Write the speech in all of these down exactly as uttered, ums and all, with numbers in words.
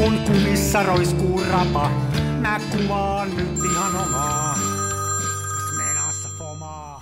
kun kumissa roiskuu rapa, mä kuvaan nyt ihan omaa. Smenassa fomaa.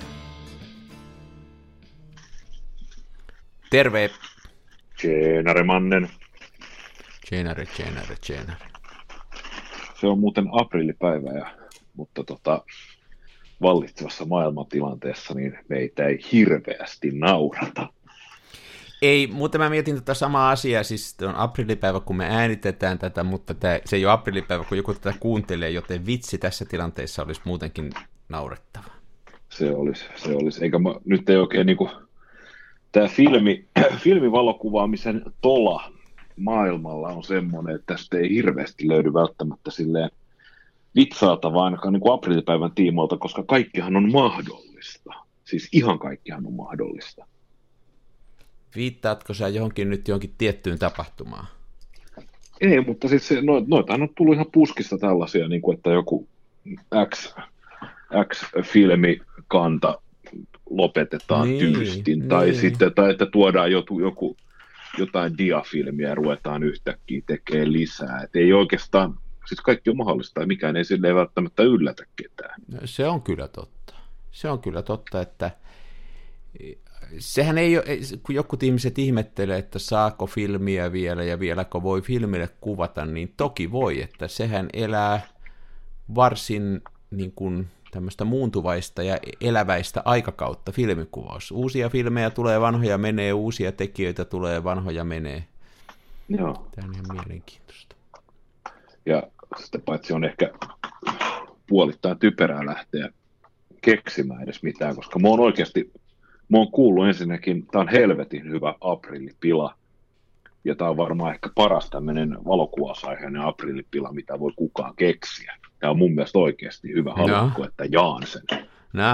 Terve. Tjeenare mannen. Tjeenare, tjeenare, tjeenare. Se on muuten aprillipäivä, ja, mutta tota, vallitsevassa maailmantilanteessa niin meitä ei hirveästi naurata. Ei, mutta mä mietin tätä samaa asiaa, siis on aprillipäivä, kun me äänitetään tätä, mutta tämä, se ei ole aprillipäivä, kun joku tätä kuuntelee, joten vitsi tässä tilanteessa olisi muutenkin naurettava. Se olisi, se olisi. Eikä mä, nyt ei oikein niinku, tämä filmi, filmivalokuvaamisen tola maailmalla on semmoinen, että tästä ei hirveästi löydy välttämättä silleen vitsaatavaa ainakaan niin kuin aprillipäivän tiimoilta, koska kaikkihan on mahdollista. Siis ihan kaikkihan on mahdollista. Viittaatko sä johonkin nyt johonkin tiettyyn tapahtumaan? Ei, mutta siis se, no, noitahan on tullut ihan puskista tällaisia, niin kuin että joku X, X-filmikanta lopetetaan niin, tyystin, tai niin. sitten tai että tuodaan joku, joku, jotain diafilmiä ja ruvetaan yhtäkkiä tekemään lisää. Et ei oikeastaan, siis kaikki on mahdollista, ja mikään ei silleen välttämättä yllätä ketään. No, se on kyllä totta. Se on kyllä totta, että sehän ei ole, kun jotkut ihmiset ihmettelee, että saako filmiä vielä ja vieläkö voi filmille kuvata, niin toki voi, että sehän elää varsin niin kuin tämmöistä muuntuvaista ja eläväistä aikakautta filmikuvaus. Uusia filmejä tulee, vanhoja menee, uusia tekijöitä tulee, vanhoja menee. Joo. Tämä on ihan mielenkiintoista. Ja sitten paitsi on ehkä puolittain typerää lähteä keksimään edes mitään, koska mä oon oikeasti, mä oon kuullut ensinnäkin, tää on helvetin hyvä aprillipila, ja tää on varmaan ehkä paras tämmöinen valokuvausaiheinen aprillipila, mitä voi kukaan keksiä. Tää on mun mielestä oikeasti hyvä, haluatko, että jaan sen. No.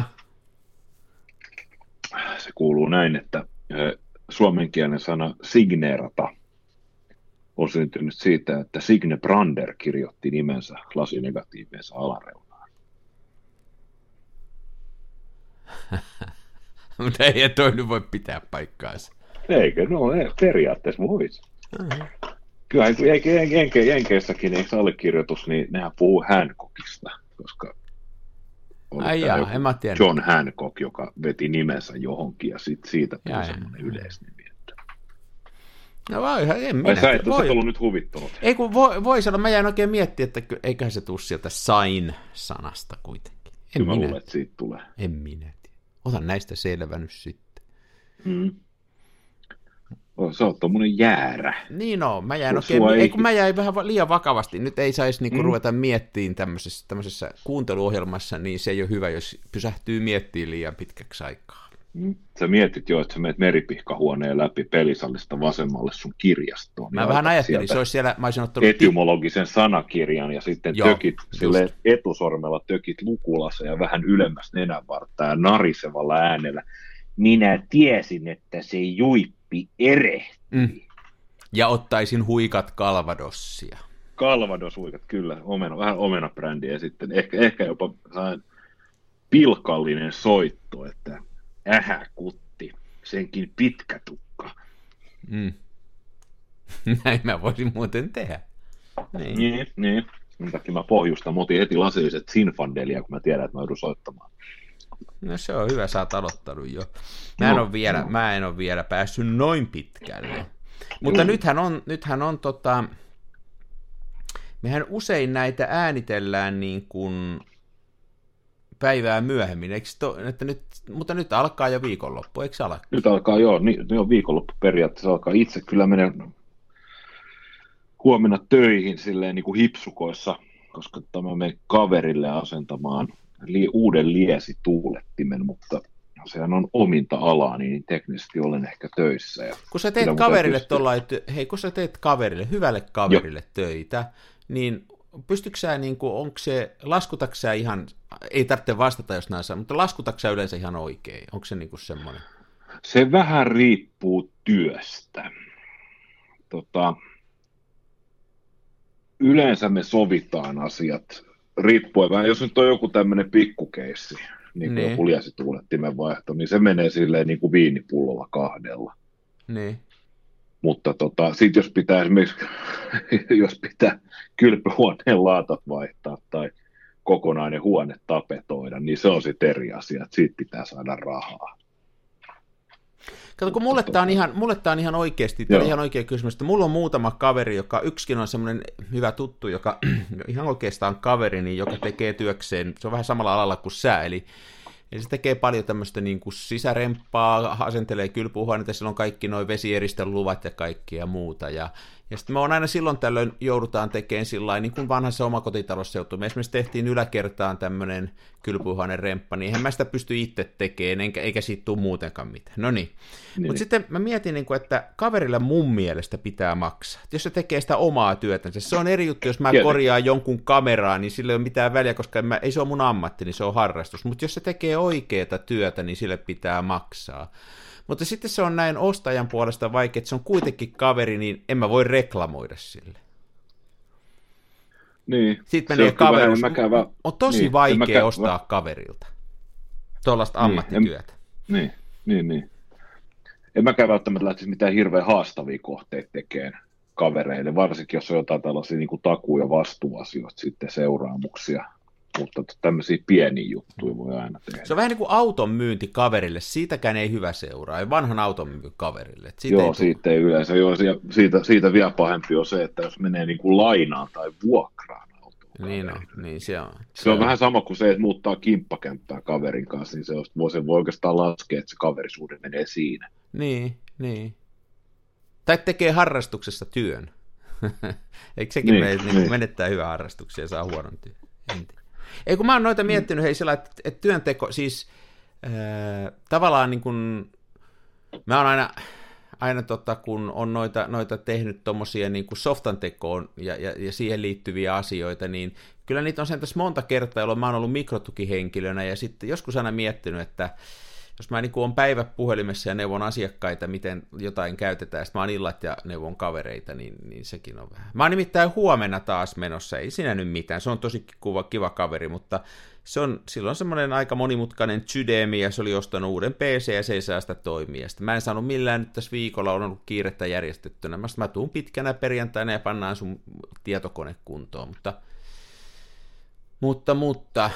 Se kuuluu näin, että suomenkielinen sana signeerata on syntynyt siitä, että Signe Brander kirjoitti nimensä lasinegatiiviensa alareunaan. Mutta ei toi nyt voi pitää paikkaansa. Eikö? No ei, periaatteessa voisi. Uh-huh. Kyllähän jenke, Jenkeissäkin eikö allekirjoitus, niin nehän puhuu Hancockista, koska Ai jaa, en mä tiedä. John Hancock, joka veti nimensä johonkin, ja sit siitä tuli semmoinen yleisnimi. No vai, en minä. Ai sä et voi ollut nyt huvittunut. Ei kun voi, voi sanoa, mä jäin oikein miettimään, että eiköhän se tule sieltä sign-sanasta kuitenkin. En Kyllä minä mä luulen, että siitä tulee. En minä tiedä. Otan näistä selvä nyt sitten. Hmm. Sä oot tommonen jäärä. Niin on, mä jäin oikein, ei... ei kun mä jäin vähän liian vakavasti. Nyt ei saisi niinku hmm. ruveta miettimään tämmöisessä, tämmöisessä kuunteluohjelmassa, niin se ei ole hyvä, jos pysähtyy miettimään liian pitkäksi aikaa. Sä mietit jo, että sä menet meripihkahuoneen läpi pelisallista vasemmalle sun kirjastoon. Mä vähän ajattelin, se olisi siellä, mä olisin ottanut... etymologisen sanakirjan ja sitten Joo, tökit sille etusormella tökit lukulassa ja vähän ylemmäs nenänvarttaa ja narisevalla äänellä. Minä tiesin, että se juippi erehti. Mm. Ja ottaisin huikat Calvadossia. Calvados-huikat, kyllä. Omena, vähän omenabrändiä ja sitten ehkä, ehkä jopa sain pilkallinen soitto, että ähä kutti, senkin pitkä tukka. Mm. Näin mä voisin muuten tehdä. Niin, niin. niin. Sen takia mä pohjustan. Mä otin heti lasilliset Sinfandelia, kun mä tiedän, että mä joudun soittamaan. No se on hyvä, sä oot aloittanut jo. Mä en, no, ole, vielä, no. mä en ole vielä päässyt noin pitkälle. Mutta no. nythän on, nythän on tota, mehän usein näitä äänitellään niin kuin päivää myöhemmin, eikö to, että nyt, mutta nyt alkaa jo viikonloppu, eikö se ala? Nyt alkaa joo, niin, jo viikonloppu periaatteessa alkaa. Itse kyllä menen huomenna töihin silleen niin kuin hipsukoissa, koska tämä menen kaverille asentamaan li, uuden liesituulettimen, mutta sehän on ominta alaa, niin teknisesti olen ehkä töissä. Ja kun sä teet kaverille tuolla, hei kun sä teet kaverille, hyvälle kaverille jo. töitä, niin pystytkö sä, niin kuin, onko se, laskutatko sä ihan, ei tarvitse vastata jos näin saa, mutta laskutatko sä yleensä ihan oikein? Onko se niin kuin semmoinen? Se vähän riippuu työstä. Tota, yleensä me sovitaan asiat, riippuen vähän, jos nyt on joku tämmöinen pikkukeissi, niin kuin niin. joku liesituulettimen vaihto, niin se menee silleen niin kuin viinipullolla kahdella. Niin. Mutta tota, sitten jos pitää esimerkiksi, jos pitää kylpyhuoneen laatat vaihtaa tai kokonainen huone tapetoida, niin se on sitten eri asia, että siitä pitää saada rahaa. Kato, kun mulle tämä on ihan, mulle tää on ihan oikeasti, tämä on ihan oikea kysymys, että mulla on muutama kaveri, joka yksikin on semmoinen hyvä tuttu, joka ihan oikeastaan kaveri, niin joka tekee työkseen, se on vähän samalla alalla kuin sä, eli, eli se tekee paljon tämmöistä niin kuin sisäremppaa, asentelee kylpyhuoneita, sillä on kaikki nuo vesieristelyluvat ja kaikkia muuta, ja Ja sitten me on aina silloin tällöin joudutaan tekemään sillä niin kuin vanhassa omakotitalossa joutuu. Me esimerkiksi tehtiin yläkertaan tämmöinen kylpyhuoneen remppa, niin eihän mä sitä pysty itse tekemään, eikä, eikä siitä tule muutenkaan mitään. No niin. niin. Mutta sitten mä mietin, että kaverilla mun mielestä pitää maksaa. Jos se tekee sitä omaa työtänsä, se on eri juttu, jos mä Kieltä. korjaan jonkun kameraa, niin sillä ei ole mitään väliä, koska mä, ei se ole mun ammatti, niin se on harrastus. Mutta jos se tekee oikeaa työtä, niin sille pitää maksaa. Mutta sitten se on näin ostajan puolesta vaikea, että se on kuitenkin kaveri, niin en mä voi reklamoida sille. Niin. Sitten menee kaverus. Mäkävä... On tosi niin, vaikea mäkä... ostaa kaverilta tuollaista niin, ammattityötä. En... Niin, niin, niin. En mäkään välttämättä lähtisi mitään hirveän haastavia kohteita tekemään kavereille, varsinkin jos on jotain tällaisia niin kuin takuu- ja vastuuasioita, sitten seuraamuksia. Mutta tämmöisiä pieniä juttuja voi aina tehdä. Se on vähän niin kuin auton myynti kaverille, siitäkään ei hyvä seuraa, ei vanhan auton myynti kaverille. Siitä joo, ei siitä ei yleensä. Joo, siitä, siitä vielä pahempi on se, että jos menee niin kuin lainaan tai vuokraan autoon. Niin on, niin se on. Se, se on, on vähän sama kuin se, että muuttaa kimppakämppää kaverin kanssa, niin se, on, se voi oikeastaan laskea, että se kaverisuhde menee siinä. Niin, niin. Tai tekee harrastuksessa työn. Eikö sekin niin, mene, niin. menettää hyvää harrastuksia ja saa huonon työn? Ei kun mä oon noita miettinyt, hei sillä, että, että työnteko, siis äh, tavallaan niin kuin, mä oon aina, aina tota, kun on noita, noita tehnyt tommosia niin kuin softan tekoon ja, ja, ja siihen liittyviä asioita, niin kyllä niitä on sen tässä monta kertaa, jolloin mä oon ollut mikrotukihenkilönä ja sitten joskus aina miettinyt, että jos mä niin kuin on päivä puhelimessa ja neuvon asiakkaita, miten jotain käytetään, ja sitten mä oon illat ja neuvon kavereita, niin, niin sekin on vähän. Mä oon nimittäin huomenna taas menossa, ei siinä nyt mitään, se on tosi kiva, kiva kaveri, mutta se on silloin semmoinen aika monimutkainen Zydemi, ja se oli ostanut uuden P C, ja se ei saa sitä toimia. Sitten mä en saanut millään nyt tässä viikolla, on ollut kiirettä järjestettynä. Mä, mä tuun pitkänä perjantaina ja pannaan sun tietokone kuntoon, mutta, mutta, mutta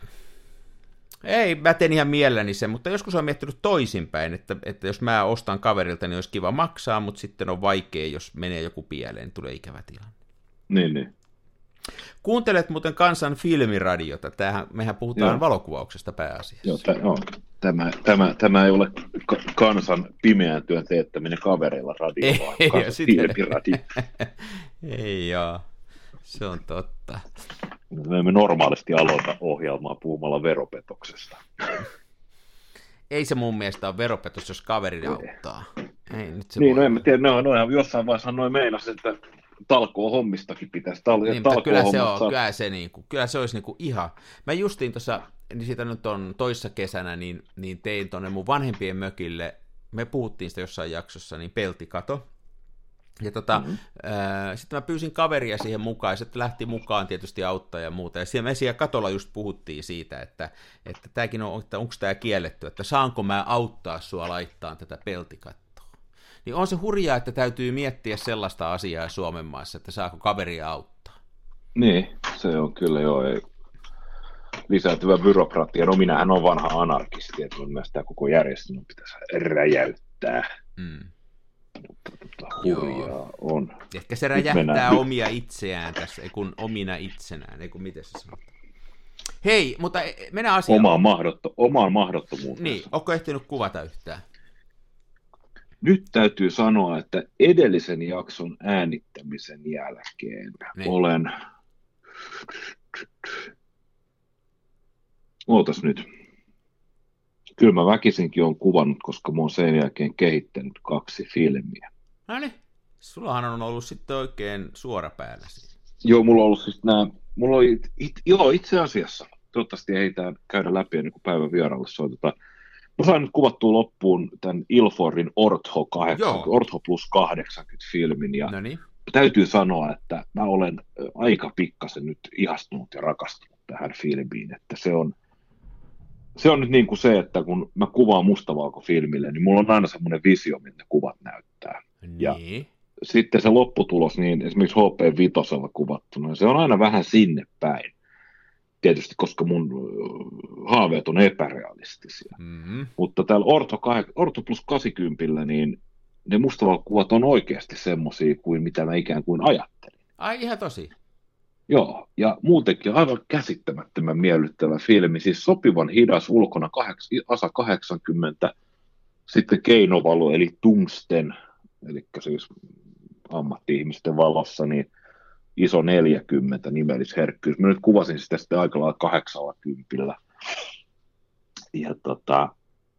ei, mä teen ihan mielelläni sen, mutta joskus olen miettinyt toisinpäin, että, että jos mä ostan kaverilta, niin olisi kiva maksaa, mutta sitten on vaikea, jos menee joku pieleen, niin tulee ikävä tilanne. Niin, niin. Kuuntelet muuten Kansan filmiradiota, tämähän, mehän puhutaan Joo. valokuvauksesta pääasiassa. Joo, t- no, tämä, tämä, tämä ei ole Kansan pimeän työn teettäminen kavereilla radio, ei, vaan Kansan sitä... filmiradio. Ei joo, se on totta. Me emme normaalisti aloita ohjelmaa puhumalla veropetoksesta. Ei se mun mielestä ole veropetos, jos kaveri auttaa. Ei, nyt se niin, no en mä tiedä, no, no jossain vaiheessa noin meinas, että talkoo hommistakin pitäisi. Tal- niin, mutta kyllä se, on, kyllä, se niinku, kyllä se olisi niinku ihan. Mä justiin tuossa, niin siitä nyt on toissa kesänä, niin, niin tein tuonne mun vanhempien mökille, me puhuttiin sitä jossain jaksossa, niin peltikato. Ja tota, mm-hmm. äh, sitten mä pyysin kaveria siihen mukaan, ja sitten lähti mukaan tietysti auttaa ja muuta. Ja me siellä katolla just puhuttiin siitä, että, että tämäkin on, että onko tämä kielletty, että saanko mä auttaa sua laittaa tätä peltikattoa. Niin on se hurjaa, että täytyy miettiä sellaista asiaa Suomen maassa, että saako kaveria auttaa. Niin, se on kyllä joo. Ei. Lisääntyvä byrokratia. No minähän on vanha anarkisti, että mun mielestä tämä koko järjestelmä pitäisi räjäyttää. Mm. Mutta tota, hurjaa on. Ehkä se räjähtää omia itseään tässä, ei kun omina itsenään, ei kun miten se sanoo. Hei, mutta mennään asiaan. Omaan, mahdotto, omaan mahdottomuuteen. Niin, onko ehtinyt kuvata yhtään? Nyt täytyy sanoa, että edellisen jakson äänittämisen jälkeen niin. olen... Ootas nyt. Kyllä mä väkisinkin on kuvannut, koska mä oon sen jälkeen kehittänyt kaksi filmiä. No niin, sullahan on ollut sitten oikein suora päällä siinä. Joo, mulla on ollut siis nämä, mulla oli, it, joo itse asiassa, toivottavasti ei tämä käydä läpi ennen kuin päivän vieraille soitetaan. Mä sain nyt kuvattua loppuun tämän Ilforin Ortho, kahdeksankymmentä, Ortho plus kahdeksankymmentä filmin, ja Noniin. Täytyy sanoa, että mä olen aika pikkasen nyt ihastunut ja rakastunut tähän filmiin, että se on Se on nyt niin kuin se, että kun mä kuvaan mustavalkofilmille, niin mulla on aina semmoinen visio, mitä kuvat näyttää. Niin. Ja sitten se lopputulos, niin esimerkiksi H P viisi kuvattuna, se on aina vähän sinne päin. Tietysti, koska mun haaveet on epärealistisia. Mm-hmm. Mutta täällä Orto, Orto plus kahdeksankymmentä, niin ne mustavakuvat on oikeasti semmosia kuin mitä mä ikään kuin ajattelin. Ai ihan tosi? Joo, ja muutenkin aivan käsittämättömän miellyttävä filmi, siis sopivan hidas ulkona, asa kahdeksankymmentä, sitten keinovalo eli tungsten, eli siis ammatti-ihmisten valossa, niin iso neljäkymmentä nimellisherkkyys. Mä nyt kuvasin sitä sitten aika lailla kahdeksankymmentä. Ja tota,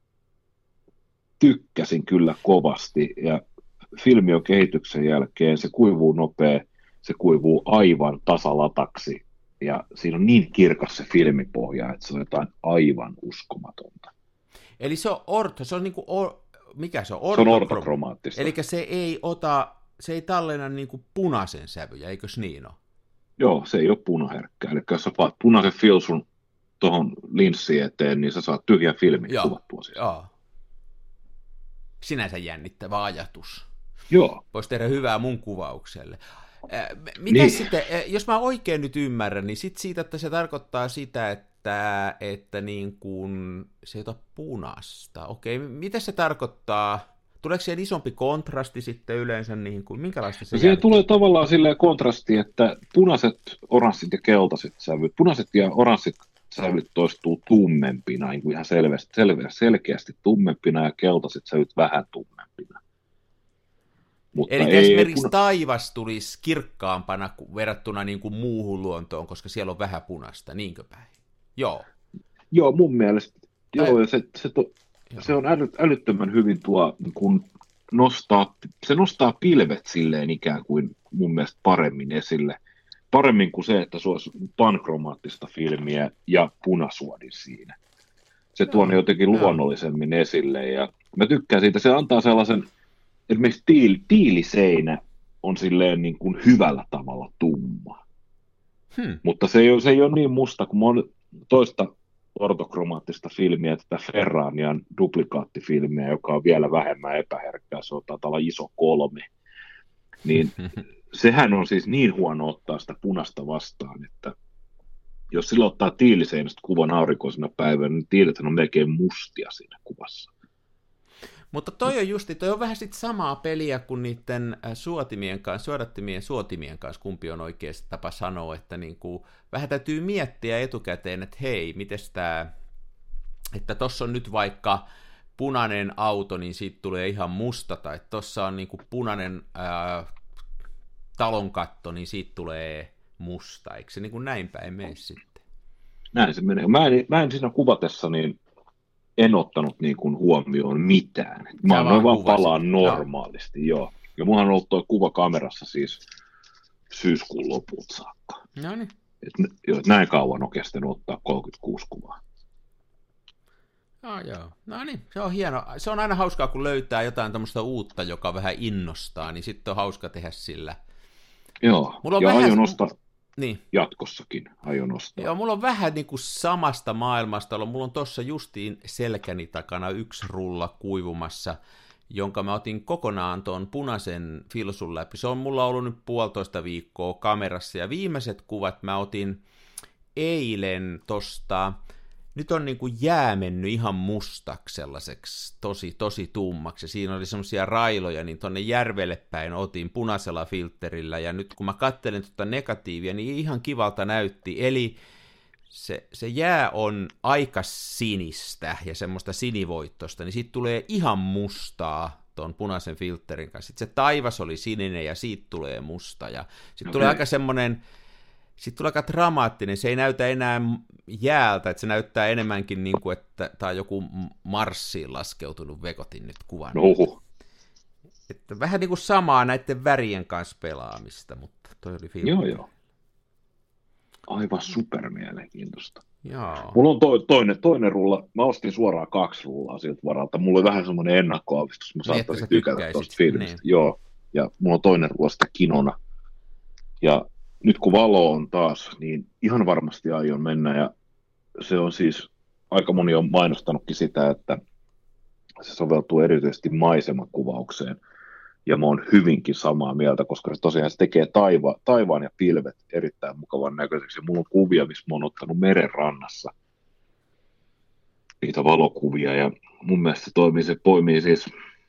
tykkäsin kyllä kovasti, ja filmi on kehityksen jälkeen, se kuivuu nopea, se kuivuu aivan tasalataksi, ja siinä on niin kirkas se filmipohja, että se on jotain aivan uskomatonta. Eli se on orto, se on niinku, or, mikä se on? Ortokrom- se on ortokromaattista. Eli se ei ota, se ei tallenna niinku punaisen sävyjä, eikös niin ole? Joo, se ei ole punaherkkä. Eli jos sä paat punaisen filsun tuohon linssiin eteen, niin sä saat tyhjän filmin joo, kuvattua siis. Joo. Sinänsä jännittävä ajatus. Joo. Voisi tehdä hyvää mun kuvaukselle. Mitä niin. sitten, jos mä oikein nyt ymmärrän, niin sit siitä, että se tarkoittaa sitä, että, että niin kuin se ei ota punasta. Okei, mitä se tarkoittaa? Tuleeko siihen isompi kontrasti sitten yleensä, niin kuin, minkälaista se no siihen tulee tavallaan silleen kontrasti, että punaiset, oranssit ja keltaiset sävyt, punaiset ja oranssit sävyt toistuu tummempina, niin kuin ihan selvästi, selvästi, selkeästi tummempina, ja keltaiset sävyt vähän tummempina. Mutta eli ei, esimerkiksi puna... taivas tulisi kirkkaampana verrattuna niin kuin muuhun luontoon, koska siellä on vähän punaista, niinkö päin? Joo. Joo, mun mielestä. Tai... Joo, ja se, se, to, joo. se on äly, älyttömän hyvin tuo, kun nostaa, se nostaa pilvet silleen ikään kuin mun mielestä paremmin esille. Paremmin kuin se, että se olisi pankromaattista filmiä ja punasuodin siinä. Se tuo ne jotenkin joo. luonnollisemmin esille, ja mä tykkään siitä, se antaa sellaisen. Esimerkiksi tiil, tiiliseinä on silleen niin kuin hyvällä tavalla tumma. Hmm. Mutta se ei, ole, se ei ole niin musta, kun mä oon toista ortokromaattista filmiä, tätä Ferranian duplikaattifilmiä, joka on vielä vähemmän epäherkkää, se on taitaa olla iso kolme. Niin sehän on siis niin huono ottaa sitä punasta vastaan, että jos sillä ottaa tiiliseinästä kuvan aurinkoisena päivänä, niin tiilethän on melkein mustia siinä kuvassa. Mutta toi on justi, toi on vähän sit samaa peliä kuin niiden suotimien kanssa, suodattimien suotimien kanssa, kumpi on oikeasti tapa sanoa, että niinku, vähän täytyy miettiä etukäteen, että hei, mites tää, että tossa on nyt vaikka punainen auto, niin siitä tulee ihan musta, tai tossa on niinku punainen ää, talonkatto, niin siitä tulee musta, eikö se niinku näin päin mene sitten? Näin se menee. Mä en, mä en siinä kuvatessa, niin en ottanut niin kuin huomioon mitään. Mä Sä vaan, vaan palaan normaalisti, joo. Ja mulla on ollut tuo kuva kamerassa siis syyskuun lopulta saakka. No niin. Et, jo, näin kauan on kestänyt ottaa kolmekymmentäkuusi kuvaa. Oh, joo. No niin, se on hieno. Se on aina hauskaa, kun löytää jotain tämmöistä uutta, joka vähän innostaa, niin sitten on hauska tehdä sillä. Joo, mulla on ja vähän... aion nostaa niin. jatkossakin. Aion nostaa. Joo, mulla on vähän niin kuin samasta maailmasta. Mulla on tuossa justiin selkäni takana yksi rulla kuivumassa, jonka mä otin kokonaan tuon punaisen filsun läpi. Se on mulla ollut nyt puolitoista viikkoa kamerassa, ja viimeiset kuvat mä otin eilen tosta, nyt on niin kuin jää mennyt ihan mustaksi sellaiseksi, tosi, tosi tummaksi, ja siinä oli semmoisia railoja, niin tonne järvelle päin otin punaisella filterillä, ja nyt kun mä kattelin tuota negatiivia, niin ihan kivalta näytti, eli se, se jää on aika sinistä ja semmoista sinivoittosta, niin siitä tulee ihan mustaa tuon punaisen filterin kanssa. Sitten se taivas oli sininen ja siitä tulee musta. Ja sitten okay. tulee aika semmoinen, sitten tulee aika dramaattinen, se ei näytä enää jäältä, että se näyttää enemmänkin niin kuin, että tämä on joku Marsiin laskeutunut vekotin nyt kuvan. Oho. Että vähän niin kuin samaa näiden värien kanssa pelaamista, mutta toi oli filmi. Joo, joo. Aivan supermielenkiintoista. Joo. Mulla on to, toinen, toinen rulla. Mä ostin suoraan kaksi rullaa siltä varalta. Mulla oli vähän semmoinen ennakkoavistus. Mä saattaisin tykätä tuosta filmistä. Niin. Joo. Ja mulla on toinen rulla sitä kinona. Ja nyt kun valo on taas, niin ihan varmasti aion mennä. Ja se on siis, aika moni on mainostanutkin sitä, että se soveltuu erityisesti maisemakuvaukseen. Ja mä oon hyvinkin samaa mieltä, koska se tosiaan se tekee taiva, taivaan ja pilvet erittäin mukavan näköiseksi. Ja mulla on kuvia, missä mä oon ottanut meren rannassa niitä valokuvia. Ja mun mielestä se, toimii, se poimii siis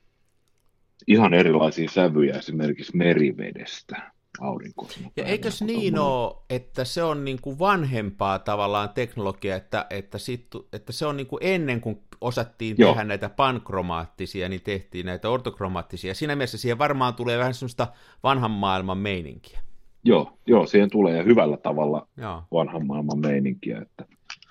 ihan erilaisia sävyjä esimerkiksi merivedestä. Ja eikös niin ole, että se on niin kuin vanhempaa tavallaan teknologiaa, että, että, sit, että se on niin kuin ennen kuin osattiin Joo. tehdä näitä pankromaattisia, niin tehtiin näitä ortokromaattisia. Siinä mielessä siihen varmaan tulee vähän semmoista vanhan maailman meininkiä. Joo, joo siihen tulee ja hyvällä tavalla Joo. vanhan maailman meininkiä, että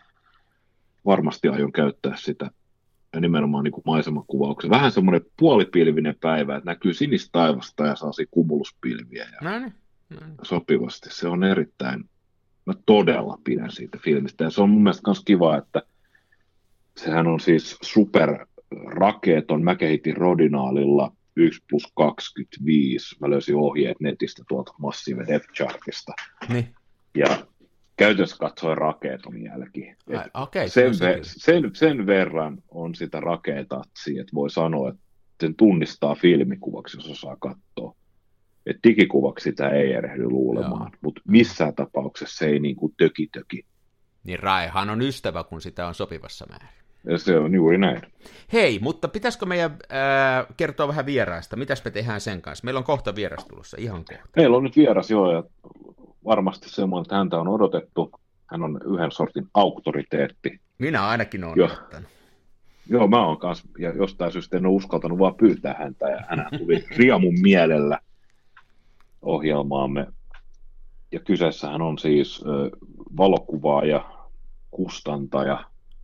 varmasti aion käyttää sitä ja nimenomaan niin kuin maisemakuvauksen. Vähän semmoinen puolipilvinen päivä, että näkyy sinistä taivasta ja saa kumuluspilviä. Ja no niin, no niin. Sopivasti. Se on erittäin, mä todella pidän siitä filmistä. Ja se on mun mielestä myös kiva, että sehän on siis superrakeeton. Mä kehitin Rodinaalilla yksi plus kaksikymmentäviisi. Mä löysin ohjeet netistä tuolta Massive Depth Chartista. Niin. Ja käytössä katsoin rakeeton jälki. Okay, sen, ve- sen, sen verran on sitä rakeetatsia, että voi sanoa, että sen tunnistaa filmikuvaksi, jos osaa katsoa. Että digikuvaksi sitä ei erehdy luulemaan, mutta missään tapauksessa se ei niin kuin töki töki. Niin Raihan on ystävä, kun sitä on sopivassa määrin. Ja se on juuri näin. Hei, mutta pitäisikö meidän äh, kertoa vähän vieraista? Mitäs me tehdään sen kanssa? Meillä on kohta vieras tulossa, ihan kohta. Meillä on nyt vieras, joo, ja varmasti semmoinen, että häntä on odotettu. Hän on yhden sortin auktoriteetti. Minä ainakin olen odottanut. Joo, mä oon kanssa, ja jostain syystä en ole uskaltanut vaan pyytää häntä, ja hän tuli riemun mielellä ohjelmaamme. Ja kyseessähän on siis ö, valokuvaaja, kustantaja,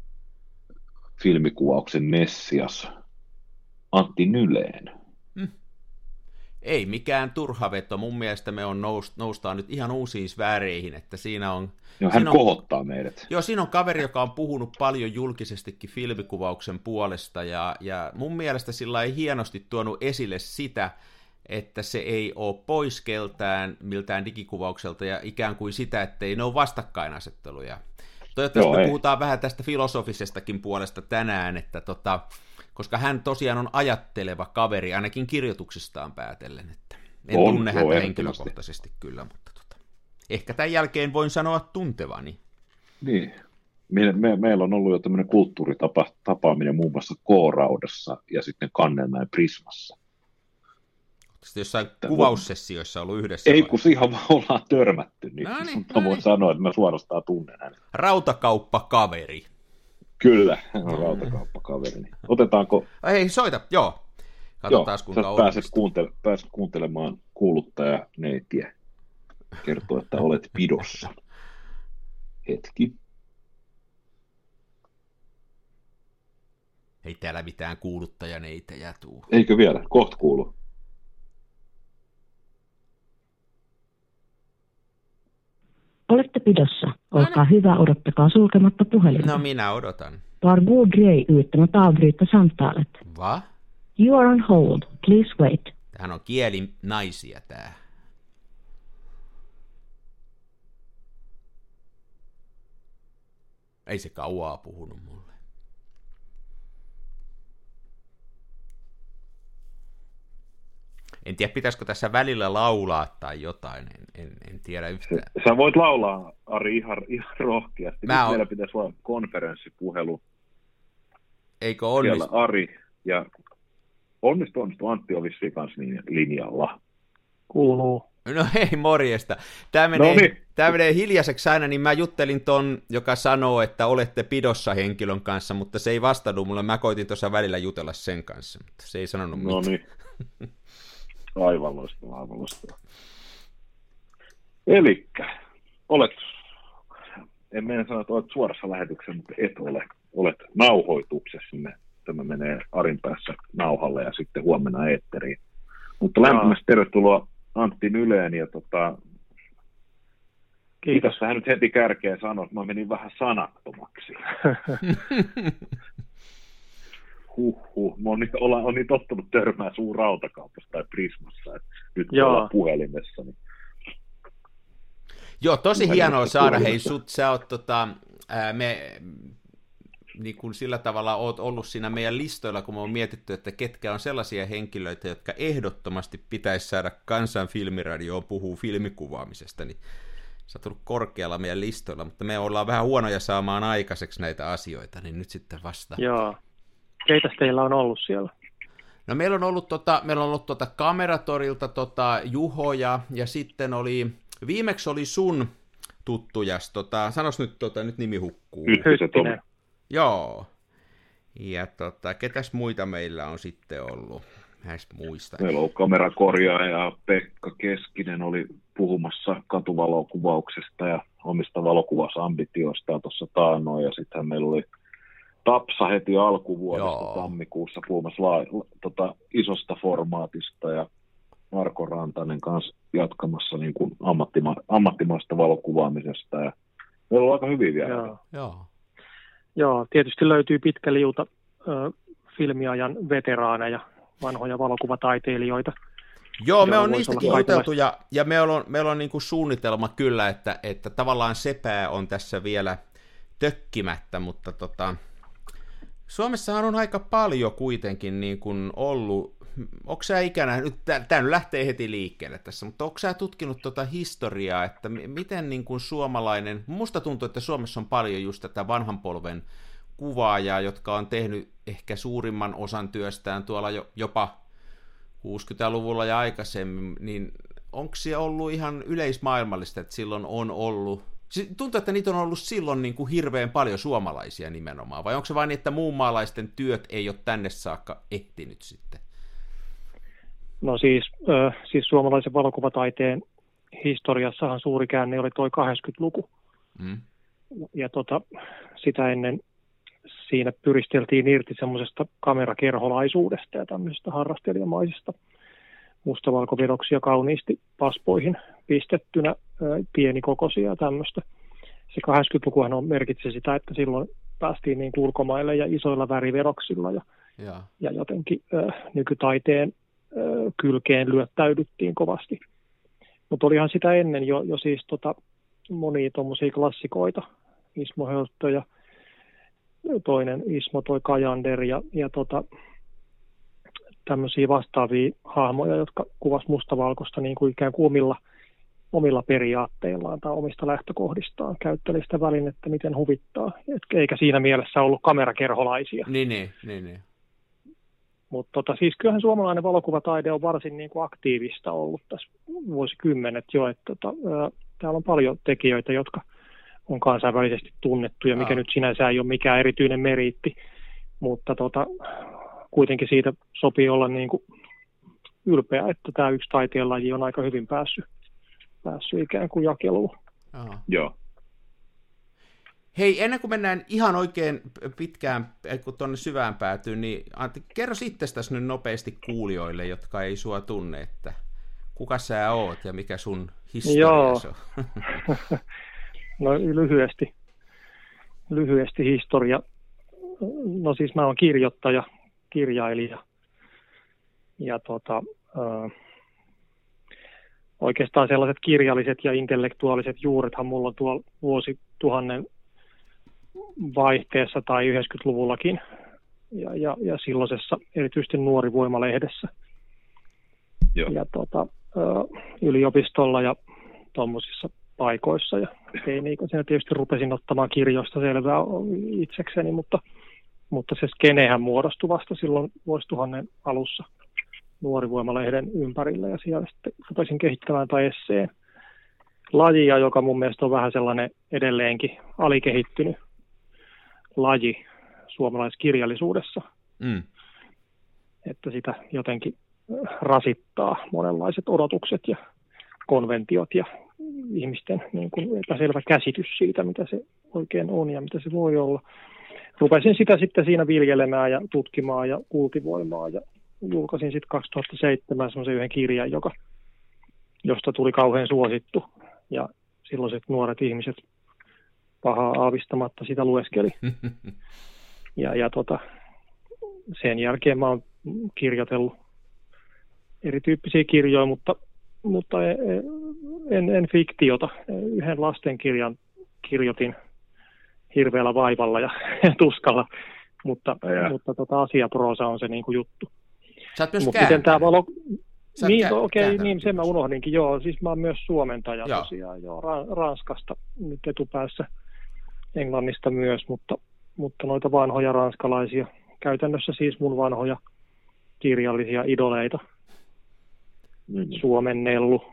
filmikuvauksen messias Antti Nylén. Hmm. Ei mikään turha veto. Mun mielestä me on nous, noustaan nyt ihan uusiin sfääreihin, että siinä on... Joo, hän on, kohottaa meidät. Joo, siinä on kaveri, joka on puhunut paljon julkisestikin filmikuvauksen puolesta, ja, ja mun mielestä sillä ei hienosti tuonut esille sitä, että se ei ole pois keltään miltään digikuvaukselta, ja ikään kuin sitä, että ei ne ole vastakkainasetteluja. Toivottavasti Joo, me ei. puhutaan vähän tästä filosofisestakin puolesta tänään, että tota, koska hän tosiaan on ajatteleva kaveri, ainakin kirjoituksistaan päätellen, että en on, tunne häntä henkilökohtaisesti kyllä, mutta tota, ehkä tämän jälkeen voin sanoa tuntevani. Niin, me, me, meillä on ollut jo tämmöinen kulttuuritapaaminen muun muassa K-raudassa ja sitten Kannelmäen Prismassa. Sitten jossain Tämä kuvaussessioissa ollut yhdessä. Ei, vai? Kun siihen vaan ollaan törmätty, niin, no niin mä voin sanoa, että mä suorastaan tunnen hänet. Rautakauppakaveri. Kyllä, hän on rautakauppakaveri. Otetaanko? Ei, soita, joo. Katsotaan, joo, kuinka pääset, kuuntele, pääset kuuntelemaan kuuluttajaneitiä. Kertoo, että olet pidossa. Hetki. Ei täällä mitään kuuluttajaneitejä tuu. Eikö vielä? Kohta kuulu. Olette pidossa. Olkaa hyvä, odottakaa sulkematta puhelinta. No minä odotan. Var god dröj utan att avbryta samtalet. Va? You are on hold. Please wait. Tämähän on kieli naisia tää. Ei se kauaa puhunut mulle. En tiedä, pitäisikö tässä välillä laulaa tai jotain, en, en, en tiedä yhtään. Sä voit laulaa, Ari, ihan, ihan rohkeasti. Nyt on... meillä pitäisi olla konferenssipuhelu. Eikö onnistu? Siellä Ari ja onnistu, onnistu. Antti on vissiin kanssa linjalla. Kuuluu. No hei, morjesta. Tämä menee, no niin. Tämä menee hiljaiseksi aina, niin mä juttelin ton, joka sanoo, että olette pidossa henkilön kanssa, mutta se ei vastannut mulle. Mä koitin tuossa välillä jutella sen kanssa, mutta se ei sanonut mitään. No niin. Aivan loistavaa, aivan loistavaa. Elikkä, olet, en mene sanoa, että olet suorassa lähetyksessä, mutta et ole. Olet nauhoituksessa. Tämä menee Arin päässä nauhalle ja sitten huomenna eetteriin. Mutta lämpimästi tervetuloa Antti Nylén. Ja tota, kiitos. Hän nyt heti kärkeen sanoi, että mä menin vähän sanattomaksi. Huhhuh. Mä oon niin, on niin tottunut törmää suun rautakaupassa tai Prismassa, että nyt kun ollaan puhelimessa. Niin... Joo, tosi mä hienoa saada. Hei, sut, sä oot tota, ää, me niin kuin sillä tavalla oot ollut siinä meidän listoilla, kun me on mietitty, että ketkä on sellaisia henkilöitä, jotka ehdottomasti pitäisi saada Kansan filmiradioon puhuu filmikuvaamisesta, niin sä oot ollut korkealla meidän listoilla, mutta me ollaan vähän huonoja saamaan aikaiseksi näitä asioita, niin nyt sitten vasta. Joo. Keitäs teillä on ollut siellä? No meillä on ollut, tota, meillä on ollut tota Kameratorilta tota Juhoja, ja sitten oli, viimeksi oli sun tuttujas, tota, sanos nyt, tota, nyt nimi hukkuu. Hyttinen. Joo. Ja tota, ketäs muita meillä on sitten ollut? Mä en muista. Meillä on kamerakorjaaja ja Pekka Keskinen oli puhumassa katuvalokuvauksesta ja omista valokuvausambitioistaan tuossa taannoin. Ja sitten meillä oli Tapsa heti alkuvuodesta Joo. tammikuussa puhumassa la- tota, isosta formaatista ja Marko Rantanen kanssa jatkamassa niin kuin ammattima- ammattimaista valokuvaamisesta. Ja meillä on aika hyvin vielä. Joo. Joo. Joo, tietysti löytyy pitkä liuta ö, filmiajan veteraaneja, vanhoja valokuvataiteilijoita. Joo, me on niistäkin juteltu ja, ja meillä on, meillä on niin kuin suunnitelma kyllä, että, että tavallaan sepää on tässä vielä tökkimättä, mutta tota, Suomessahan on aika paljon kuitenkin niin kuin ollut, onko sä ikänä, nyt tämä nyt lähtee heti liikkeelle tässä, mutta onko sä tutkinut tuota historiaa, että miten niin kuin suomalainen, musta tuntuu, että Suomessa on paljon just tätä vanhan polven kuvaajaa, jotka on tehnyt ehkä suurimman osan työstään tuolla jo, jopa kuusikymmentäluvulla ja aikaisemmin, niin onko se ollut ihan yleismaailmallista, että silloin on ollut, tuntuu, että niitä on ollut silloin niin kuin hirveän paljon suomalaisia nimenomaan, vai onko se vain niin, että muunmaalaisten työt ei ole tänne saakka ehtinyt sitten? No siis, äh, siis suomalaisen valokuvataiteen historiassahan suuri käänne oli toi kahdeksankymmentäluku. Mm. Ja tota, sitä ennen siinä pyristeltiin irti semmoisesta kamerakerholaisuudesta ja tämmöisestä harrastelijamaisesta mustavalkovedoksia kauniisti paspoihin pistettynä, äh, pienikokoisia ja tämmöistä. Se kahdeksankymmentälukuhan on merkitsi sitä, että silloin päästiin niin ulkomaille ja isoilla värivedoksilla ja, ja. ja jotenkin äh, nykytaiteen kylkeen lyöttäydyttiin kovasti. Mutta olihan sitä ennen jo, jo siis tota, monia tuommoisia klassikoita. Ismo Hölttö ja toinen Ismo toi Kajander ja, ja tota, tämmöisiä vastaavia hahmoja, jotka kuvasi mustavalkoista niin kuin ikään kuin omilla, omilla periaatteillaan tai omista lähtökohdistaan. Käytteli sitä välinettä, miten huvittaa. Et, eikä siinä mielessä ollut kamerakerholaisia. Niin, niin, niin. niin. Mutta tota, siis kyllähän suomalainen valokuvataide on varsin niin kuin aktiivista ollut tässä vuosikymmenet jo, että tota, ää, täällä on paljon tekijöitä, jotka on kansainvälisesti tunnettuja, mikä Aa. nyt sinänsä ei ole mikään erityinen meriitti, mutta tota, kuitenkin siitä sopii olla niin kuin ylpeä, että tämä yksi taiteenlaji on aika hyvin päässyt, päässyt ikään kuin jakeluun. Aa. Joo. Hei, ennen kuin mennään ihan oikein pitkään, kun tuonne syvään päätyy, niin Antti, kerro itsestäsi nyt nopeasti kuulijoille, jotka ei sua tunne, että kuka sä oot ja mikä sun historiasi on? No lyhyesti, lyhyesti historia. No siis mä oon kirjoittaja, kirjailija ja tota, äh, oikeastaan sellaiset kirjalliset ja intellektuaaliset juurethan mulla on tuolla vuosituhannen vaihteessa tai yhdeksänkymmentäluvullakin ja, ja, ja silloisessa erityisesti Nuori Voima-lehdessä. Joo. Ja tota, yliopistolla ja tuommoisissa paikoissa. Ja teini-ikäisenä tietysti rupesin ottamaan kirjoista selvää itsekseni, mutta, mutta se skenehän muodostui vasta silloin vuosituhannen alussa Nuori Voima-lehden ympärillä ja siellä sitten rupesin kehittämään tai esseen lajia, joka mun mielestä on vähän sellainen edelleenkin alikehittynyt laji suomalaisessa kirjallisuudessa, mm. että sitä jotenkin rasittaa monenlaiset odotukset ja konventiot ja ihmisten niin kuin epäselvä käsitys siitä, mitä se oikein on ja mitä se voi olla. Rupesin sitä sitten siinä viljelemään ja tutkimaan ja kultivoimaan ja julkaisin sitten kaksituhattaseitsemän semmoisen yhden kirjan, joka, josta tuli kauhean suosittu ja silloiset nuoret ihmiset pahaa aavistamatta sitä lueskeli. Ja, ja tota, sen jälkeen mä oon kirjoitellut erityyppisiä kirjoja, mutta, mutta en, en fiktiota. Yhden lastenkirjan kirjoitin hirveällä vaivalla ja tuskalla, mutta, mutta tota, asiaproosa on se niin kuin juttu. Sä oot myös Mut miten tämä valo... Niin, kä- okei, okay, niin sen mä unohdinkin, joo, siis mä oon myös suomentaja joo. tosiaan, joo, Ra- Ranskasta nyt etupäässä, Englannista myös, mutta, mutta noita vanhoja ranskalaisia, käytännössä siis mun vanhoja kirjallisia idoleita, mm. suomennellut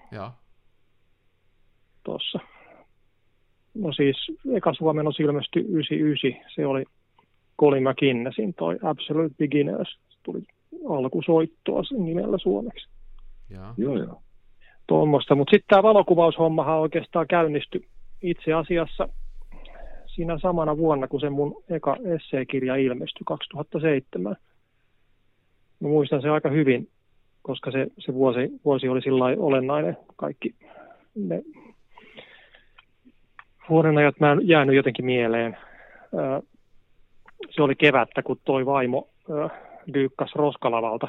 tuossa. No siis, eka suomennos ilmestyi yhdeksänkymmentäyhdeksän, se oli Colin McInnesin toi Absolute Beginners, se tuli alkusoittoa sen nimellä suomeksi. Ja. Joo, joo. Tuommoista, mutta sitten tämä valokuvaushommahan oikeastaan käynnistyi itse asiassa siinä samana vuonna, kun se mun eka esseekirja ilmestyi kaksituhattaseitsemän. Mä muistan se aika hyvin, koska se, se vuosi, vuosi oli sillä lailla olennainen. Kaikki ne vuodenajat mä en jäänyt jotenkin mieleen. Se oli kevättä, kun toi vaimo dyykkas roskalavalta.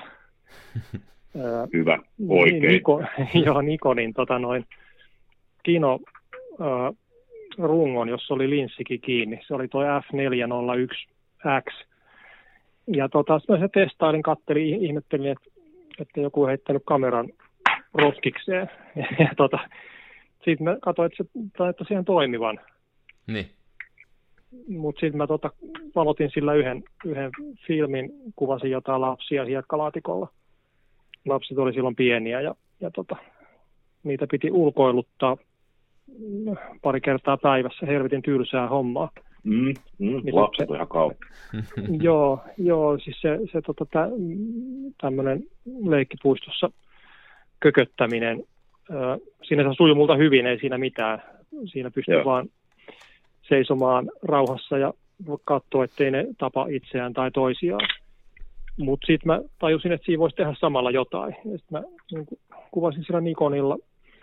Hyvä, oikein. Niko, joo, Nikonin tota noin, kino äh, rungon, jossa oli linssikin kiinni. Se oli tuo F neljä nolla yksi X. Ja tota, mä se testailin, kattelin, ihmettelin, että, että joku on heittänyt kameran roskikseen. Ja, ja tota, sitten mä katsoin, että se taisi siihen toimivan. Niin. Mutta sitten mä tota, valotin sillä yhden, yhden filmin, kuvasin jotain lapsia hiekkalaatikolla. Lapset oli silloin pieniä ja, ja tota, niitä piti ulkoiluttaa pari kertaa päivässä, helvetin tylsää hommaa. Mm, mm, niin lapset on ihan kauan. joo, joo, siis se, se tota, tä, tämmöinen leikkipuistossa kököttäminen, ö, siinä se sujui multa hyvin, ei siinä mitään. Siinä pystyy joo. vaan seisomaan rauhassa ja katsoa, ettei ne tapa itseään tai toisiaan. Mutta sitten mä tajusin, että siinä voisi tehdä samalla jotain. Ja sitten mä niin kuvasin sillä Nikonilla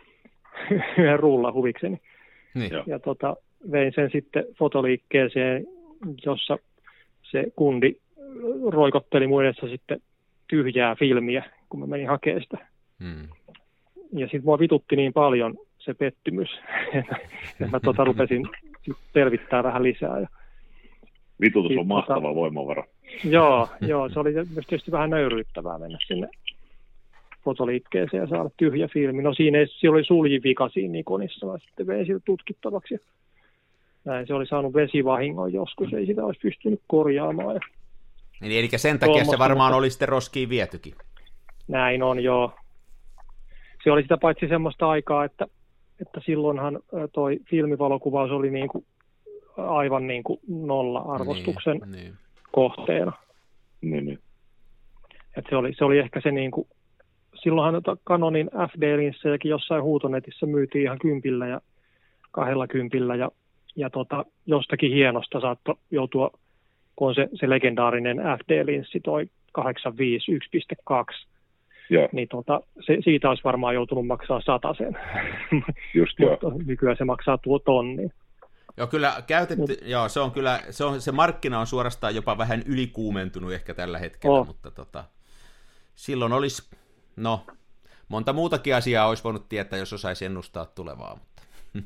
yhden rullan huvikseni. Niin. Ja tota, vein sen sitten fotoliikkeeseen, jossa se kundi roikotteli mun edessä sitten tyhjää filmiä, kun mä menin hakemaan sitä. Hmm. Ja sitten mua vitutti niin paljon se pettymys, että mä tota rupesin selvittää vähän lisää. Ja vitutus on mahtava tota, voimavara. Joo, joo, se oli myös tietysti vähän nöyryyttävää mennä sinne fotoliikkeeseen ja saada tyhjä filmi. No siinä, ei, siinä oli suljivika siinä Nikonissa, mä sitten vein sitä tutkittavaksi. Näin, se oli saanut vesivahingon joskus, ei sitä olisi pystynyt korjaamaan. Ja eli sen takia se varmaan oli sitten roskiin vietykin. Näin on, joo. Se oli sitä paitsi semmoista aikaa, että, että silloinhan toi filmivalokuvaus oli niin kuin aivan niin kuin nolla-arvostuksen niin, niin. kohteena. Niin, niin. Et se, oli, se oli ehkä se niin kuin, silloinhan Canonin F D-linssejäkin jossain huutonetissä myytiin ihan kympillä ja kahdella kympillä ja, ja tota, jostakin hienosta saattoi joutua, kun on se, se legendaarinen F D-linssi, toi kahdeksankymmentäviisi yksi pilkku kaksi, yeah. niin tota, se, siitä olisi varmaan joutunut maksaa satasen. Just mutta nykyään se maksaa tuo tonni. Joo, kyllä käytetty, Mut, joo, se on kyllä, se, on, se markkina on suorastaan jopa vähän ylikuumentunut ehkä tällä hetkellä, oh. mutta tota, silloin olisi, no, monta muutakin asiaa olisi voinut tietää, jos osaisi ennustaa tulevaa. Mutta.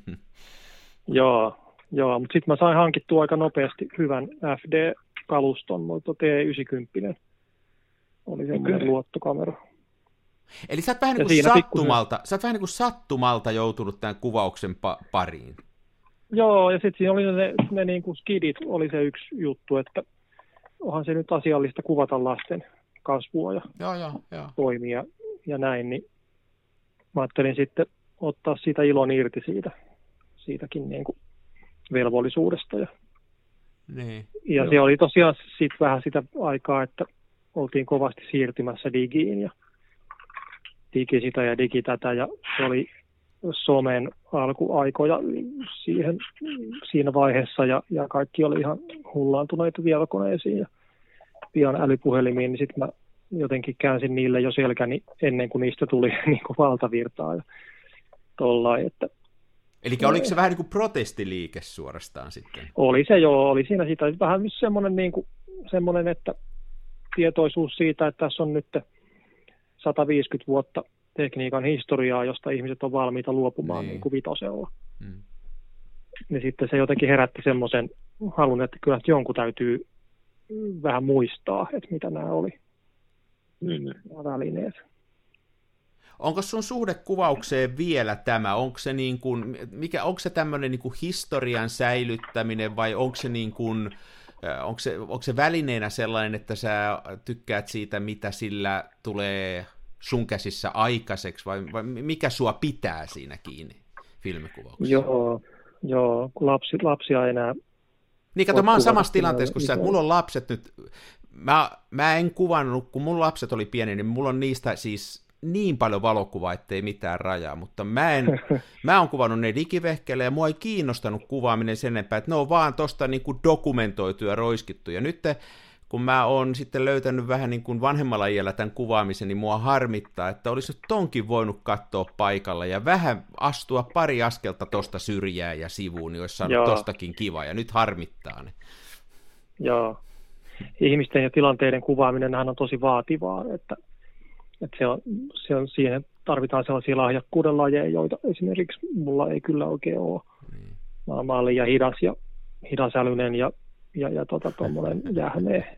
joo, joo, mutta sitten mä sain hankittua aika nopeasti hyvän F D-kaluston, mutta T yhdeksänkymmentä oli semmoinen okay. luottokamera. Eli sä oot vähän niin kuin sattumalta, sä oot vähän niin kuin sattumalta joutunut tämän kuvauksen pa- pariin. Joo, ja sitten siinä oli ne, ne niin kuin skidit, oli se yksi juttu, että onhan se nyt asiallista kuvata lasten kasvua ja joo, joo, joo. toimia ja näin, niin mä ajattelin sitten ottaa siitä ilon irti siitä, siitäkin niin kuin velvollisuudesta. Ja, niin, ja se oli tosiaan sitten vähän sitä aikaa, että oltiin kovasti siirtymässä digiin ja digi sitä ja digi tätä ja se oli somen alkuaikoja siihen, siinä vaiheessa ja, ja kaikki oli ihan hullaantuneita vieläkoneisiin ja pian älypuhelimiin, niin sitten mä jotenkin käänsin niille jo selkäni ennen kuin niistä tuli niin kuin valtavirtaa ja tollain, että eli oliko se vähän niin kuin protestiliike suorastaan sitten? Oli se joo, oli siinä sitä vähän semmoinen, niin kuin, semmoinen, että tietoisuus siitä, että tässä on nyt sata viisikymmentä vuotta tekniikan historiaa, josta ihmiset on valmiita luopumaan niin. Niin kuin vitosella. Hmm. niin sitten se jotenkin herätti semmoisen halun, että kyllä jonkun täytyy vähän muistaa, että mitä nämä oli, niin, nämä välineet. Onko sun suhde kuvaukseen vielä tämä? Onko se, niin kuin, mikä, onko se tämmöinen niin kuin historian säilyttäminen vai onko se, niin kuin, onko, se, onko se välineenä sellainen, että sä tykkäät siitä, mitä sillä tulee sun käsissä aikaiseksi vai, vai mikä sua pitää siinä kiinni filmikuvauksessa? Joo, joo kun lapsi, lapsia ei enää... Niin kato, mä oon samassa tilanteessa kuin sä, että mulla on lapset nyt, mä, mä en kuvannut, kun mun lapset oli pieni, niin mulla on niistä siis niin paljon valokuvaa, ettei mitään rajaa, mutta mä, en, mä oon kuvannut ne digivehkeillä ja mua ei kiinnostanut kuvaaminen sen enempää, että ne on vaan tosta niin kuin dokumentoitu ja roiskittu, ja nyt kun mä oon sitten löytänyt vähän niin kuin vanhemmalla iällä tämän kuvaamisen, niin mua harmittaa, että olisi nyt tonkin voinut katsoa paikalla ja vähän astua pari askelta tosta syrjää ja sivuun, niin olisi saanut Joo. tostakin kiva, ja nyt harmittaa ne. Joo. Ihmisten ja tilanteiden kuvaaminen on tosi vaativaa, että, että se on, se on, siihen tarvitaan sellaisia lahjakkuuden lajeja, joita esimerkiksi mulla ei kyllä oikein ole. Niin. Mä, mä olen liian hidas ja hidasälyinen ja ja, ja tota, tuommoinen jähnee.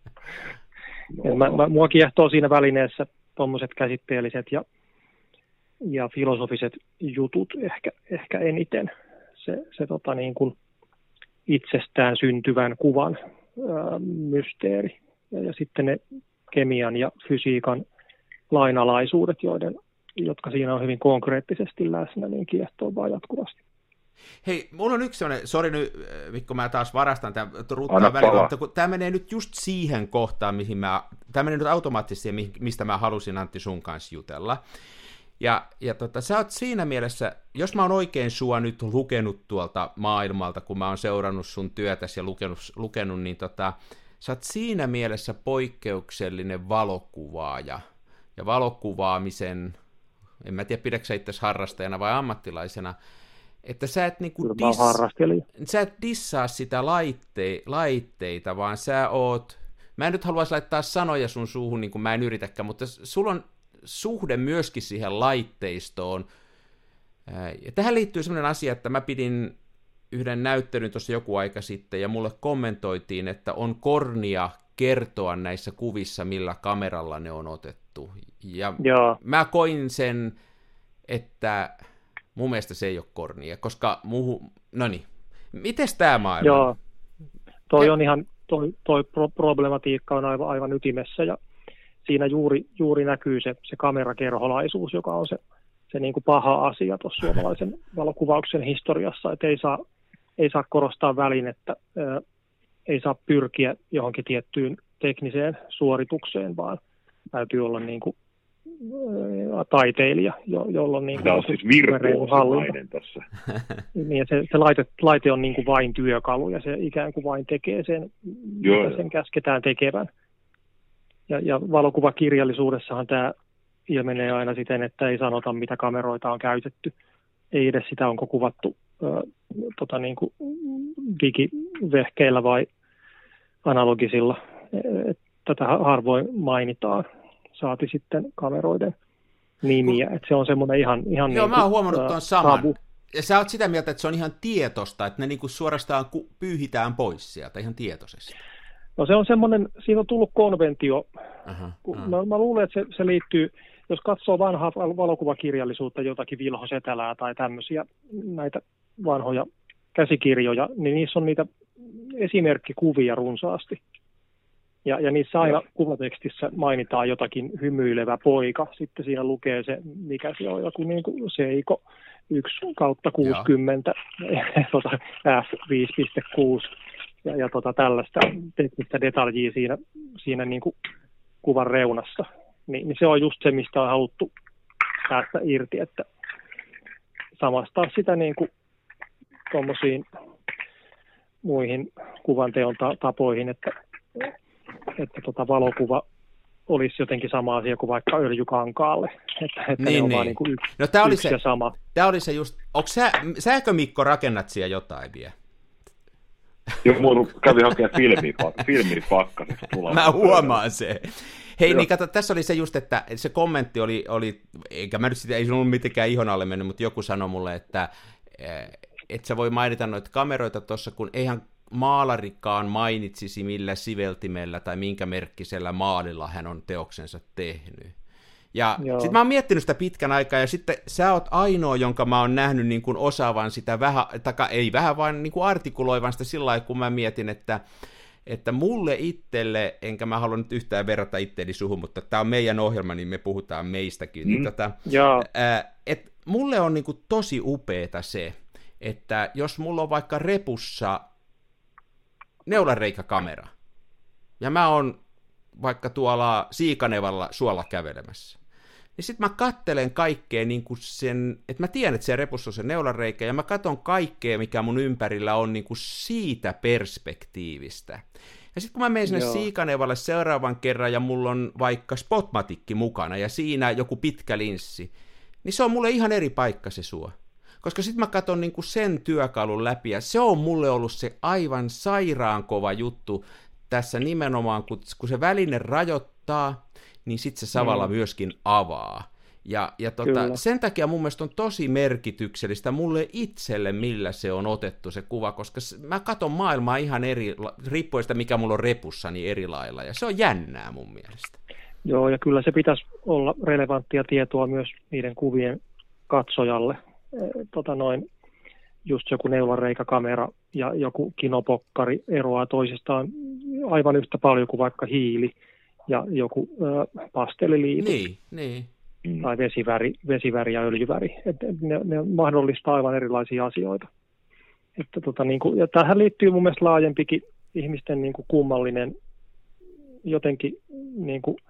No, mä, mä, mua kiehtoo siinä välineessä tuommoiset käsitteelliset ja, ja filosofiset jutut ehkä, ehkä eniten. Se, se tota, niin kuin itsestään syntyvän kuvan ää, mysteeri. Ja, ja sitten ne kemian ja fysiikan lainalaisuudet, joiden, jotka siinä on hyvin konkreettisesti läsnä, niin kiehtoo vaan jatkuvasti. Hei, mulla on yksi sellainen, sori nyt, Mikko, mä taas varastan tämän ruuttaan välillä, mutta kun tämä menee nyt just siihen kohtaan, mihin mä, tämä menee nyt automaattisesti siihen, mistä mä halusin Antti sun kanssa jutella. Ja, ja tota, sä oot siinä mielessä, jos mä oon oikein sua nyt lukenut tuolta maailmalta, kun mä oon seurannut sun työtäsi ja lukenut, lukenut niin tota, sä oot siinä mielessä poikkeuksellinen valokuvaaja. Ja valokuvaamisen, en mä tiedä pidätkö sä itse harrastajana vai ammattilaisena, että sä et, niinku dis, sä et dissaa sitä laitte, laitteita, vaan sä oot, mä en nyt haluaisi laittaa sanoja sun suuhun, niin kuin mä en yritäkään, mutta sulla on suhde myöskin siihen laitteistoon. Ja tähän liittyy sellainen asia, että mä pidin yhden näyttelyn tuossa joku aika sitten, ja mulle kommentoitiin, että on kornia kertoa näissä kuvissa, millä kameralla ne on otettu. Ja Joo. mä koin sen, että mun mielestä se ei ole kornia, koska muuhun, no niin, mites tää maailma? Joo, toi on ihan, toi, toi problematiikka on aivan, aivan ytimessä, ja siinä juuri, juuri näkyy se, se kamerakerholaisuus, joka on se, se niin kuin paha asia tuossa suomalaisen valokuvauksen historiassa, että ei saa, ei saa korostaa välinettä, ää, ei saa pyrkiä johonkin tiettyyn tekniseen suoritukseen, vaan täytyy olla niin kuin taiteilija, jo, jolla on niin Tämä on siis virtuoosimainen tässä. Niin, se, se laite, laite on niin kuin vain työkalu ja se ikään kuin vain tekee sen, Joo, mitä sen käsketään tekevän. Ja, ja valokuvakirjallisuudessahan tämä ilmenee aina siten, että ei sanota, mitä kameroita on käytetty. Ei edes sitä, onko kuvattu ö, tota niin kuin digivehkeillä vai analogisilla. Tätä harvoin mainitaan. Saati sitten kameroiden nimiä. Että se on semmoinen ihan, ihan Joo, niin mä oon huomannut tuon saman. tabu. Ja sä oot sitä mieltä, että se on ihan tietosta, että ne niinku suorastaan pyyhitään pois sieltä ihan tietoisesti. No se on semmoinen, siinä on tullut konventio. Aha, aha. Mä, mä luulen, että se, se liittyy, jos katsoo vanhaa valokuvakirjallisuutta, jotakin Vilho Setälää tai tämmöisiä näitä vanhoja käsikirjoja, niin niissä on niitä esimerkkikuvia runsaasti. Ja, ja niissä aina kuvatekstissä mainitaan jotakin hymyilevä poika. Sitten siinä lukee se, mikä se on, joku niin kuin Seiko yksi kautta kuusikymmentä, tota F viisi pilkku kuusi ja, ja tota tällaista teknistä detaljia siinä, siinä niin kuin kuvan reunassa. Ni, niin se on just se, mistä on haluttu päästä irti, että samastaa sitä niin kuin tuommoisiin muihin kuvanteon ta- tapoihin, että että tota valokuva olisi jotenkin sama asia kuin vaikka öljykankaalle. Että, että niin, ne on niin. vaan niin kuin yksi, no, tää oli yksi se, ja sama. Tämä oli se just, onko sä, säkö Mikko rakennat siellä jotain vielä? Joo, mun kävi hakemaan filmin pakkaseksi. Mä huomaan se. Hei, niin kato, tässä oli se just, että se kommentti oli, oli eikä mä nyt sitä, ei sun ollut mitenkään ihon alle mennyt, mutta joku sanoi mulle, että et sä voi mainita noita kameroita tuossa, kun eihän maalarikaan mainitsisi millä siveltimellä tai minkä merkkisellä maalilla hän on teoksensa tehnyt. Ja sitten mä oon miettinyt sitä pitkän aikaa, ja sitten sä oot ainoa, jonka mä oon nähnyt niin kuin osaavan sitä vähän, taka, ei vähän, vaan niin kuin artikuloivan sitä sillä lailla, kun mä mietin, että, että mulle itselle, enkä mä halua nyt yhtään verrata itteeni suhun, mutta tää on meidän ohjelma, niin me puhutaan meistäkin, mm. niin tota, ää, et mulle on niin kuin tosi upeeta se, että jos mulla on vaikka repussa neulareikäkamera, ja mä oon vaikka tuolla Siikanevalla suolla kävelemässä, niin sitten mä kattelen kaikkea niin kuin sen, että mä tiedän, että se repussa on se neulareikä, ja mä katson kaikkea, mikä mun ympärillä on niin kuin siitä perspektiivistä. Ja sitten kun mä menen sinne Joo. Siikanevalle seuraavan kerran, ja mulla on vaikka Spotmatikki mukana, ja siinä joku pitkä linssi, niin se on mulle ihan eri paikka se suo. Koska sitten mä katson niin kuin sen työkalun läpi, ja se on mulle ollut se aivan sairaan kova juttu tässä nimenomaan, kun, kun se väline rajoittaa, niin sitten se samalla mm. myöskin avaa. Ja, ja tota, sen takia mun mielestä on tosi merkityksellistä mulle itselle, millä se on otettu se kuva, koska mä katson maailmaa ihan eri, riippuen sitä, mikä mulla on repussa, niin eri lailla, ja se on jännää mun mielestä. Joo, ja kyllä se pitäisi olla relevanttia tietoa myös niiden kuvien katsojalle. Tota noin, just joku neulareikäkamera ja joku kinopokkari eroaa toisistaan aivan yhtä paljon kuin vaikka hiili ja joku äh, pastelliliitu. Niin, niin. Tai vesiväri, vesiväri ja öljyväri. Et ne, ne mahdollistaa aivan erilaisia asioita. Että tota, niin kuin, ja tähän liittyy mun mielestä laajempikin ihmisten niin kuin kummallinen jotenkin niin kuin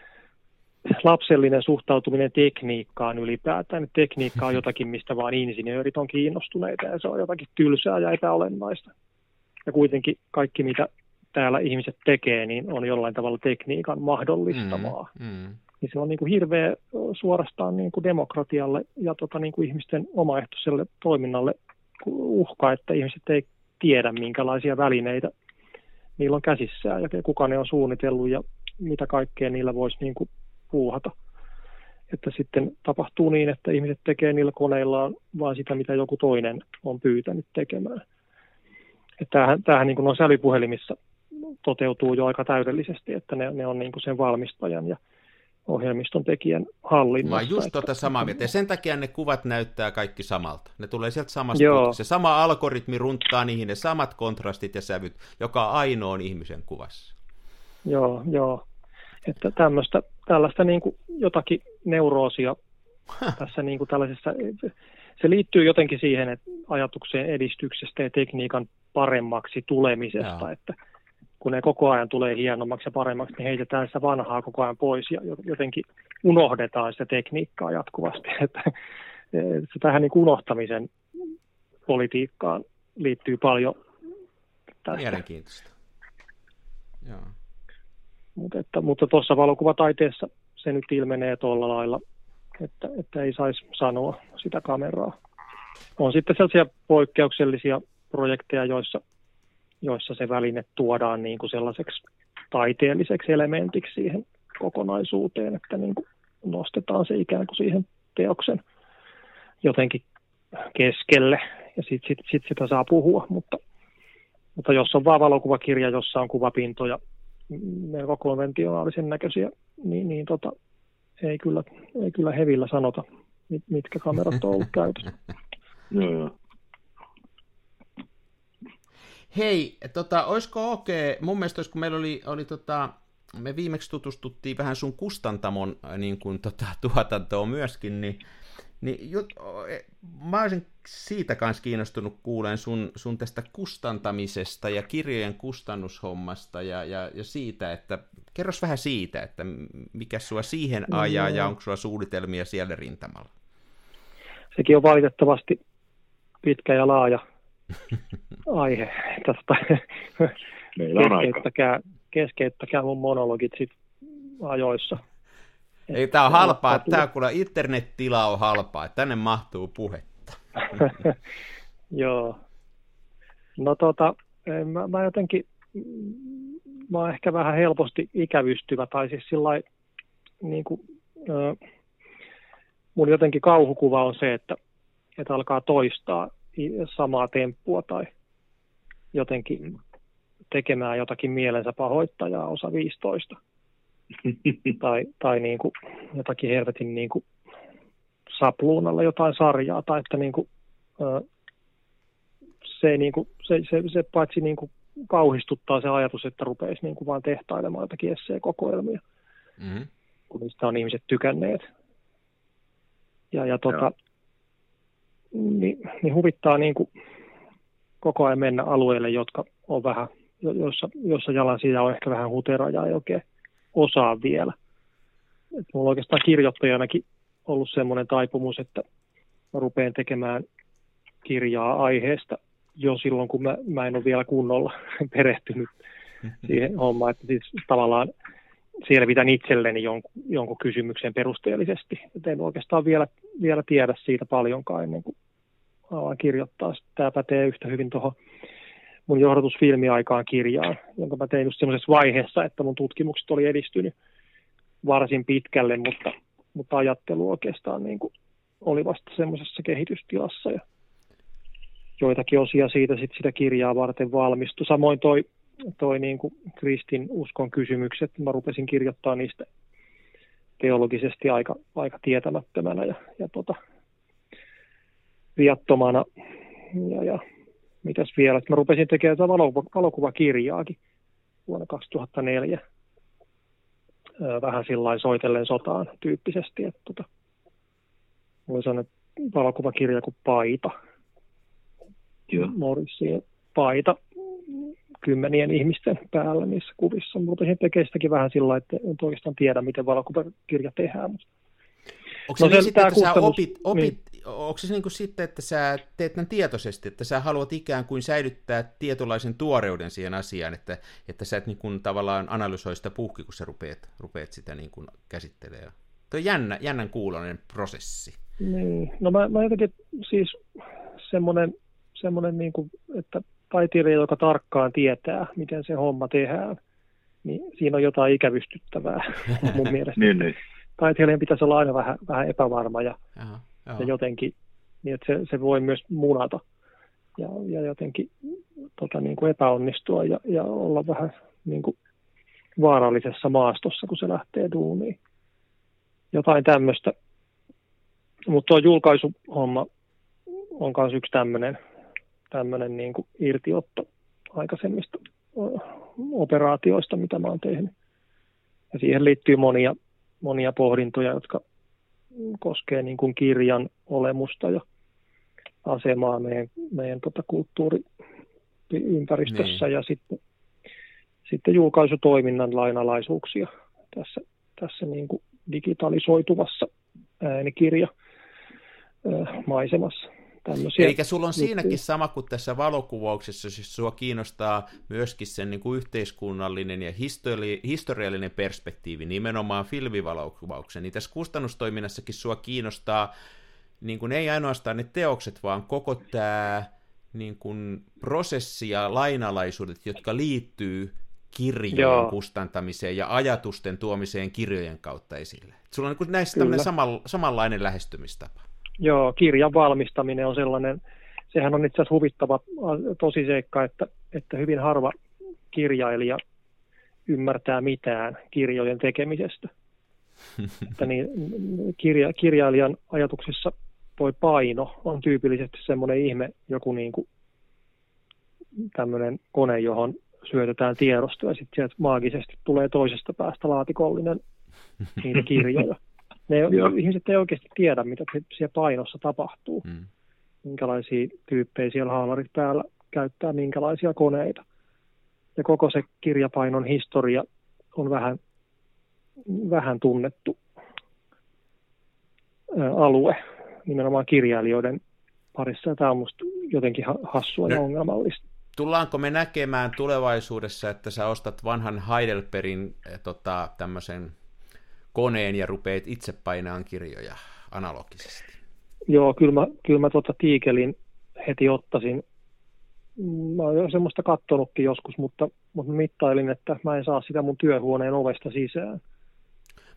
lapsellinen suhtautuminen tekniikkaan ylipäätään. Tekniikka on jotakin, mistä vaan insinöörit on kiinnostuneita, ja se on jotakin tylsää ja epäolennaista. Ja kuitenkin kaikki, mitä täällä ihmiset tekee, niin on jollain tavalla tekniikan mahdollistamaa. Mm, mm. Niin se on niin kuin hirveä suorastaan niin kuin demokratialle ja tota niin kuin ihmisten omaehtoiselle toiminnalle uhka, että ihmiset ei tiedä, minkälaisia välineitä niillä on käsissään ja kuka ne on suunnitellut ja mitä kaikkea niillä voisi niin kuin puuhata. Että sitten tapahtuu niin, että ihmiset tekee niillä koneillaan vain sitä, mitä joku toinen on pyytänyt tekemään. Että tämähän, tämähän niin kuin on sälypuhelimissa toteutuu jo aika täydellisesti, että ne, ne on niin kuin sen valmistajan ja ohjelmiston tekijän hallinnassa. Mä just että, tota samaa mieltä. Ja sen takia ne kuvat näyttää kaikki samalta. Ne tulee sieltä samasta puolesta. Se sama algoritmi runttaa niihin ne samat kontrastit ja sävyt, joka ainoa on ihmisen kuvassa. Joo, joo. Että tämmöistä, tällaista niin kuin jotakin neuroosia tässä niin kuin tällaisessa, se liittyy jotenkin siihen että ajatukseen edistyksestä ja tekniikan paremmaksi tulemisesta, Jaa. Että kun ne koko ajan tulee hienommaksi ja paremmaksi, niin heitetään sitä vanhaa koko ajan pois ja jotenkin unohdetaan sitä tekniikkaa jatkuvasti. Että se tähän niin kuin unohtamisen politiikkaan liittyy paljon tästä. Mielenkiintoista. Joo. Mutta, että, mutta tuossa valokuvataiteessa se nyt ilmenee tuolla lailla, että, että ei saisi sanoa sitä kameraa. On sitten sellaisia poikkeuksellisia projekteja, joissa, joissa se väline tuodaan niin kuin sellaiseksi taiteelliseksi elementiksi siihen kokonaisuuteen, että niin kuin nostetaan se ikään kuin siihen teoksen jotenkin keskelle ja sitten sit, sit sitä saa puhua. Mutta, mutta jos on vaan valokuvakirja, jossa on kuvapintoja, melko konventionaalisen näköisiä, niin, niin tota, ei, kyllä, ei kyllä hevillä sanota, mitkä kamerat on ollut käytössä. Hei, tota, olisiko okei, mun mielestä olisi, kun meillä oli, oli tota, me viimeksi tutustuttiin vähän sun kustantamon niin kuin, tota, tuotantoon myöskin, niin Niin, jut, mä olisin siitä kanssa kiinnostunut kuuleen sun, sun tästä kustantamisesta ja kirjojen kustannushommasta ja, ja, ja siitä, että kerros vähän siitä, että mikä sua siihen ajaa no, ja onko sua suunnitelmia siellä rintamalla? Sekin on valitettavasti pitkä ja laaja aihe. Tästä keskeyttäkää, keskeyttäkää mun monologit sit ajoissa. Ei, tää on halpaa, tää kuule internettila on halpaa, että tänne mahtuu puhetta. Joo. No tota, mä, mä jotenkin, mä oon ehkä vähän helposti ikävystyvä, tai siis sillai, niin kuin, äh, mun jotenkin kauhukuva on se, että, että alkaa toistaa samaa temppua tai jotenkin tekemään jotakin mielensä pahoittajaa osa viisitoista. tai tai niin kuin jotakin helvetin niin kuin sapluunalla jotain sarjaa, tai että niin kuin, se, niin kuin, se, se, se paitsi niin kuin kauhistuttaa se ajatus, että rupeisi niin kuin vaan tehtailemaan jotakin essee-kokoelmia, mm-hmm. kun niistä on ihmiset tykänneet. Ja, ja tota, niin, niin huvittaa niin kuin koko ajan mennä alueille, jotka on vähän, jossa, jossa jalansija on ehkä vähän hutera ja ei oikein osaa vielä. Et mulla on oikeastaan kirjoittajanakin ollut semmoinen taipumus, että mä rupean tekemään kirjaa aiheesta jo silloin, kun mä, mä en ole vielä kunnolla perehtynyt siihen hommaan, että siis tavallaan selvitän itselleni jonkun, jonkun kysymyksen perusteellisesti. Et en oikeastaan vielä, vielä tiedä siitä paljonkaan ennen kuin alan kirjoittaa. Tämä pätee yhtä hyvin tuohon mun johdatusfilmiaikaan kirjaan, jonka mä tein just semmoisessa vaiheessa, että mun tutkimukset oli edistynyt varsin pitkälle, mutta, mutta ajattelu oikeastaan niin kuin oli vasta semmoisessa kehitystilassa ja joitakin osia siitä sit sitä kirjaa varten valmistui. Samoin toi, toi niin kuin kristin uskon kysymykset, mä rupesin kirjoittaa niistä teologisesti aika, aika tietämättömänä ja, ja tota, viattomana ja, ja mitäs vielä, että mä rupesin tekemään tätä valokuva, valokuvakirjaakin vuonna kaksituhattaneljä. Vähän sillain soitellen sotaan tyyppisesti, että tota, mulla oli sellainen valokuvakirja kuin Paita. Morrissien Paita kymmenien ihmisten päällä niissä kuvissa. Mä rupesin tekemään sitäkin vähän sillä että en oikeastaan tiedä, miten valokuvakirja tehdään. Mutta onko se, no, niin sitten, että sä opit, opit niin. Onko se niin kuin sitten, että sä teet tämän tietoisesti, että sä haluat ikään kuin säilyttää tietynlaisen tuoreuden siihen asiaan, että, että sä et niin kuin tavallaan analysoi sitä puhki, kun sä rupeat, rupeat sitä niin kuin käsittelemään. Tuo on jännä, jännän kuuloinen prosessi. Niin. No mä, mä jotenkin siis semmoinen, semmoinen niin kuin, että taiteilija, joka tarkkaan tietää, miten se homma tehdään, niin siinä on jotain ikävystyttävää mun mielestä. niin, niin. Taiteilijan pitäisi olla aina vähän, vähän epävarma ja, Aha, ja jotenkin, niin että se, se voi myös munata ja, ja jotenkin tota, niin kuin epäonnistua ja, ja olla vähän niin kuin vaarallisessa maastossa, kun se lähtee duuniin. Jotain tämmöistä. Mutta tuo julkaisuhomma on myös yksi tämmöinen tämmöinen niin kuin irtiotto aikaisemmista operaatioista, mitä mä oon tehnyt. Ja siihen liittyy monia monia pohdintoja, jotka koskee niin kuin kirjan olemusta ja asemaa meidän, meidän tota kulttuuriympäristössä niin. Ja sitten, sitten julkaisutoiminnan lainalaisuuksia tässä, tässä niin kuin digitalisoituvassa äänikirja maisemassa. Eli sulla on siinäkin sama kuin tässä valokuvauksessa, siis sua kiinnostaa myöskin sen niin kuin yhteiskunnallinen ja histori- historiallinen perspektiivi, nimenomaan filmivalokuvauksen. Niin tässä kustannustoiminnassakin sua kiinnostaa niin kuin ei ainoastaan ne teokset, vaan koko tämä niin kuin prosessi ja lainalaisuudet, jotka liittyy kirjojen Joo. kustantamiseen ja ajatusten tuomiseen kirjojen kautta esille. Sulla on niin näissä tämmöinen sama, samanlainen lähestymistapa. Joo, kirjan valmistaminen on sellainen, sehän on itse asiassa huvittava tosiseikka, että, että hyvin harva kirjailija ymmärtää mitään kirjojen tekemisestä. että niin, kirja, kirjailijan ajatuksissa toi paino on tyypillisesti semmoinen ihme, joku niin kuin tämmöinen kone, johon syötetään tiedostoa ja sitten sieltä maagisesti tulee toisesta päästä laatikollinen niitä kirjoja. Ne ihmiset ei oikeasti tiedä, mitä siellä painossa tapahtuu, mm. minkälaisia tyyppejä siellä haalarit päällä käyttää, minkälaisia koneita. Ja koko se kirjapainon historia on vähän, vähän tunnettu ää, alue, nimenomaan kirjailijoiden parissa. Ja tämä on musta jotenkin hassua no. ja ongelmallista. Tullaanko me näkemään tulevaisuudessa, että sä ostat vanhan Heidelbergin äh, tota, tämmöisen koneen ja rupeat itse painaan kirjoja analogisesti? Joo, kyllä mä, kyllä mä tuota tiikelin heti ottaisin. Mä oon jo semmoista kattonutkin joskus, mutta, mutta mittailin, että mä en saa sitä mun työhuoneen ovesta sisään.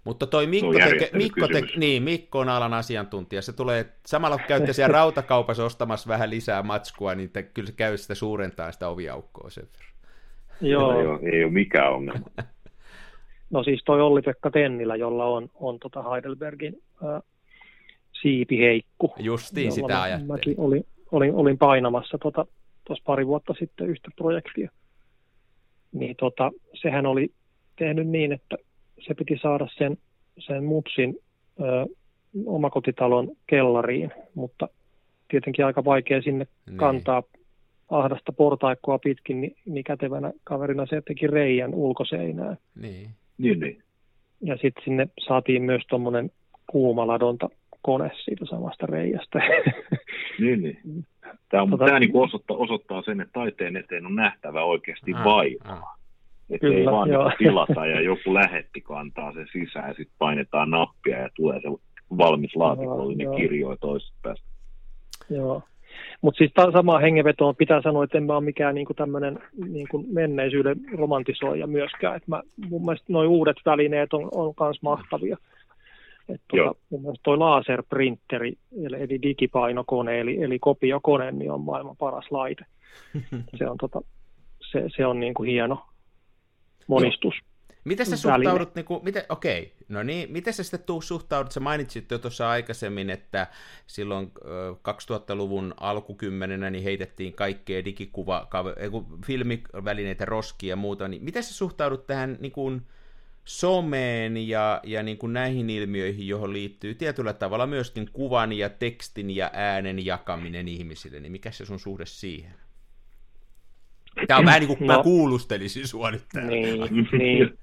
Mutta toi Mikko, teke, Mikko, te, niin, Mikko on alan asiantuntija. Se tulee, samalla kun käytte siellä rautakaupassa ostamassa vähän lisää matskua, niin te, kyllä se käy sitä suurentaa sitä oviaukkoa sen verran. Joo. Ei, ole, ei ole mikään ongelma. No siis toi Olli-Pekka Tennilä, jolla on, on tota Heidelbergin äh, siipiheikku. Justiin sitä ajattelin. Mäkin olin, olin, olin painamassa tuossa tota, pari vuotta sitten yhtä projektia. Niin tota, sehän oli tehnyt niin, että se piti saada sen, sen mutsin ö, omakotitalon kellariin, mutta tietenkin aika vaikea sinne niin. kantaa ahdasta portaikkoa pitkin, niin, niin kätevänä kaverina se teki reijän ulkoseinään. Niin. Niin, niin. Ja sitten sinne saatiin myös tuommoinen kuumaladonta kone siitä samasta reiästä. Niin, niin. Tämä, on, tota, tämä niin osoittaa, osoittaa sen, että taiteen eteen on nähtävä oikeasti ah, vaivaa. Ah. Että ei vaan tilata ja joku lähetti kantaa sen sisään ja sitten painetaan nappia ja tulee se valmis laatikollinen no, kirjoja toisesta päästä. Joo. Mutta siis samaan hengenvetoon pitää sanoa, että en mä ole mikään niinku tämmöinen niinku menneisyyden romantisoija myöskään. Et mä, mun mielestä nuo uudet välineet on, on myös mahtavia. Et tuota, mun mielestä toi laserprinteri, eli digipainokone, eli, eli kopiokone, niin on maailman paras laite. Se on, tota, se, se on niinku hieno monistus. Miten sä suhtaudut, niin kuin, miten, okei, no niin, miten sä sitten tuu, suhtaudut, sä mainitsit jo tuossa aikaisemmin, että silloin kaksituhattaluvun alkukymmenenä niin heitettiin kaikkea digikuva, filmivälineitä, roskia ja muuta, niin miten sä suhtaudut tähän niin kuin someen ja, ja niin kuin näihin ilmiöihin, johon liittyy tietyllä tavalla myöskin kuvan ja tekstin ja äänen jakaminen ihmisille, niin mikä se sun suhde siihen? Tämä on vähän niin kuin no, mä kuulustelisin sua nyt täällä. Niin, niin.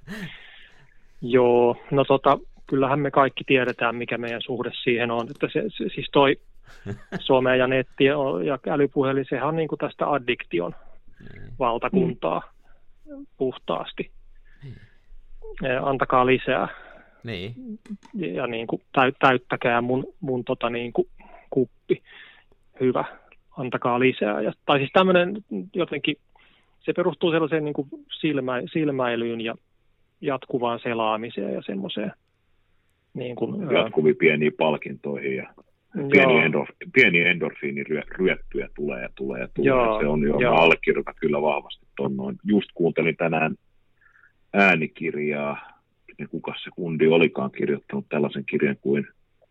Joo, no tota, kyllähän me kaikki tiedetään, mikä meidän suhde siihen on. Että se, se, siis toi some ja netti ja älypuhelin, sehän on niin kuin tästä addiktion valtakuntaa mm. puhtaasti. Mm. Antakaa lisää. Niin. Ja niin kuin täyttäkää mun, mun tota niin kuin kuppi. Hyvä, antakaa lisää. Ja, tai siis tämmöinen jotenkin, se perustuu sellaiseen niin kuin silmä, silmäilyyn ja jatkuvaan selaamiseen ja semmoiseen. Niin kuin, jatkuvia pieniä palkintoihin ja pieni, endorf, pieni endorfiiniryöppyjä tulee ja tulee ja tulee. Joo, se on jo, mä allekirjoitan kyllä vahvasti ton noin. Just kuuntelin tänään äänikirjaa, niin kuka se kundi olikaan kirjoittanut tällaisen kirjan kuin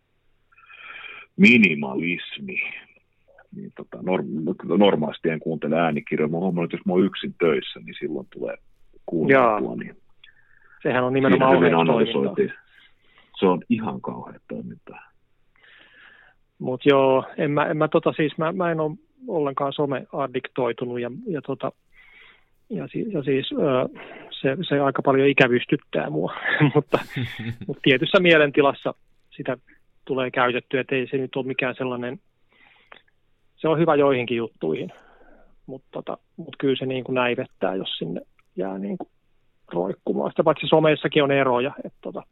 Minimalismi. Niin tota, norm- normaalisti en kuuntele äänikirjoja. Mä huomannut, että jos mä oon yksin töissä, niin silloin tulee kuunneltua. Niin sehän on nimenomaan ohjeistoimintaa. Se on ihan kauhean toimintaa. Mutta joo, en mä, en mä, tota, siis, mä, mä en ole ollenkaan some-addiktoitunut ja, ja, tota, ja, ja siis ö, se, se aika paljon ikävystyttää mua, mutta, mutta tietyssä mielentilassa sitä tulee käytettyä, että ei se nyt ole mikään sellainen, se on hyvä joihinkin juttuihin, mutta tota, mut kyllä se niin kuin näivettää, jos sinne jää niin kuin roikkumaan. Sitä paitsi someissakin on eroja, että tota,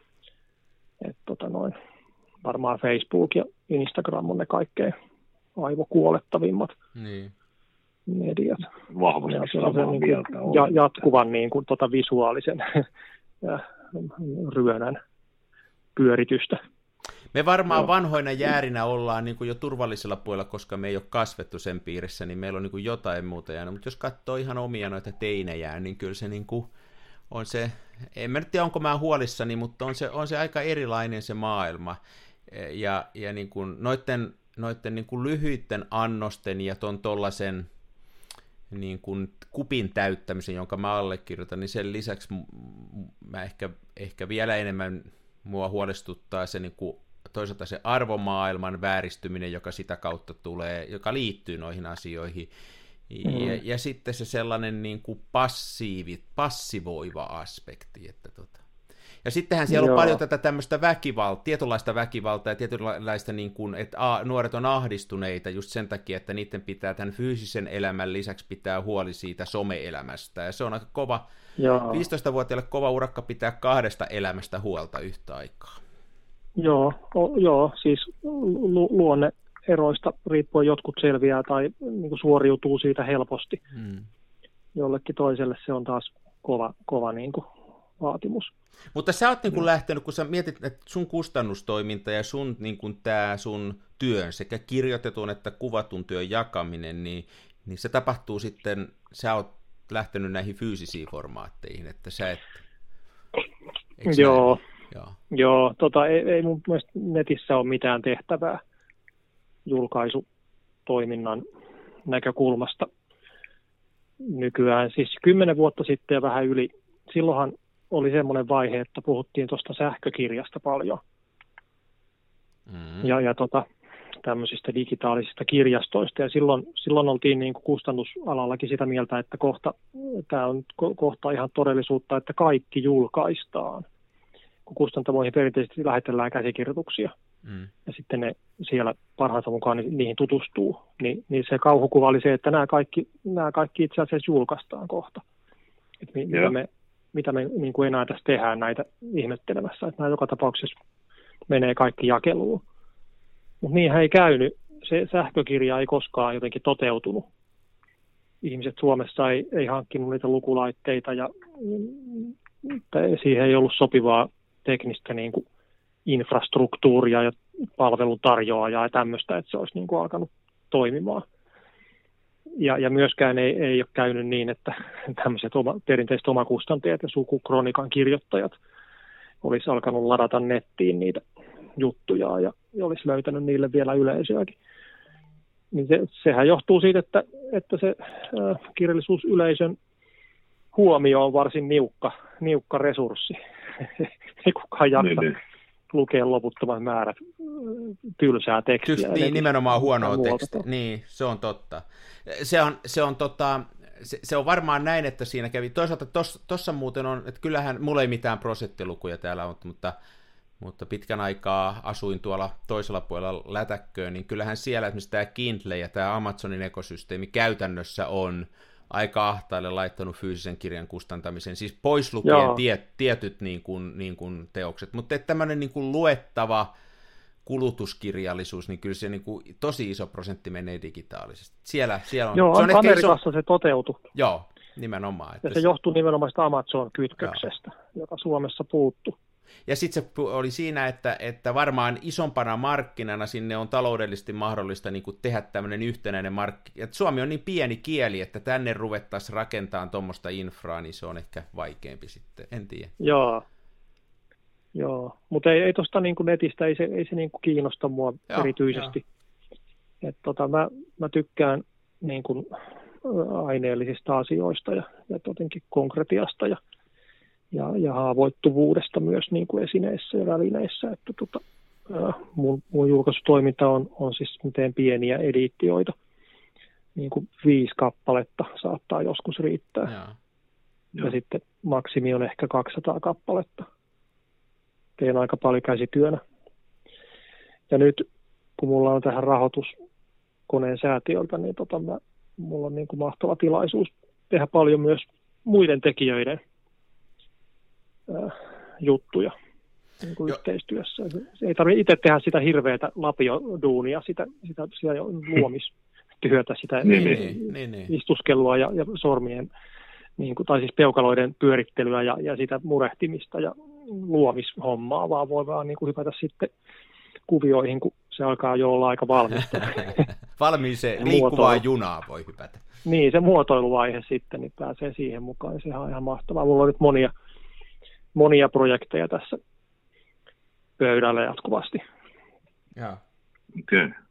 et tota noin, varmaan Facebook ja Instagram on ne kaikkein aivokuolettavimmat niin. mediat. Vahvasti samaa niin mieltä kuin, ja, jatkuvan niin kuin, tota visuaalisen ja ryönän pyöritystä. Me varmaan vanhoina jäärinä ollaan niin kuin jo turvallisella puolella, koska me ei ole kasvettu sen piirissä, niin meillä on niin kuin jotain muuta jäänyt. Mutta jos katsoo ihan omia noita teinejään, niin kyllä se niin kuin on se, en mä nyt tiedä, onko mä huolissani, mutta on se, on se aika erilainen se maailma. Ja, ja niin kuin noitten, noitten niin kuin lyhyitten annosten ja ton tollasen niin kuin kupin täyttämisen, jonka mä allekirjoitan, niin sen lisäksi mä ehkä, ehkä vielä enemmän mua huolestuttaa se niin kuin toisaalta se arvomaailman vääristyminen, joka sitä kautta tulee, joka liittyy noihin asioihin. Ja, mm. ja sitten se sellainen niin kuin passiivi, passivoiva aspekti. Että tota. Ja sittenhän siellä Joo. on paljon tätä tämmöistä väkivaltaa, tietynlaista väkivaltaa ja tietynlaista, niin kuin, että a, nuoret on ahdistuneita just sen takia, että niiden pitää tämän fyysisen elämän lisäksi pitää huoli siitä some-elämästä. Ja se on aika kova, Joo. viisitoistavuotiaille kova urakka pitää kahdesta elämästä huolta yhtä aikaa. Joo, o, joo siis lu, luonne eroista riippuen jotkut selviää tai niin kuin suoriutuu siitä helposti. Hmm. Jollekin toiselle se on taas kova, kova niin kuin vaatimus. Mutta sä oot niin kuin lähtenyt, kun sä mietit, että sun kustannustoiminta ja sun, niin kuin tää sun työn, sekä kirjoitetun että kuvatun työn jakaminen, niin, niin se tapahtuu sitten, sä oot lähtenyt näihin fyysisiin formaatteihin, että sä et... Joo, Joo. Joo tota, ei, ei mun mielestä netissä ole mitään tehtävää julkaisutoiminnan näkökulmasta nykyään. Siis kymmenen vuotta sitten ja vähän yli, silloinhan oli semmoinen vaihe, että puhuttiin tuosta sähkökirjasta paljon. Mm. Ja, ja tota, tämmöisistä digitaalisista kirjastoista. Ja silloin, silloin oltiin niin kuin kustannusalallakin sitä mieltä, että kohta, tämä on ko- kohta ihan todellisuutta, että kaikki julkaistaan. Kun kustantamoihin perinteisesti lähetellään käsikirjoituksia. Mm. Ja sitten ne siellä parhaansa mukaan niihin tutustuu. Ni, niin se kauhukuva oli se, että nämä kaikki, nämä kaikki itse asiassa julkaistaan kohta. Et mi, mitä me, mitä me niin kuin enää tässä tehdään näitä ihmettelemässä. Että nämä joka tapauksessa menee kaikki jakeluun. Mutta niinhän ei käynyt. Se sähkökirja ei koskaan jotenkin toteutunut. Ihmiset Suomessa ei, ei hankkinut niitä lukulaitteita ja siihen ei ollut sopivaa teknistä niin kuin infrastruktuuria ja palveluntarjoajaa ja tämmöistä, että se olisi niin kuin alkanut toimimaan. Ja, ja myöskään ei, ei ole käynyt niin, että tämmöiset oma, perinteiset omakustantajat ja sukukronikan kirjoittajat olisi alkanut ladata nettiin niitä juttuja ja olisi löytänyt niille vielä yleisöäkin. Niin se, sehän johtuu siitä, että, että se äh, kirjallisuusyleisön huomio on varsin niukka, niukka resurssi. Ei kukaan jaksa niin, lukea loputtoman määrät tylsää tekstiä. Just niin, nimenomaan huonoa tekstiä. Niin, se on totta. Se on, se on tota... Se, se on varmaan näin, että siinä kävi. Toisaalta tuossa muuten on, että kyllähän mulla ei mitään prosenttilukuja täällä on, mutta, mutta pitkän aikaa asuin tuolla toisella puolella lätäkköön, niin kyllähän siellä esimerkiksi tämä Kindle ja tämä Amazonin ekosysteemi käytännössä on aika ahtaille laittanut fyysisen kirjan kustantamisen, siis pois lukien tie, tietyt niin kuin, niin kuin teokset, mutta tämmöinen niin kuin luettava kulutuskirjallisuus, niin kyllä se niin kuin, tosi iso prosentti menee digitaalisesti. Siellä, siellä on, Joo, se on Amerikassa iso... se toteutui. Joo, nimenomaan. Että ja se, se johtuu nimenomaan sitä Amazon-kytköksestä, joo, joka Suomessa puuttui. Ja sitten se oli siinä, että, että varmaan isompana markkinana sinne on taloudellisesti mahdollista niin kuin tehdä tämmöinen yhtenäinen markkina. Suomi on niin pieni kieli, että tänne ruvettaisiin rakentamaan tuommoista infraa, niin se on ehkä vaikeampi sitten, en tiedä. Joo, Joo. Mutta ei, ei tuosta niin netistä, ei se, ei se niin kuin kiinnosta mua joo, erityisesti. Et tota, mä, mä tykkään niin kuin aineellisista asioista ja, ja jotenkin konkretiasta ja Ja, ja haavoittuvuudesta myös niin kuin esineissä ja välineissä. Että tota, mun, mun julkaisutoiminta on, on siis miten pieniä editioita. Niin kuin viisi kappaletta saattaa joskus riittää. Ja, ja. ja sitten maksimi on ehkä kaksisataa kappaletta. Teen aika paljon käsityönä. Ja nyt kun mulla on tähän rahoitus koneen säätiöltä, niin tota mä, mulla on niin kuin mahtava tilaisuus tehdä paljon myös muiden tekijöiden juttuja niin kuin yhteistyössä. Ei tarvitse itse tehdä sitä hirveätä lapioduunia, sitä, sitä, sitä luomistyötä, sitä niin, niin, niin, niin. istuskelua ja, ja sormien, niin kuin, tai siis peukaloiden pyörittelyä ja, ja sitä murehtimista ja luomishommaa, vaan voi vaan niin kuin hypätä sitten kuvioihin, kun se alkaa jo olla aika valmista. Valmiiseen liikkuvaa junaa voi hypätä. Niin, se muotoiluvaihe sitten, niin pääsee siihen mukaan, ja sehän on ihan mahtavaa. Mulla on nyt monia monia projekteja tässä pöydällä jatkuvasti. Joo. Okei. Okay.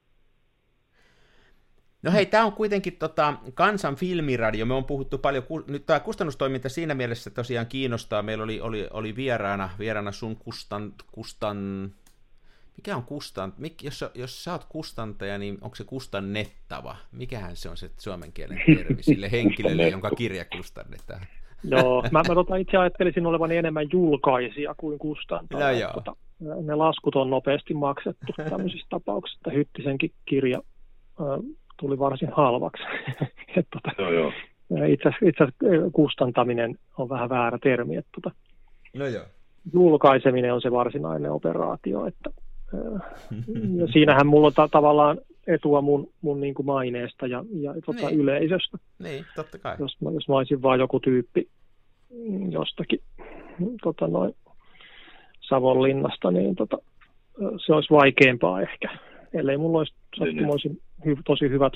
No hei, tämä on kuitenkin tota, Kansan filmiradio. Me on puhuttu paljon, nyt tämä kustannustoiminta siinä mielessä tosiaan kiinnostaa. Meillä oli, oli, oli vieraana, vieraana sun kustan, kustan, mikä on kustan, mik, jos, jos sä oot kustantaja, niin onko se kustannettava? Mikähän se on se suomen kielen termi sille henkilölle, jonka kirja kustannetaan? Joo, mä, mä tota itse ajattelisin olevani enemmän julkaisija kuin kustantaja. No, tota, ne laskut on nopeasti maksettu tämmöisissä tapauksissa, että Hyttisenkin kirja äh, tuli varsin halvaksi. Et, tota, joo, joo. Itse asiassa kustantaminen on vähän väärä termi. Et, tota, no, joo. Julkaiseminen on se varsinainen operaatio. Että, äh, ja siinähän mulla on ta- tavallaan etua mun, mun niin kuin maineesta ja, ja tota, niin. yleisöstä. Niin, totta kai. Jos mä, jos mä olisin vaan joku tyyppi jostakin tota noin Savonlinnasta, niin tota, se olisi vaikeampaa ehkä, ellei mulla olisi sattumoisin hy- tosi hyvät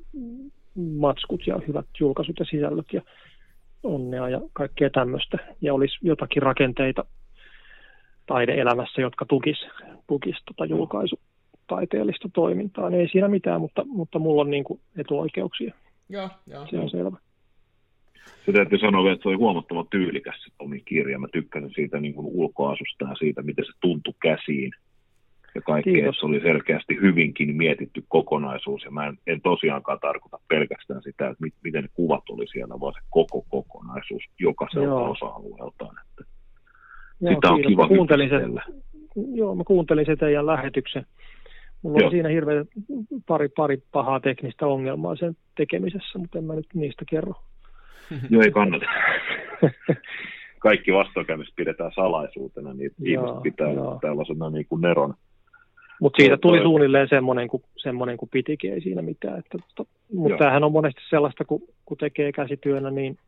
matskut ja hyvät julkaisut ja sisällöt ja onnea ja kaikkea tämmöistä. Ja olisi jotakin rakenteita taide-elämässä, jotka tukis, tukis tota julkaisutaiteellista toimintaa. Ei siinä mitään, mutta, mutta mulla on niin kuin etuoikeuksia. Joo, joo. Se on selvä. Se täytyy sanoa, että se oli huomattavan tyylikäs se Tomin kirja. Mä tykkäsin siitä niin kuin ulkoasusta ja siitä, miten se tuntui käsiin. Ja kaikkea, se oli selkeästi hyvinkin mietitty kokonaisuus. Ja mä en, en tosiaankaan tarkoita pelkästään sitä, että mit, miten ne kuvat oli siellä, vaan se koko kokonaisuus jokaiselta osa-alueeltaan. Että joo, sitä on kiva hypistellä. Joo, mä kuuntelin se teidän lähetyksen. Mulla on siinä hirveä pari, pari pahaa teknistä ongelmaa sen tekemisessä, mutta en mä nyt niistä kerro. Joo, ei kannata. Kaikki vastoinkäymiset pidetään salaisuutena, niin ihmiset pitää joo. tällaisena niin kuin neron. Mutta siitä tuli suunnilleen semmoinen kuin, semmoinen kuin pitikin, ei siinä mitään. Mutta tämähän on monesti sellaista, kun, kun tekee käsityönä, niin,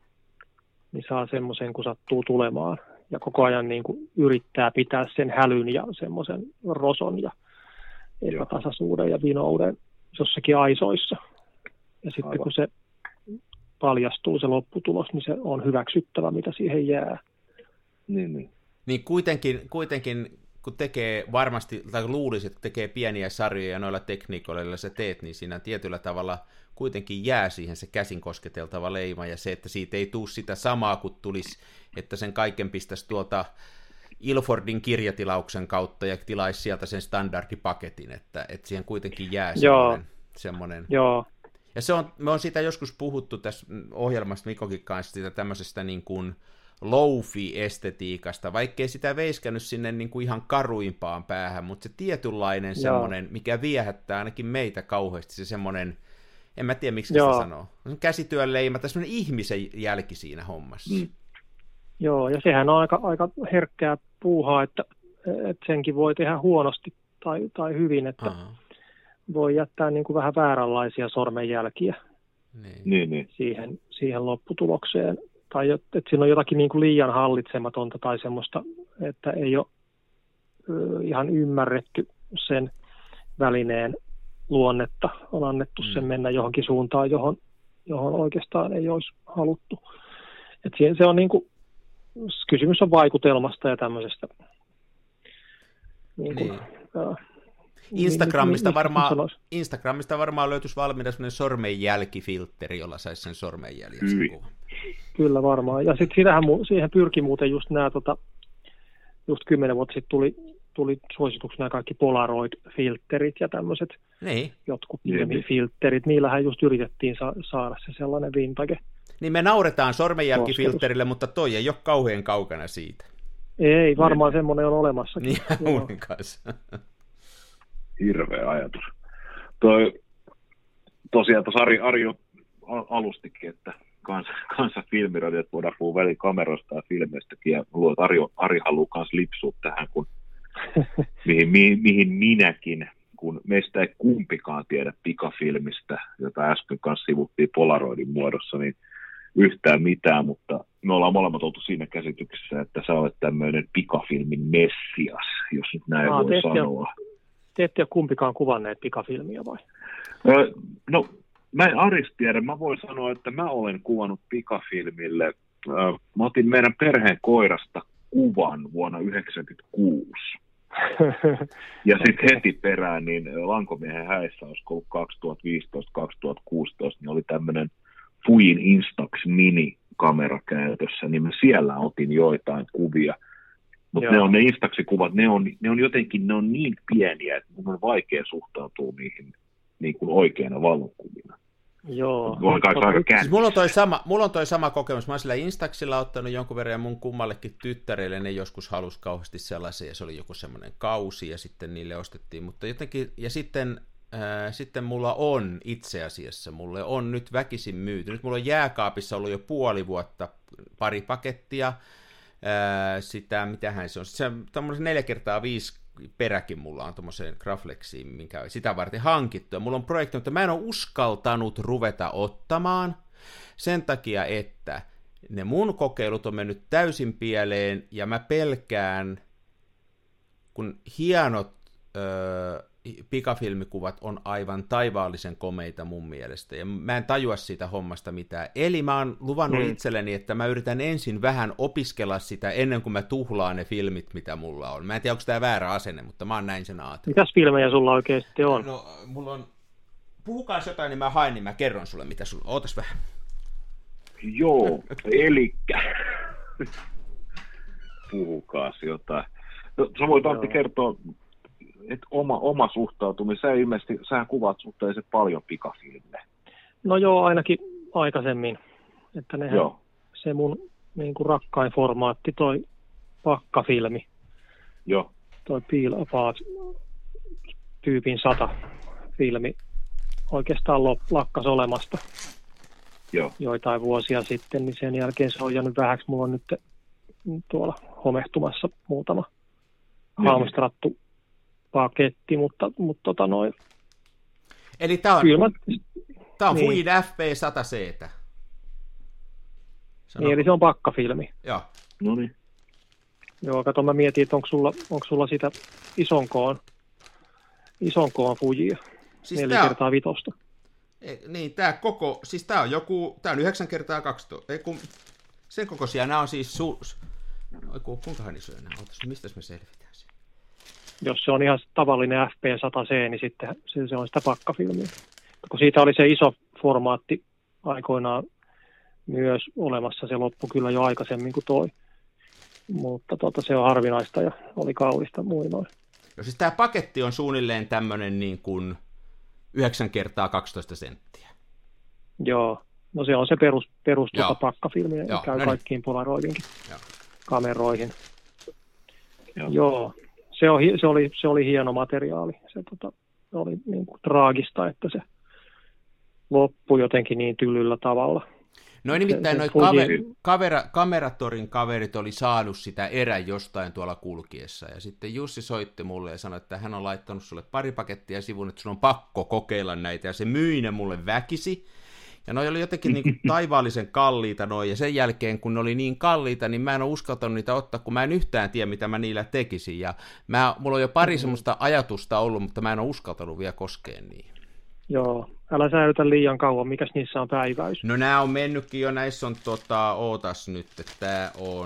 niin saa semmoisen, kun sattuu tulemaan. Ja koko ajan niin kuin yrittää pitää sen hälyn ja semmoisen roson ja epätasaisuuden ja vinouden jossakin aisoissa. Ja sitten Aivan. kun se paljastuu se lopputulos, niin se on hyväksyttävä, mitä siihen jää. Niin, niin. niin kuitenkin, kuitenkin, kun tekee varmasti, tai luulisi, että tekee pieniä sarjoja noilla tekniikoilla, joilla sä teet, niin siinä tietyllä tavalla kuitenkin jää siihen se käsin kosketeltava leima, ja se, että siitä ei tule sitä samaa, kuin tulisi, että sen kaiken pistäisi tuolta Ilfordin kirjatilauksen kautta ja tilaisi sieltä sen standardipaketin, että, että siihen kuitenkin jää semmoinen. semmoinen. Joo. Ja se on, me on siitä joskus puhuttu tässä ohjelmasta Mikokin kanssa, siitä tämmöisestä niin kuin low-fi-estetiikasta, vaikkei sitä veiskännyt sinne niin kuin ihan karuimpaan päähän, mutta se tietynlainen semmoinen, mikä viehättää ainakin meitä kauheasti, se semmoinen, en mä tiedä miksi sitä sanoo, käsityön leima, tai semmoinen ihmisen jälki siinä hommassa. Mm. Joo, ja sehän on aika, aika herkkää puuhaa, että, että senkin voi tehdä huonosti tai, tai hyvin, että Aha. voi jättää niin kuin vähän vääränlaisia sormenjälkiä niin. Niin, siihen, siihen lopputulokseen. Tai että siinä on jotakin niin kuin liian hallitsematonta tai semmoista, että ei ole ö, ihan ymmärretty sen välineen luonnetta. On annettu mm. sen mennä johonkin suuntaan, johon, johon oikeastaan ei olisi haluttu. Että siihen, se on niin kuin, kysymys on vaikutelmasta ja tämmöisestä. Niin kuin, niin. Äh, Instagramista, niin, varmaan, Instagramista varmaan löytyisi valmiina sellainen sormenjälkifiltteri, jolla saisi sen sormenjäljen sen kuvan. Kyllä varmaan. Ja sitten siitähän, siihen pyrki muuten just nämä, tota, just kymmenen vuotta sitten tuli, tuli suosituksi nämä kaikki Polaroid-filtterit ja tämmöiset niin. jotkut niin. filtterit. Niillähän just yritettiin sa- saada se sellainen vintage. Niin me nauretaan sormenjälkifiltterille, mutta toi ei ole kauhean kaukana siitä. Ei, varmaan niin. semmoinen on olemassakin. Niin, uuden kanssa. Hirveä ajatus. Toi, tosiaan tuossa Ari, Ari alustikin, että kansa, kansa filmiradiot voidaan puhua välin kameroista ja filmeistäkin, ja luulen, että Ari, Ari haluaa myös lipsua tähän, kun, mihin, mi, mihin minäkin, kun meistä ei kumpikaan tiedä pikafilmistä, jota äsken kanssa sivuttiin Polaroidin muodossa, niin yhtään mitään, mutta me ollaan molemmat oltu siinä käsityksessä, että sä olet tämmöinen pikafilmin messias, jos nyt näin Aa, voi sanoa. Te ette ole kumpikaan kuvanneet pikafilmiä vai? Öö, no, mä en Aris tiedä. Mä voin sanoa, että mä olen kuvannut pikafilmille. Öö, mä otin meidän perheen koirasta kuvan vuonna yhdeksänkymmentäkuusi. Ja sitten heti perään, niin Lankomiehen häissä, olisiko ollut kaksituhattaviisitoista kaksituhattakuusitoista, niin oli tämmöinen Fujin Instax Mini-kamera käytössä, niin mä siellä otin joitain kuvia. Mutta ne on ne Instax-kuvat, ne on, ne on jotenkin ne on niin pieniä, että mun on vaikea suhtautua niihin niin kuin oikeana valokuvina. Joo. Siis mulla, on toi sama, mulla on toi sama kokemus. Mä oon sillä Instaxilla ottanut jonkun verran ja mun kummallekin tyttäreille ne joskus halusi kauheasti sellaisia, ja se oli joku semmoinen kausi ja sitten niille ostettiin. Mutta jotenkin, ja sitten, äh, sitten mulla on itse asiassa, mulle on nyt väkisin myyty. Nyt mulla on jääkaapissa ollut jo puoli vuotta pari pakettia. Sitä, mitähän se on, se on tommoinen neljä kertaa viisi peräkin mulla on tommoseen Graflexiin, minkä sitä varten hankittu. Mulla on projekti, mutta mä en ole uskaltanut ruveta ottamaan sen takia, että ne mun kokeilut on mennyt täysin pieleen, ja mä pelkään, kun hienot öö, pikafilmikuvat on aivan taivaallisen komeita mun mielestä, ja mä en tajua siitä hommasta mitään. Eli mä oon luvannut mm. itselleni, että mä yritän ensin vähän opiskella sitä ennen kuin mä tuhlaan ne filmit, mitä mulla on. Mä en tiedä, onko tämä väärä asenne, mutta mä oon näin sen ajatellut. Mitäs filmejä sulla oikeasti on? No, mulla on... Puhukaas jotain, niin mä haen, niin mä kerron sulle, mitä sulla on. Ootas vähän. Joo, elikkä. Puhukaas jotain. No, sä voit Antti kertoa, että oma, oma suhtautuminen, sä ilmeisesti, sä kuvaat suhteellisen paljon pikafilmejä. No joo, ainakin aikaisemmin. Että nehän, joo. Se mun niin kuin rakkain formaatti, toi pakkafilmi. Joo. Toi Peel Apart tyypin sata filmi oikeastaan lakkas olemasta. Joo. Joitain vuosia sitten, niin sen jälkeen se on jäänyt vähäksi. Mulla on nyt tuolla homehtumassa muutama mm-hmm. hamstrattu paketti, mutta, mutta tota noin. Eli tää on, Kyllä, tää on niin. Fujin F P sata C. Niin, eli se on pakkafilmi. Joo. No niin. Joo, kato, mä mietin, että onko sulla, onko sulla sitä ison koon, ison koon Fujia, siis neljä tää... kertaa vitosta. Ei, niin, tää koko, siis tää on joku, tää on yhdeksän kertaa kaksitoista, ei kun, sen kokoisia, nämä on siis, su... Oiku, kuinkahan isoja nämä on, mistäs me selvitään se? Jos se on ihan tavallinen F P sata C, niin sitten se, se on sitä pakkafilmiä. Kun siitä oli se iso formaatti aikoinaan myös olemassa, se loppui kyllä jo aikaisemmin kuin toi. Mutta tota, se on harvinaista ja oli kallista muinoin. No siis tämä paketti on suunnilleen tämmöinen niin kuin yhdeksän kertaa kaksitoista senttiä. Joo, no se on se perus, perus tuota pakkafilmi, ja käy no kaikkiin niin. Polaroidinkin Joo. kameroihin. Joo, Joo. Se, on, se, oli, se oli hieno materiaali. Se tota, oli niin kuin traagista, että se loppui jotenkin niin tylyllä tavalla. No nimittäin noin kaveri, kavera, kameratorin kaverit oli saanut sitä erän jostain tuolla kulkiessa, ja sitten Jussi soitti mulle ja sanoi, että hän on laittanut sulle pari pakettia sivuun, että sun on pakko kokeilla näitä, ja se myi ne mulle väkisi, ja noi oli jotenkin niin kuin taivaallisen kalliita noi, ja sen jälkeen kun ne oli niin kalliita, niin mä en ole uskaltanut niitä ottaa, kun mä en yhtään tiedä, mitä mä niillä tekisin, ja mä, mulla on jo pari semmoista ajatusta ollut, mutta mä en ole uskaltanut vielä koskea niihin. Joo, älä säilytä liian kauan. Mikäs niissä on päiväys? No nämä on mennytkin jo, näissä on, tota, ootas nyt, että tämä on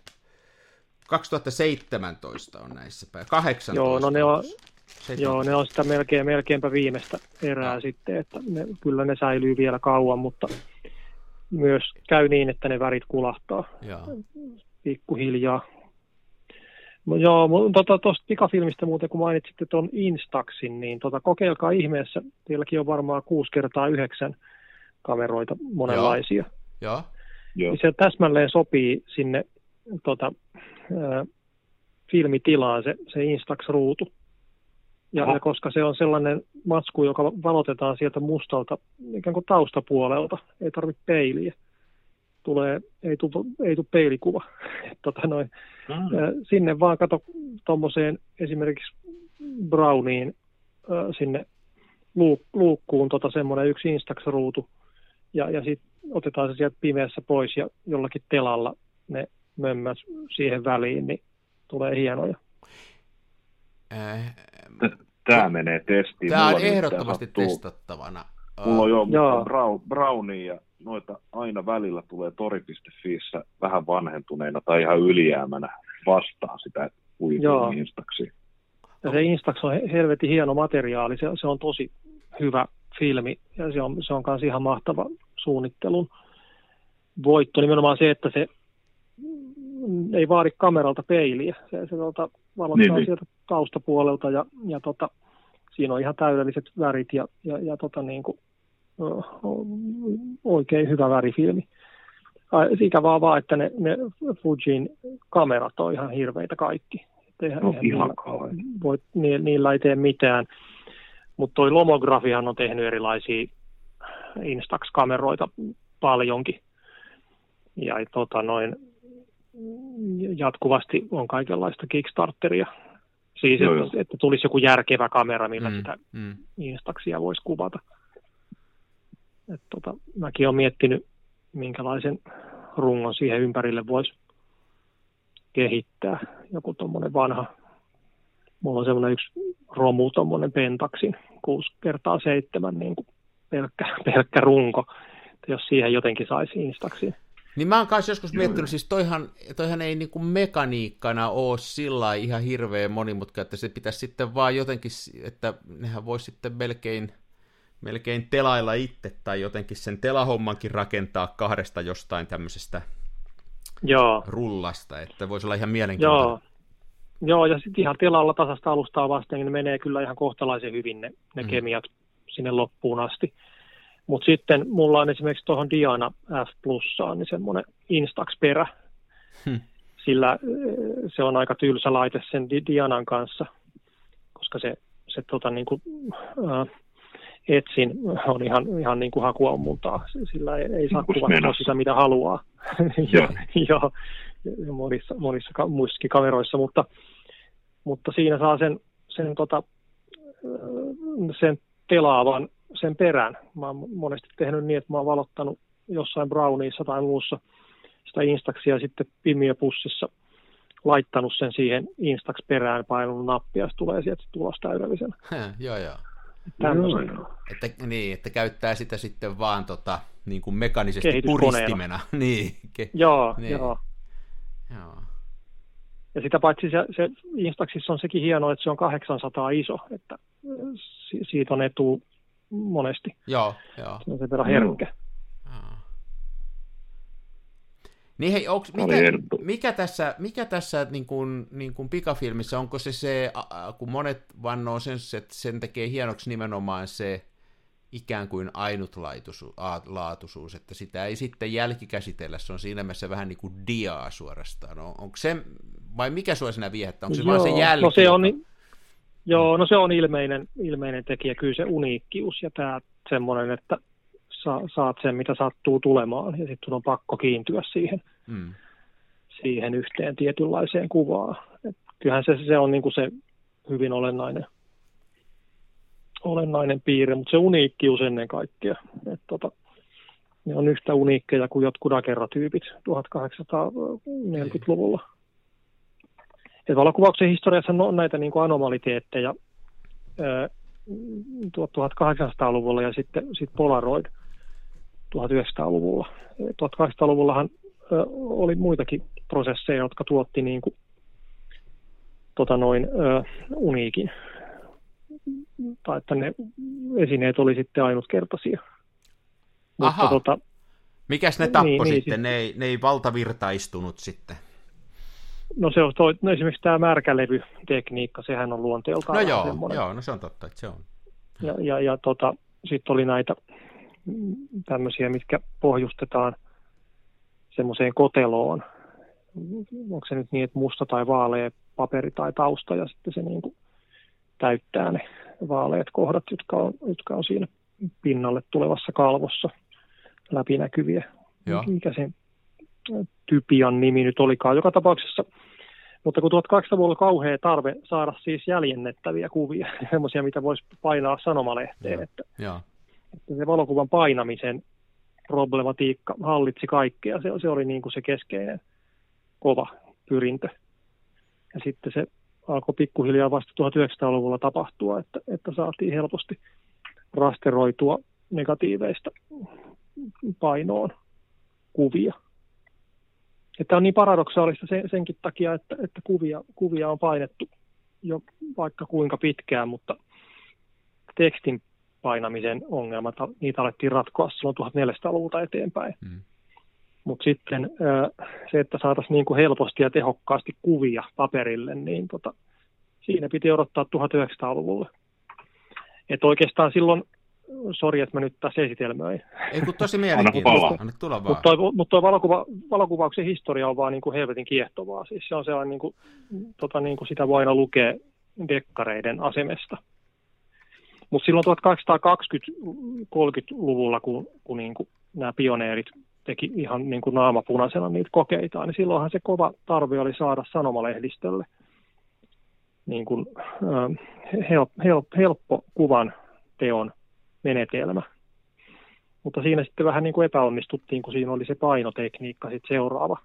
kaksituhattaseitsemäntoista on näissä päivä, kahdeksantoista. Joo, no ne on, joo, ne on sitä melkein, melkeinpä viimeistä erää no. sitten, että ne, kyllä ne säilyy vielä kauan, mutta myös käy niin, että ne värit kulahtaa Joo. pikkuhiljaa. No joo, tuosta tota, pikafilmistä muuten, kun mainitsitte tuon Instaxin, niin tota, kokeilkaa ihmeessä. Teilläkin on varmaan kuusi kertaa yhdeksän kameroita monenlaisia. Joo. Joo. Se täsmälleen sopii sinne tota, ää, filmitilaan se, se Instax-ruutu. Ja, ja koska se on sellainen matsku, joka valotetaan sieltä mustalta ikään kuin taustapuolelta, ei tarvitse peiliä. Tulee, ei tule ei tule peilikuva. tota noin, mm. Sinne vaan kato tuommoiseen esimerkiksi Browniin sinne luuk, luukkuun tota semmoinen yksi Instax-ruutu ja, ja sitten otetaan se sieltä pimeässä pois ja jollakin telalla ne mömmät siihen väliin, niin tulee hienoja. Äh, Tämä menee testiin. Tämä on ehdottomasti testattavana. Mulla on jo Brown, Brownia ja noita aina välillä tulee tori piste fiissä vähän vanhentuneena tai ihan ylijäämänä vastaan sitä Fujifilmin Instaxia. Ja se Instax on helvetin hieno materiaali, se, se on tosi hyvä filmi ja se on, se on myös ihan mahtava suunnittelun voitto. Nimenomaan se, että se ei vaadi kameralta peiliä, se, se tuota, valottaa niin, sieltä taustapuolelta ja, ja tota, siinä on ihan täydelliset värit ja, ja, ja tota, niin kuin, oikein hyvä värifilmi. Ikävää vaan, että ne, ne Fujin kamerat on ihan hirveitä kaikki. Eihän, no, eihän ihan niillä, voi, ni, niillä ei tee mitään. Mutta toi Lomografihan on tehnyt erilaisia Instax-kameroita paljonkin. Ja tota, noin, jatkuvasti on kaikenlaista Kickstarteria. Siis, no, että, että tulisi joku järkevä kamera, millä mm, sitä mm. Instaxia voisi kuvata. Et tota, mäkin olen miettinyt, minkälaisen rungon siihen ympärille voisi kehittää. Joku tuommoinen vanha, mulla on semmoinen yksi romu, tuommoinen Pentaxin kuusi kertaa seitsemän niin kuin pelkkä, pelkkä runko, että jos siihen jotenkin saisi Instaxiin. Niin mä oon kanssa joskus miettinyt, siis toihan, toihan ei niinku mekaniikkana ole sillä ihan hirveän monimutkainen, että se pitäisi sitten vaan jotenkin, että nehän voisi sitten melkein, melkein telailla itse tai jotenkin sen telahommankin rakentaa kahdesta jostain tämmöisestä Joo. rullasta, että voisi olla ihan mielenkiintoinen. Joo, Joo ja sitten ihan telalla tasasta alustaa vasten, niin ne menee kyllä ihan kohtalaisen hyvin ne, ne mm. kemiat sinne loppuun asti. Mutta sitten mulla on esimerkiksi tuohon Diana F Plussaan niin semmoinen Instax-perä, hmm. sillä se on aika tylsä laite sen Dianan kanssa, koska se, se tota, niin kuin, äh, etsin on ihan, ihan niin kuin hakuammuntaa, sillä ei, ei saa kuvattua sitä mitä haluaa. Joo, jo, monissa, monissa muissakin kameroissa, mutta, mutta siinä saa sen, sen, tota, sen telaavan sen perään. Mä oon monesti tehnyt niin, että mä oon valottanut jossain Browniessa tai muussa sitä Instaxia sitten pimiöpussissa, laittanut sen siihen Instax-perään, painunut nappia, ja se tulee sieltä tulos täydellisenä. Joo, joo. Tämmöisen. Että, niin, että käyttää sitä sitten vaan tota, niin kuin mekanisesti puristimena. niin, ke, joo, niin. joo. joo. Ja sitä paitsi se, se Instaxissa on sekin hienoa, että se on kahdeksansataa iso, että siitä on etu monesti. Joo, joo. Se on sen verran herkkä. Mm. Niin hei, onks, mikä, mikä tässä, mikä tässä niin kuin, niin kuin pikafilmissä, onko se se, kun monet vannoo sen, että sen tekee hienoksi nimenomaan se ikään kuin ainutlaatuisuus, että sitä ei sitten jälkikäsitellä, se on siinä mielessä vähän niin kuin diaa suorastaan. On, onko se, vai mikä sua siinä viehättää, onko se joo, vaan se jälki? No se on, joka... Joo, no se on ilmeinen, ilmeinen tekijä, kyllä se uniikkius ja tämä semmoinen, että sa, saat sen, mitä sattuu tulemaan, ja sitten on pakko kiintyä siihen, mm. siihen yhteen tietynlaiseen kuvaan. Et kyllähän se, se on niinku se hyvin olennainen, olennainen piirre, mutta se uniikkius ennen kaikkea. Et tota, ne on yhtä uniikkeja kuin jotkut Daguerre-tyypit tuhatkahdeksansataaneljäkymmentäluvulla. Et valokuvauksen historiassa on näitä niin kuin anomaliteetteja tuhatkahdeksansataaluvulla ja sitten sit Polaroid tuhatyhdeksänsataaluvulla. tuhatkahdeksansataaluvullahan ö, oli muitakin prosesseja, jotka tuotti niin kuin, tota noin, ö, uniikin. Tai että ne esineet oli sitten ainutkertaisia. Aha. Mutta, tota, mikäs ne tappoi niin, sitten? Niin, ne, ei, ne ei valtavirtaistunut sitten. No se on toi, no esimerkiksi tämä märkälevytekniikka, sehän on luonteeltaan no joo, semmoinen. joo, no se on totta, että se on. Ja, ja, ja tota, sitten oli näitä tämmöisiä, mitkä pohjustetaan semmoiseen koteloon. Onko se nyt niin, että musta tai vaalea paperi tai tausta, ja sitten se niin kuin täyttää ne vaaleat kohdat, jotka on, jotka on siinä pinnalle tulevassa kalvossa läpinäkyviä. Joo. Mikä se Typian nimi nyt olikaan joka tapauksessa. Mutta kun tuhatkahdeksansataaluvulla oli kauhea tarve saada siis jäljennettäviä kuvia, semmoisia, mitä voisi painaa sanomalehteen, ja, että, ja. että se valokuvan painamisen problematiikka hallitsi kaikkea. Se, se oli niin kuin se keskeinen kova pyrintö. Ja sitten se alkoi pikkuhiljaa vasta tuhatyhdeksänsataaluvulla tapahtua, että, että saatiin helposti rasteroitua negatiiveista painoon kuvia. Tämä on niin paradoksaalista sen, senkin takia, että, että kuvia, kuvia on painettu jo vaikka kuinka pitkään, mutta tekstin painamisen ongelmat, niitä alettiin ratkoa silloin tuhatneljäsataaluvulta eteenpäin. Mm. Mutta sitten se, että saataisiin niin kuin helposti ja tehokkaasti kuvia paperille, niin tota, siinä piti odottaa tuhatyhdeksänsataaluvulle. Että oikeastaan silloin, sori, että mä nyt tässä esitelmöin. Ei kun tosi mielenkiintoista, anna tulla vaan. Mutta tuo, mut tuo valokuva, valokuvauksen historia on vaan niin kuin helvetin kiehtovaa. Siis se on sellainen, niin kuin, tota, niin kuin sitä voi aina lukea dekkareiden asemesta. Mutta silloin tuhatkahdeksansataakaksikymmentä-kolmekymmentäluvulla, kun, kun niin kuin nämä pioneerit teki ihan niin kuin naamapunaisena niitä kokeitaan, niin silloinhan se kova tarve oli saada sanomalehdistölle niin kuin, help, help, helppo kuvan teon menetelmä. mutta siinä sitten vähän niin kuin epäonnistuttiin, kun siinä oli se painotekniikka sitten seuraava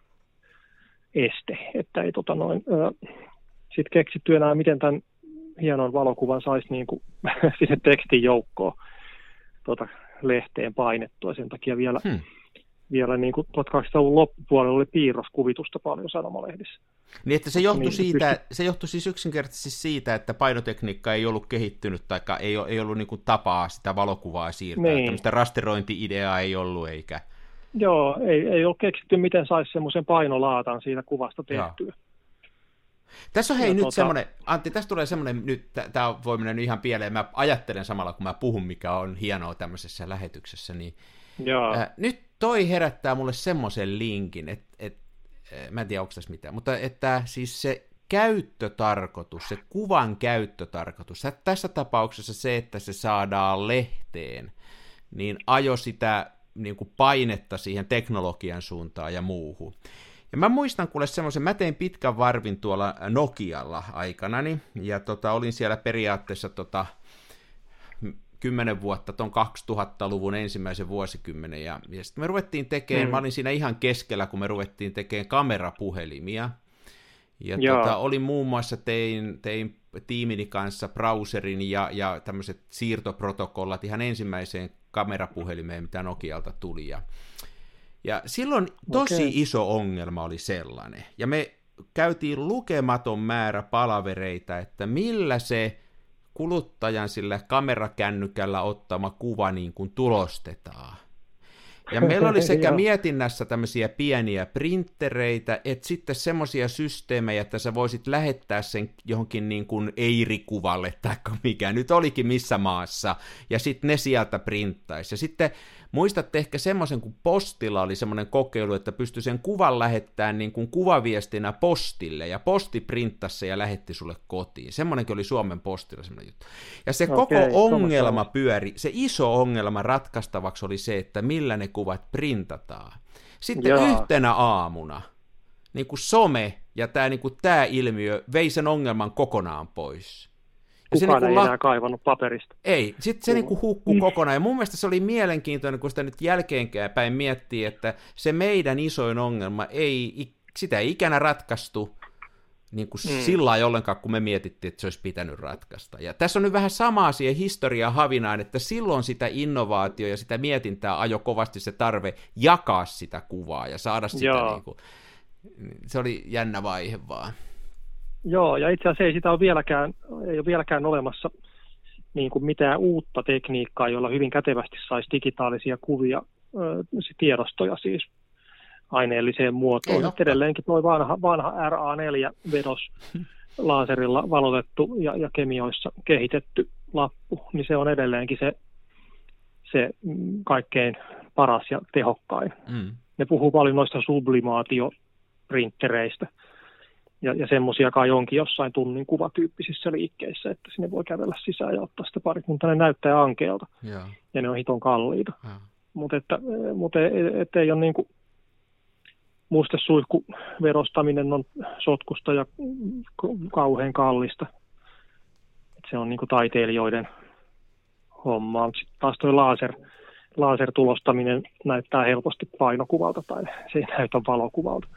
este, että ei tota noin, sitten keksitty enää, miten tämän hienon valokuvan saisi niin kuin sinne tekstin joukkoon tota, lehteen painettua. Sen takia vielä, hmm. vielä niin kuin tuhatkahdeksansataaluvun loppupuolella oli piirroskuvitusta paljon sanomalehdissä. Niin, että se johtui, niin, siitä, pysty... se johtui siis yksinkertaisesti siitä, että painotekniikka ei ollut kehittynyt, tai ei, ei ollut niin kuin tapaa sitä valokuvaa siirtää. Niin. Tämmöistä rasterointi-ideaa ei ollut, eikä... Joo, ei, ei ole keksitty, miten saisi semmoisen painolaatan siitä kuvasta tehtyä. Joo. Tässä on hei ja nyt tuota... semmoinen, Antti, tässä tulee semmoinen, nyt tämä voi mennä nyt ihan pieleen, mä ajattelen samalla, kun mä puhun, mikä on hienoa tämmöisessä lähetyksessä, niin ää, nyt toi herättää mulle semmoisen linkin, että et, mä en tiedä, onko tässä mitään, mutta että siis se käyttötarkoitus, se kuvan käyttötarkoitus, tässä tapauksessa se, että se saadaan lehteen, niin ajo sitä niin kuin painetta siihen teknologian suuntaan ja muuhun. Ja mä muistan kuule semmoisen, mä tein pitkän varvin tuolla Nokialla aikanani, ja tota, olin siellä periaatteessa tota, kymmenen vuotta ton kaksituhattaluvun ensimmäisen vuosikymmenen, ja, ja sitten me ruvettiin tekemään, mm. mä olin siinä ihan keskellä, kun me ruvettiin tekemään kamerapuhelimia, ja tota, olin muun muassa, tein, tein tiimini kanssa browserin ja, ja tämmöiset siirtoprotokollat ihan ensimmäiseen kamerapuhelimeen, mitä Nokialta tuli, ja Ja silloin tosi okay. iso ongelma oli sellainen, ja me käytiin lukematon määrä palavereita, että millä se kuluttajan sillä kamerakännykällä ottama kuva niin kuin tulostetaan. Ja meillä oli sekä mietinnässä tämmöisiä pieniä printtereitä, että sitten semmoisia systeemejä, että sä voisit lähettää sen johonkin niin kuin eirikuvalle, tai mikä nyt olikin missä maassa, ja sitten ne sieltä printtaisi. Ja sitten muistatte ehkä semmoisen, kun postilla oli semmoinen kokeilu, että pystyi sen kuvan lähettämään niin kuin kuvaviestinä postille, ja posti printtasi ja lähetti sulle kotiin. Semmoinenkin oli Suomen postilla semmoinen juttu. Ja se koko okay, ongelma pyöri, se iso ongelma ratkaistavaksi oli se, että millä ne kuvat printataan. Sitten Jaa. yhtenä aamuna niin kuin some ja tämä niin kuin tämä ilmiö vei sen ongelman kokonaan pois. Ja Kukaan se ei niin la... enää kaivannut paperista. Ei, sitten se niin hukkui mm. kokonaan. Ja mun mielestä se oli mielenkiintoinen, kun sitä nyt jälkeenkään päin miettii, että se meidän isoin ongelma, ei, sitä ei ikänä ratkaistu niin kuin mm. sillä lailla ollenkaan, kun me mietittiin, että se olisi pitänyt ratkaista. Ja tässä on nyt vähän sama asia historiaa havinaan, että silloin sitä innovaatio ja sitä mietintää ajo kovasti se tarve jakaa sitä kuvaa ja saada sitä, niin kuin, se oli jännä vaihe vaan. Joo, ja itse asiassa ei sitä ole vieläkään, ei ole vieläkään olemassa niin kuin mitään uutta tekniikkaa, jolla hyvin kätevästi saisi digitaalisia kuvia, tiedostoja siis aineelliseen muotoon. Edelleenkin tuo vanha, vanha R A neljä vedos laserilla valotettu ja, ja kemioissa kehitetty lappu, niin se on edelleenkin se, se kaikkein paras ja tehokkain. Mm. Ne puhuu paljon noista sublimaatioprinttereistä. Ja, ja semmoisia kai onkin jossain tunnin kuvatyyppisissä liikkeissä, että sinne voi kävellä sisään ja ottaa sitä pari, mutta ne näyttää ankeelta. Ja, ja ne on hiton kalliita. Mutta että, mutta et ei ole niin kuin mustesuihku verostaminen on sotkusta ja kauhean kallista. Et se on niin kuin taiteilijoiden hommaa. Sitten taas tuo laser, lasertulostaminen näyttää helposti painokuvalta tai se ei näytä valokuvalta.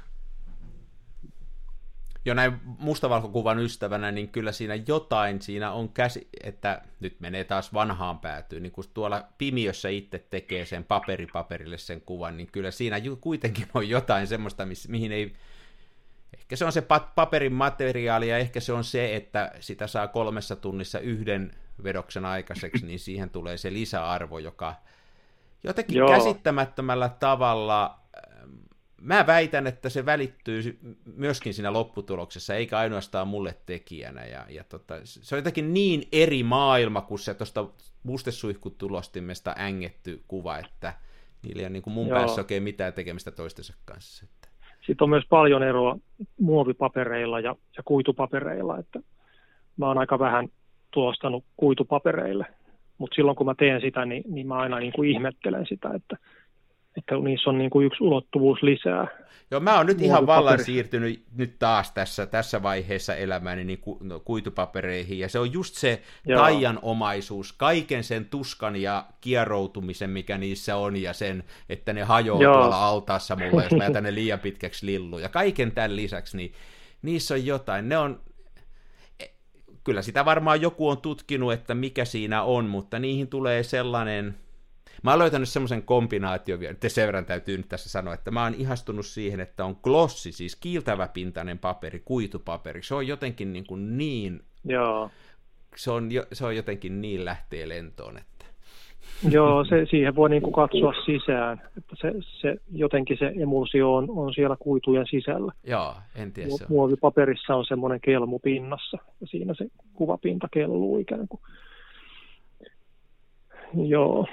Jo näin mustavalkokuvan ystävänä, niin kyllä siinä jotain siinä on käsi, että nyt menee taas vanhaan päätyyn, niin kun tuolla pimiössä itse tekee sen paperipaperille sen kuvan, niin kyllä siinä kuitenkin on jotain semmoista, mihin ei, ehkä se on se paperin materiaali ja ehkä se on se, että sitä saa kolmessa tunnissa yhden vedoksen aikaiseksi, niin siihen tulee se lisäarvo, joka jotenkin Joo. käsittämättömällä tavalla... Mä väitän, että se välittyy myöskin siinä lopputuloksessa, eikä ainoastaan mulle tekijänä. Ja, ja tota, se on jotenkin niin eri maailma kuin se tuosta mustesuihkutulostimesta ängetty kuva, että niillä ei ole niin kuin mun Joo. päässä oikein mitään tekemistä toistensa kanssa. Että. Sitten on myös paljon eroa muovipapereilla ja, ja kuitupapereilla. Että mä oon aika vähän tulostanut kuitupapereille, mutta silloin kun mä teen sitä, niin, niin mä aina niin kuin ihmettelen sitä, että että niissä on niin kuin yksi ulottuvuus lisää. Joo, mä oon nyt ihan vallan siirtynyt nyt taas tässä, tässä vaiheessa elämääni niin ku, no, kuitupapereihin, ja se on just se Joo. taianomaisuus, kaiken sen tuskan ja kieroutumisen, mikä niissä on, ja sen, että ne hajoaa Joo. tuolla altaassa mulle, jos mä jätän ne liian pitkäksi lilluun, ja kaiken tämän lisäksi, niin niissä on jotain, ne on, kyllä sitä varmaan joku on tutkinut, että mikä siinä on, mutta niihin tulee sellainen... Mä oon löytänyt semmoisen kombinaation vielä, nyt sen verran täytyy nyt tässä sanoa, että mä oon ihastunut siihen, että on glossi, siis kiiltäväpintainen paperi, kuitupaperi, se on jotenkin niin, kuin niin Joo. Se, on, se on jotenkin niin lähtee lentoon, että... Joo, se, siihen voi niin kuin katsoa sisään, että se, se, jotenkin se emulsio on, on siellä kuitujen sisällä. Joo, en tiedä se on. Muovipaperissa on semmoinen kelmu pinnassa, ja siinä se kuvapinta kelluu ikään kuin. Joo.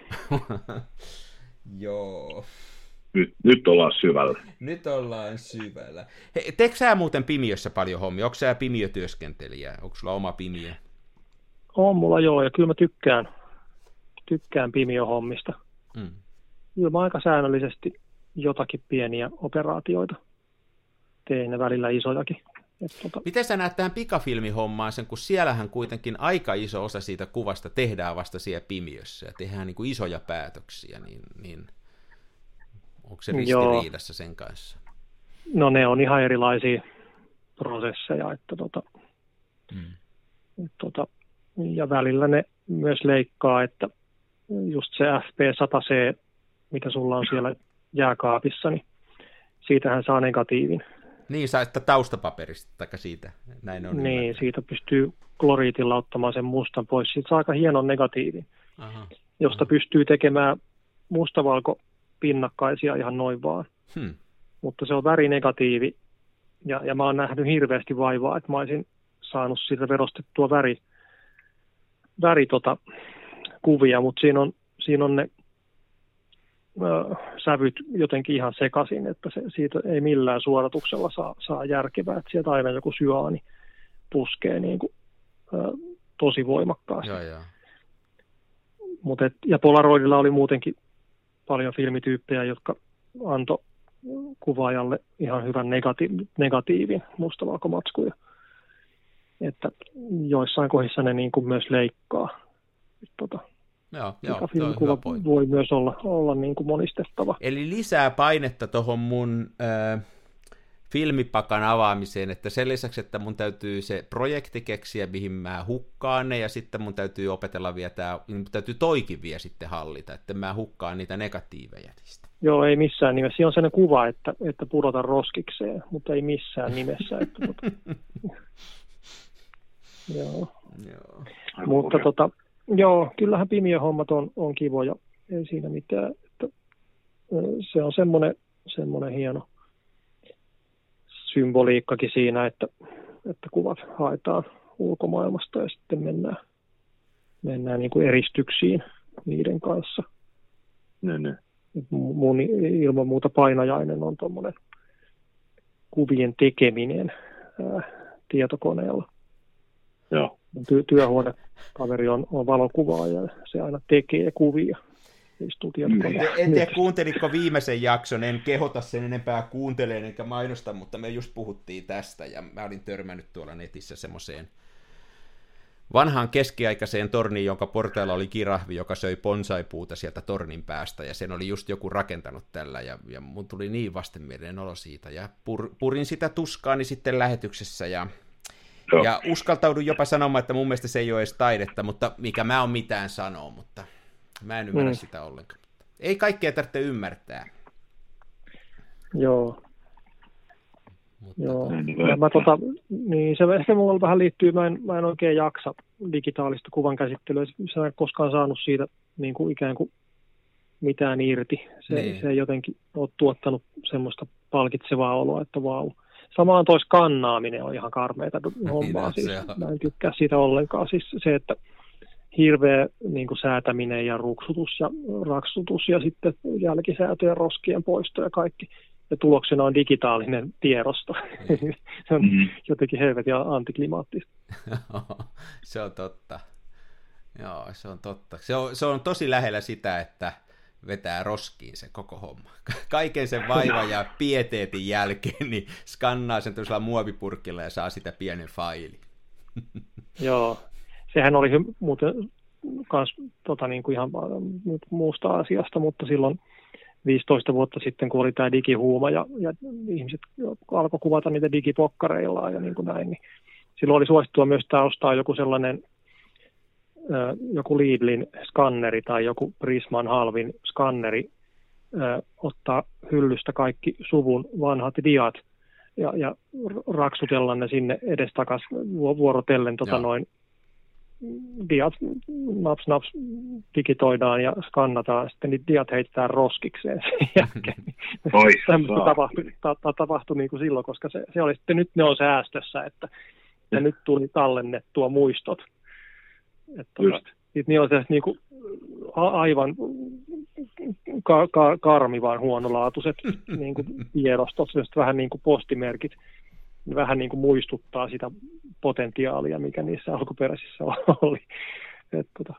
Joo. Nyt, nyt ollaan syvällä. Nyt ollaan syvällä. Hei, teekö sä muuten Pimiössä paljon hommia? Onko sä Pimiö-työskentelijä? Onko sulla oma Pimiö? On mulla joo, ja kyllä mä tykkään, tykkään Pimiö-hommista. Mm. Kyllä mä aika säännöllisesti jotakin pieniä operaatioita tein, ne välillä isojakin. Tota... Miten sä näet tähän pikafilmihommaan sen, kun siellähän kuitenkin aika iso osa siitä kuvasta tehdään vasta siellä Pimiössä ja tehdään niin kuin isoja päätöksiä, niin, niin onko se ristiriidassa sen kanssa? No ne on ihan erilaisia prosesseja, että tota, hmm. et tota, ja välillä ne myös leikkaa, että just se F P sata C, mitä sulla on siellä jääkaapissa, niin siitähän saa negatiivin. Niin, saa sitä taustapaperista, tai siitä, näin on. Niin, ymmärtänyt. Siitä pystyy kloriitilla ottamaan sen mustan pois. Siitä saa aika hienon negatiivin, Aha. josta Aha. pystyy tekemään mustavalkopinnakkaisia ihan noin vaan. Hmm. Mutta se on värinegatiivi, ja, ja mä oon nähnyt hirveästi vaivaa, että mä olisin saanut siitä verostettua väri, väri tota, kuvia, mutta siinä on, siinä on ne sävyt jotenkin ihan sekaisin, että se, siitä ei millään suoratuksella saa, saa järkevää, että sieltä aina joku syaani puskee niin kuin, ä, tosi voimakkaasti. Ja, ja. Mut et, ja Polaroidilla oli muutenkin paljon filmityyppejä, jotka antoi kuvaajalle ihan hyvän negati- negatiivin mustavalkomatskuja. Että joissain kohdissa ne niin kuin myös leikkaa. Tota, Joo, joo, filmikuva voi myös olla, olla niin kuin monistettava. Eli lisää painetta tuohon mun äh, filmipakan avaamiseen, että sen lisäksi, että mun täytyy se projekti keksiä, mihin mä hukkaan ne, ja sitten mun täytyy opetella vielä tämä, mun täytyy toikin vielä sitten hallita, että mä hukkaan niitä negatiiveja niistä. Joo, ei missään nimessä. Siinä on sellainen kuva, että, että pudota roskikseen, mutta ei missään nimessä. Että, joo. Joo. Mutta tota... Joo, kyllähän Pimiö-hommat on, on kivoja, ei siinä mitään. Että, se on semmoinen, semmoinen hieno symboliikkakin siinä, että, että kuvat haetaan ulkomaailmasta ja sitten mennään, mennään niin kuin eristyksiin niiden kanssa. Ne, ne. Mun ilman muuta painajainen on tuommoinen kuvien tekeminen ää, tietokoneella. Joo. Ty- työhuonekaveri on, on valokuvaaja ja se aina tekee kuvia. En tiedä, kuunteliko viimeisen jakson, en kehota sen enempää kuunteleen enkä mainosta, mutta me just puhuttiin tästä ja mä olin törmännyt tuolla netissä semmoiseen vanhaan keskiaikaiseen torniin, jonka portailla oli kirahvi, joka söi bonsaipuuta sieltä tornin päästä, ja sen oli just joku rakentanut tällä, ja, ja mun tuli niin vastenmielinen olo siitä, ja pur, purin sitä tuskaani sitten lähetyksessä, ja Joo. Ja uskaltaudun jopa sanomaan, että mun mielestä se ei ole edes taidetta, mutta mikä mä oon mitään sanoa, mutta mä en ymmärrä mm. sitä ollenkaan. Ei kaikkea tarvitse ymmärtää. Joo. Mutta... Joo. Ja mä, tota, niin se ehkä mulla vähän liittyy, mä en, mä en oikein jaksa digitaalista kuvan käsittelyä. Mä en koskaan saanut siitä niin kuin ikään kuin mitään irti. Se, niin. se ei jotenkin ole tuottanut semmoista palkitsevaa oloa, että vau. Samaan toi skannaaminen on ihan karmeita hommaa. Siis, mä en tykkää siitä ollenkaan. Siis se, että hirveä niin kuin säätäminen ja ruksutus ja raksutus ja sitten jälkisäätöjen roskien poisto ja kaikki. Ja tuloksena on digitaalinen tiedosto. Mm. Se on mm. jotenkin helvetin antiklimaattista. Se on totta. Joo, se on totta. Se on, se on tosi lähellä sitä, että vetää roskiin se koko homma. Kaiken sen vaivan ja pieteetin jälkeen, niin skannaa sen tällaisella muovipurkilla ja saa sitä pienen failin. Joo, sehän oli muuten kans, tota, niin kuin ihan muusta asiasta, mutta silloin viisitoista vuotta sitten, kun oli tämä digihuuma ja, ja ihmiset alkoi kuvata niitä digipokkareillaan ja niin kuin näin, niin silloin oli suosittua myös tämä ostaa joku sellainen joku Lidlin skanneri tai joku Prisman halvin skanneri, ottaa hyllystä kaikki suvun vanhat diat ja, ja raksutella ne sinne edestakas vuorotellen tota noin, diat naps naps digitoidaan ja skannataan, sitten niitä diat heitetään roskikseen sen jälkeen. Tämmöistä tapahtui, ta, ta, tapahtui niin kuin silloin, koska se, se oli sitten, nyt ne on säästössä, että ja nyt tuli tallennettua muistot. Että niin on se niin kuin aivan ka- ka- karmivan huonolaatuiset niin kuin tiedostot, vähän niin kuin postimerkit, vähän niin kuin muistuttaa sitä potentiaalia, mikä niissä alkuperäisissä oli. Että, tota,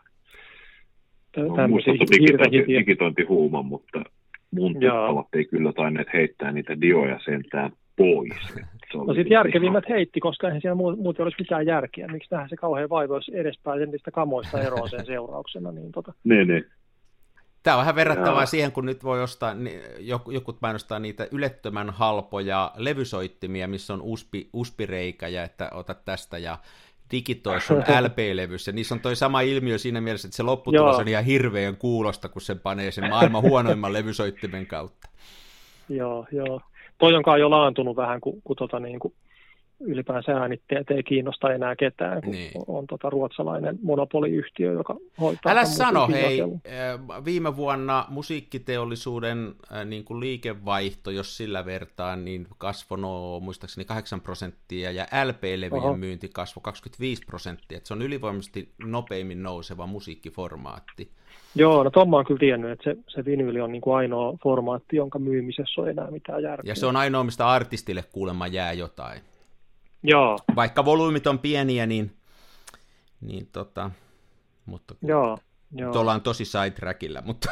no, muistattu digitointi, digitointihuuman, mutta mun tuttavat ei kyllä tainneet heittää niitä dioja sentään pois. No sitten järkevimmät ihan heitti, koska eihän siellä muuten olisi mitään järkeä. Miksi nähdään se kauhean vaiva, jos edespäin niistä kamoista eroon sen seurauksena. Niin tota. ne, ne. Tämä on vähän verrattavaa siihen, kun nyt voi ostaa, jokut mainostaa niitä ylettömän halpoja levysoittimia, missä on uspi, uspireikä, ja että otat tästä ja digitoi sun L P-levyssä. Niissä on toi sama ilmiö siinä mielessä, että se lopputulos on ihan hirveän kuulosta, kun sen panee sen maailman huonoimman levysoittimen kautta. Joo, joo. Toi onkaan jo laantunut vähän, kun, kun tota niin kuin ylipäänsä äänitteet ei kiinnosta enää ketään, kun niin on, on tota ruotsalainen monopoliyhtiö, joka hoitaa. Älä sano, hei, viime vuonna musiikkiteollisuuden niin kuin liikevaihto, jos sillä vertaan, niin kasvoi no, muistaakseni kahdeksan prosenttia ja L P-levyjen Oho. myynti kasvoi kaksikymmentäviisi prosenttia, että se on ylivoimaisesti nopeimmin nouseva musiikkiformaatti. Joo, no Tomma on kyllä tiennyt, että se, se vinyyli on niin kuin ainoa formaatti, jonka myymisessä on enää mitään järkeä. Ja se on ainoa, mistä artistille kuulemma jää jotain. Joo. Vaikka volyymit on pieniä, niin, niin tota, mutta joo, joo. Tuolla on tosi sidetrackillä, mutta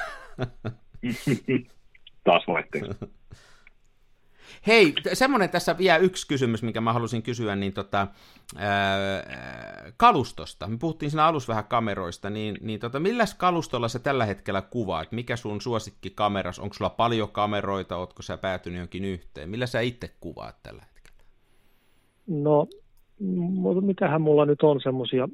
taas vaihteeksi. Hei, semmoinen tässä vielä yksi kysymys, minkä mä halusin kysyä, niin tota, ää, kalustosta. Me puhuttiin siinä alussa vähän kameroista, niin, niin tota, milläs kalustolla sä tällä hetkellä kuvaat? Mikä sun suosikki kameras? Onko sulla paljon kameroita? Ootko sä päätynyt jonkin yhteen? Millä sä itse kuvaat tällä hetkellä? No, mitähän mulla nyt on semmoisia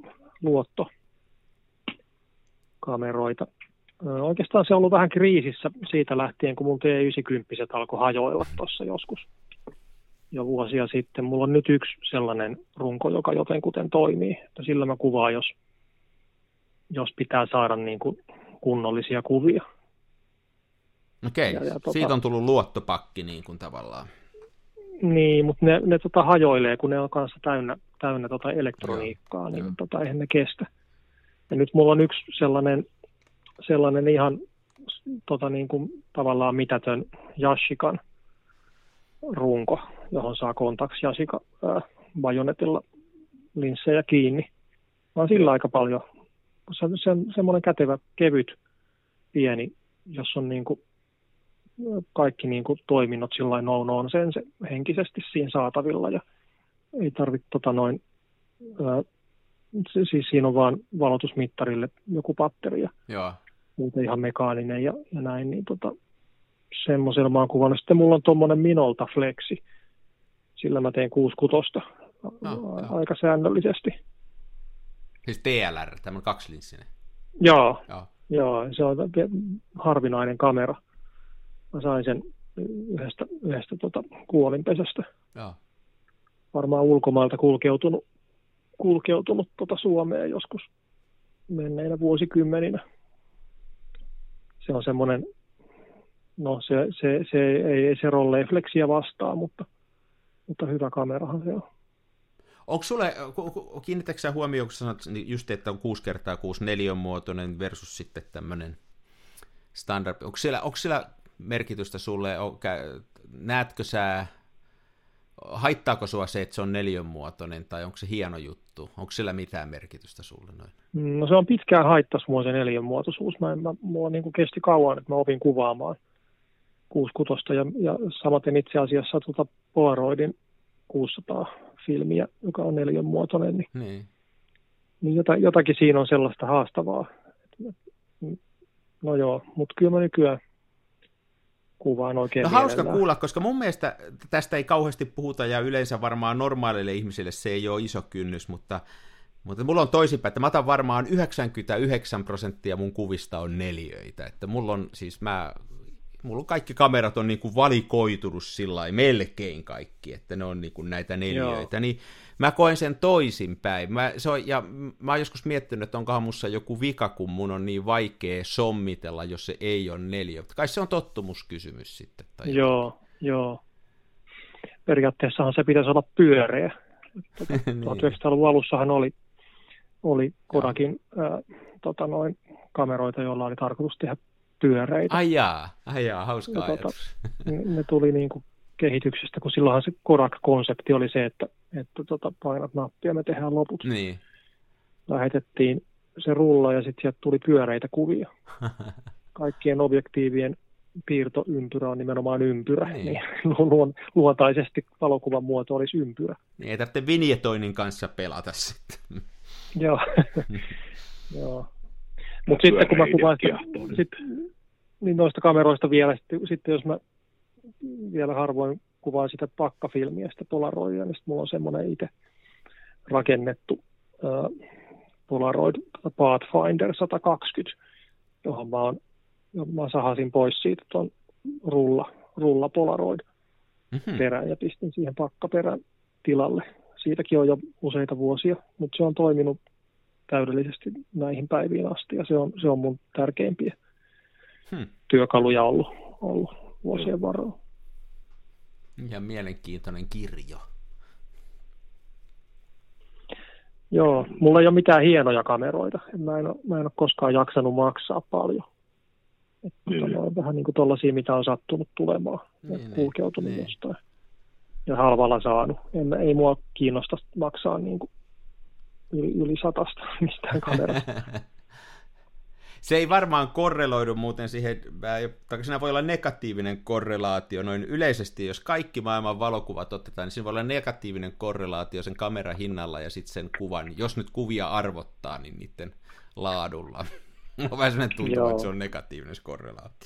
luottokameroita. Oikeastaan se on ollut vähän kriisissä siitä lähtien, kun mun T yhdeksänkymmentä alkoi hajoilla tuossa joskus jo vuosia sitten. Mulla on nyt yksi sellainen runko, joka jotenkuten toimii. Että sillä mä kuvaan, jos, jos pitää saada niin kuin kunnollisia kuvia. Okei, ja, ja tota, siitä on tullut luottopakki niin kuin tavallaan. Niin, mutta ne, ne tota hajoilee, kun ne on kanssa täynnä, täynnä tota elektroniikkaa, joo, niin tota, eihän ne kestä. Ja nyt mulla on yksi sellainen, sellainen ihan tota, niin kuin, tavallaan mitätön Yashikan runko, johon saa kontaksi Yashica bajonetilla linssejä kiinni. Mä oon sillä aika paljon. Se on se, semmoinen kätevä, kevyt, pieni, jos on niin kuin kaikki niin kuin toiminnot sillain on sen se henkisesti siinä saatavilla ja ei tarvitse tota noin, ää, siis siinä on vaan valotusmittarille joku patteri ja muuten ihan mekaaninen ja, ja näin, niin tota, semmoisella mä oon kuvannut. Sitten mulla on tommonen Minolta Flexi, sillä mä teen kuusikymmentä no, aika säännöllisesti. Siis D L R, tämmöinen kaksilinssinen? Joo, joo. joo, se on harvinainen kamera. Mä sain sen yhdestä, yhdestä tota kuolinpesästä. Joo. Varmaan ulkomailta kulkeutunut, kulkeutunut tota Suomeen joskus menneinä vuosikymmeninä. Se on semmoinen, no se, se, se ei se Rolleiflexiä vastaa, mutta, mutta hyvä kamerahan se on. Onko sulle, kiinnitätkö sä huomioon, kun sanot just, että on kuusi kertaa kuusi neliönmuotoinen versus sitten tämmöinen standard, onko siellä, onko siellä merkitystä sulle, näetkö sä haittaako sua se, että se on neliönmuotoinen, tai onko se hieno juttu? Onko sillä mitään merkitystä sulle noin? No se on pitkään haittas mua se neliönmuotoisuus. Mä, mä, mulla niin kuin kesti kauan, että mä opin kuvaamaan kuusikymmentä ja, ja samaten itse asiassa tuota Polaroidin kuusisataa filmiä, joka on neliönmuotoinen, niin, niin. niin jota, jotakin siinä on sellaista haastavaa. No joo, mutta kyllä mä nykyään kuvaan oikein No hauska mielellään. kuulla, koska mun mielestä tästä ei kauheasti puhuta, ja yleensä varmaan normaalille ihmisille se ei ole iso kynnys, mutta, mutta mulla on toisinpäin, että mä otan varmaan yhdeksänkymmentäyhdeksän prosenttia mun kuvista on neliöitä, että mulla on siis mä, mulla on kaikki kamerat on niin kuin valikoitunut sillä melkein kaikki, että ne on niin kuin näitä neliöitä, Joo. niin mä koen sen toisinpäin. Mä, se on, ja mä oon joskus miettinyt, että onkohan musta joku vika, kun mun on niin vaikea sommitella, jos se ei ole neliö. Kai se on tottumuskysymys sitten. Tai joo, joo. Periaatteessahan se pitäisi olla pyöreä. niin. tuhatyhdeksänsataaluvun alussahan oli, oli Kodakin äh, tota noin, kameroita, joilla oli tarkoitus tehdä pyöreitä. Ai jaa, ai jaa, hauska ja, ajatus. Tota, ne tuli niin kuin kehityksestä, kun silloinhan se Kodak-konsepti oli se, että, että tota, painat nappia ja me tehdään loput. Niin. Lähetettiin se rulla ja sitten sieltä tuli pyöreitä kuvia. Kaikkien objektiivien piirtoympyrä on nimenomaan ympyrä, niin, niin luon, luontaisesti valokuvan muoto olisi ympyrä. Niin ei tarvitse vinjetoinnin kanssa pelata sitten. Joo, joo. Mutta sitten kun mä kuvaan, sit, niin noista kameroista vielä, sitten, sitten jos mä vielä harvoin kuvaan sitä pakkafilmiä, sitä Polaroidia, niin sitten mulla on semmoinen itse rakennettu äh, Polaroid Pathfinder sata kaksikymmentä, johon mä, on, mä sahasin pois siitä tuon rulla, rulla Polaroid mm-hmm. perään ja pistin siihen pakkaperän tilalle. Siitäkin on jo useita vuosia, mutta se on toiminut täydellisesti näihin päiviin asti ja se on, se on mun tärkeimpiä hmm. työkaluja ollut, ollut vuosien varrella. Ja mielenkiintoinen kirjo. Joo, mulla ei ole mitään hienoja kameroita. Mä en ole, mä en ole koskaan jaksanut maksaa paljon. Että mm. on vähän niin kuin tollaisia, mitä on sattunut tulemaan ja niin, kulkeutunut niin. jostain. Ja halvalla saanut. En, ei mua kiinnosta maksaa niin kuin yli, yli satasta mistään kamerasta. Se ei varmaan korreloidu muuten siihen, tai siinä voi olla negatiivinen korrelaatio noin yleisesti, jos kaikki maailman valokuvat otetaan, niin siinä voi olla negatiivinen korrelaatio sen kameran hinnalla ja sitten sen kuvan, jos nyt kuvia arvottaa, niin niiden laadulla. On vähän sellainen tuntuu, että se on negatiivinen korrelaatio.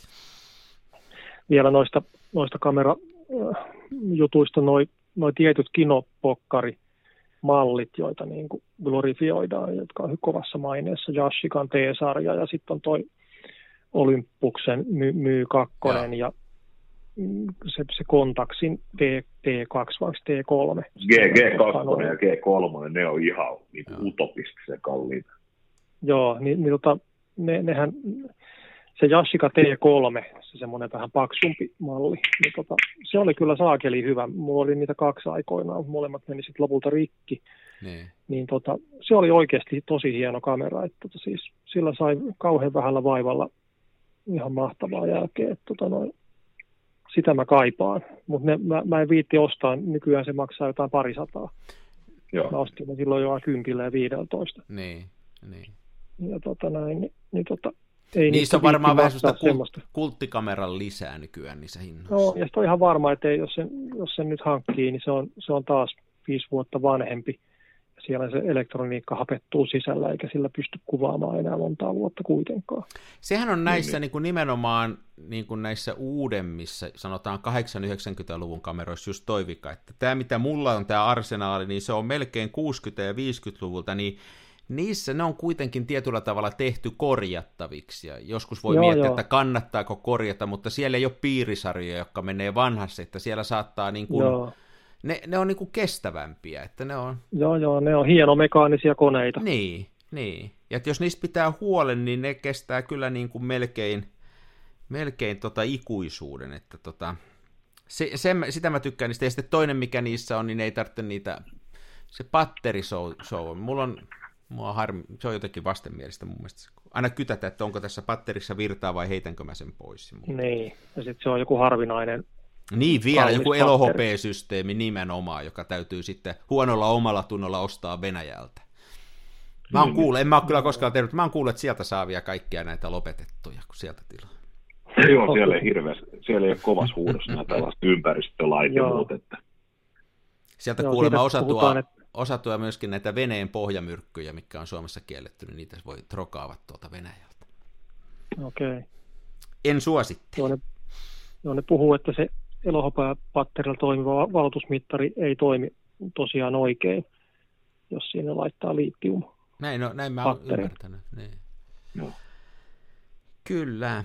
Vielä noista, noista kamerajutuista, noi, noi tietyt kinopokkari, mallit, joita niin kuin glorifioidaan, jotka on kovassa maineessa, Yashikan T-sarja ja sitten on toi Olympuksen My, My kaksi ja, ja se, se Kontaksin T kaksi vai T kolme. G, G kaksi ja G kolme, ne on ihan niin kuin utopistisen kalliita. Joo, niin, niin tota, ne, nehän, se Yashica T kolme, se semmoinen vähän paksumpi malli, niin tota, se oli kyllä saakeli hyvä. Mulla oli niitä kaksi aikoinaan, molemmat meni sitten lopulta rikki. Ne. Niin tota, se oli oikeasti tosi hieno kamera, että tota, siis, sillä sai kauhean vähällä vaivalla ihan mahtavaa jälkeen. Että, tota, noin, sitä mä kaipaan, mutta mä, mä en viitti ostaa, nykyään se maksaa jotain parisataa. Joo. Mä ostin silloin jo kympillä ja viideltoista. Niin, niin. Ja tota näin, niin, niin tota, ei niissä on varmaan vähän sellaista kulttikameran lisää nykyään niissä hinnoissa. No, ja sitten on ihan varma, että jos sen, jos sen nyt hankkii, niin se on, se on taas viisi vuotta vanhempi. Ja siellä se elektroniikka hapettuu sisällä, eikä sillä pysty kuvaamaan enää montaa vuotta kuitenkaan. Sehän on näissä niin, niin kuin nimenomaan niin kuin näissä uudemmissa, sanotaan kahdeksankymmentä-yhdeksänkymmentäluvun kameroissa just toi vika, että tämä mitä mulla on tämä arsenaali, niin se on melkein kuusikymmentä- ja viisikymmentäluvulta, niin niissä ne on kuitenkin tietyllä tavalla tehty korjattaviksi, ja joskus voi joo, miettiä, joo. että kannattaako korjata, mutta siellä ei ole piirisarjoja, jotka menee vanhassa, että siellä saattaa niin kuin, ne, ne on niin kuin kestävämpiä, että ne on... Joo, joo, ne on hienomekaanisia koneita. Niin, niin, ja jos niistä pitää huolen, niin ne kestää kyllä niin kuin melkein, melkein tota ikuisuuden, että tota, se, sen, sitä mä tykkään niistä, ja sitten toinen mikä niissä on, niin ei tarvitse niitä, se batteri show, show. mulla on Mua harmi, se on jotenkin vastenmielistä mun mielestä. Aina kytätä, että onko tässä patterissa virtaa vai heitänkö mä sen pois. Niin, ja sitten se on joku harvinainen Niin, vielä joku patteri. elohopea-systeemi nimenomaan, joka täytyy sitten huonolla omalla tunnolla ostaa Venäjältä. Mä oon kuullut, en mä ole kyllä koskaan tehnyt, mä oon kuullut, että sieltä saa vielä kaikkia näitä lopetettuja, kun sieltä tilaa. Joo, siellä ei hirveästi, siellä ei ole kovassa huudossa nämä tällaiset ympäristölait ja muut, että... Sieltä Joo, kuulemma osa tuo, että... osa tuo myöskin näitä veneen pohjamyrkkyjä, mitkä on Suomessa kielletty, niin niitä voi trokaavat tuolta Venäjältä. Okei. Okay. En suosittele. Joo, ne, joo, ne puhuu, että se elohopea-patterilla toimiva valotusmittari ei toimi tosiaan oikein, jos siinä laittaa litium. Näin, no, näin mä oon ymmärtänyt. Niin. No. Kyllä.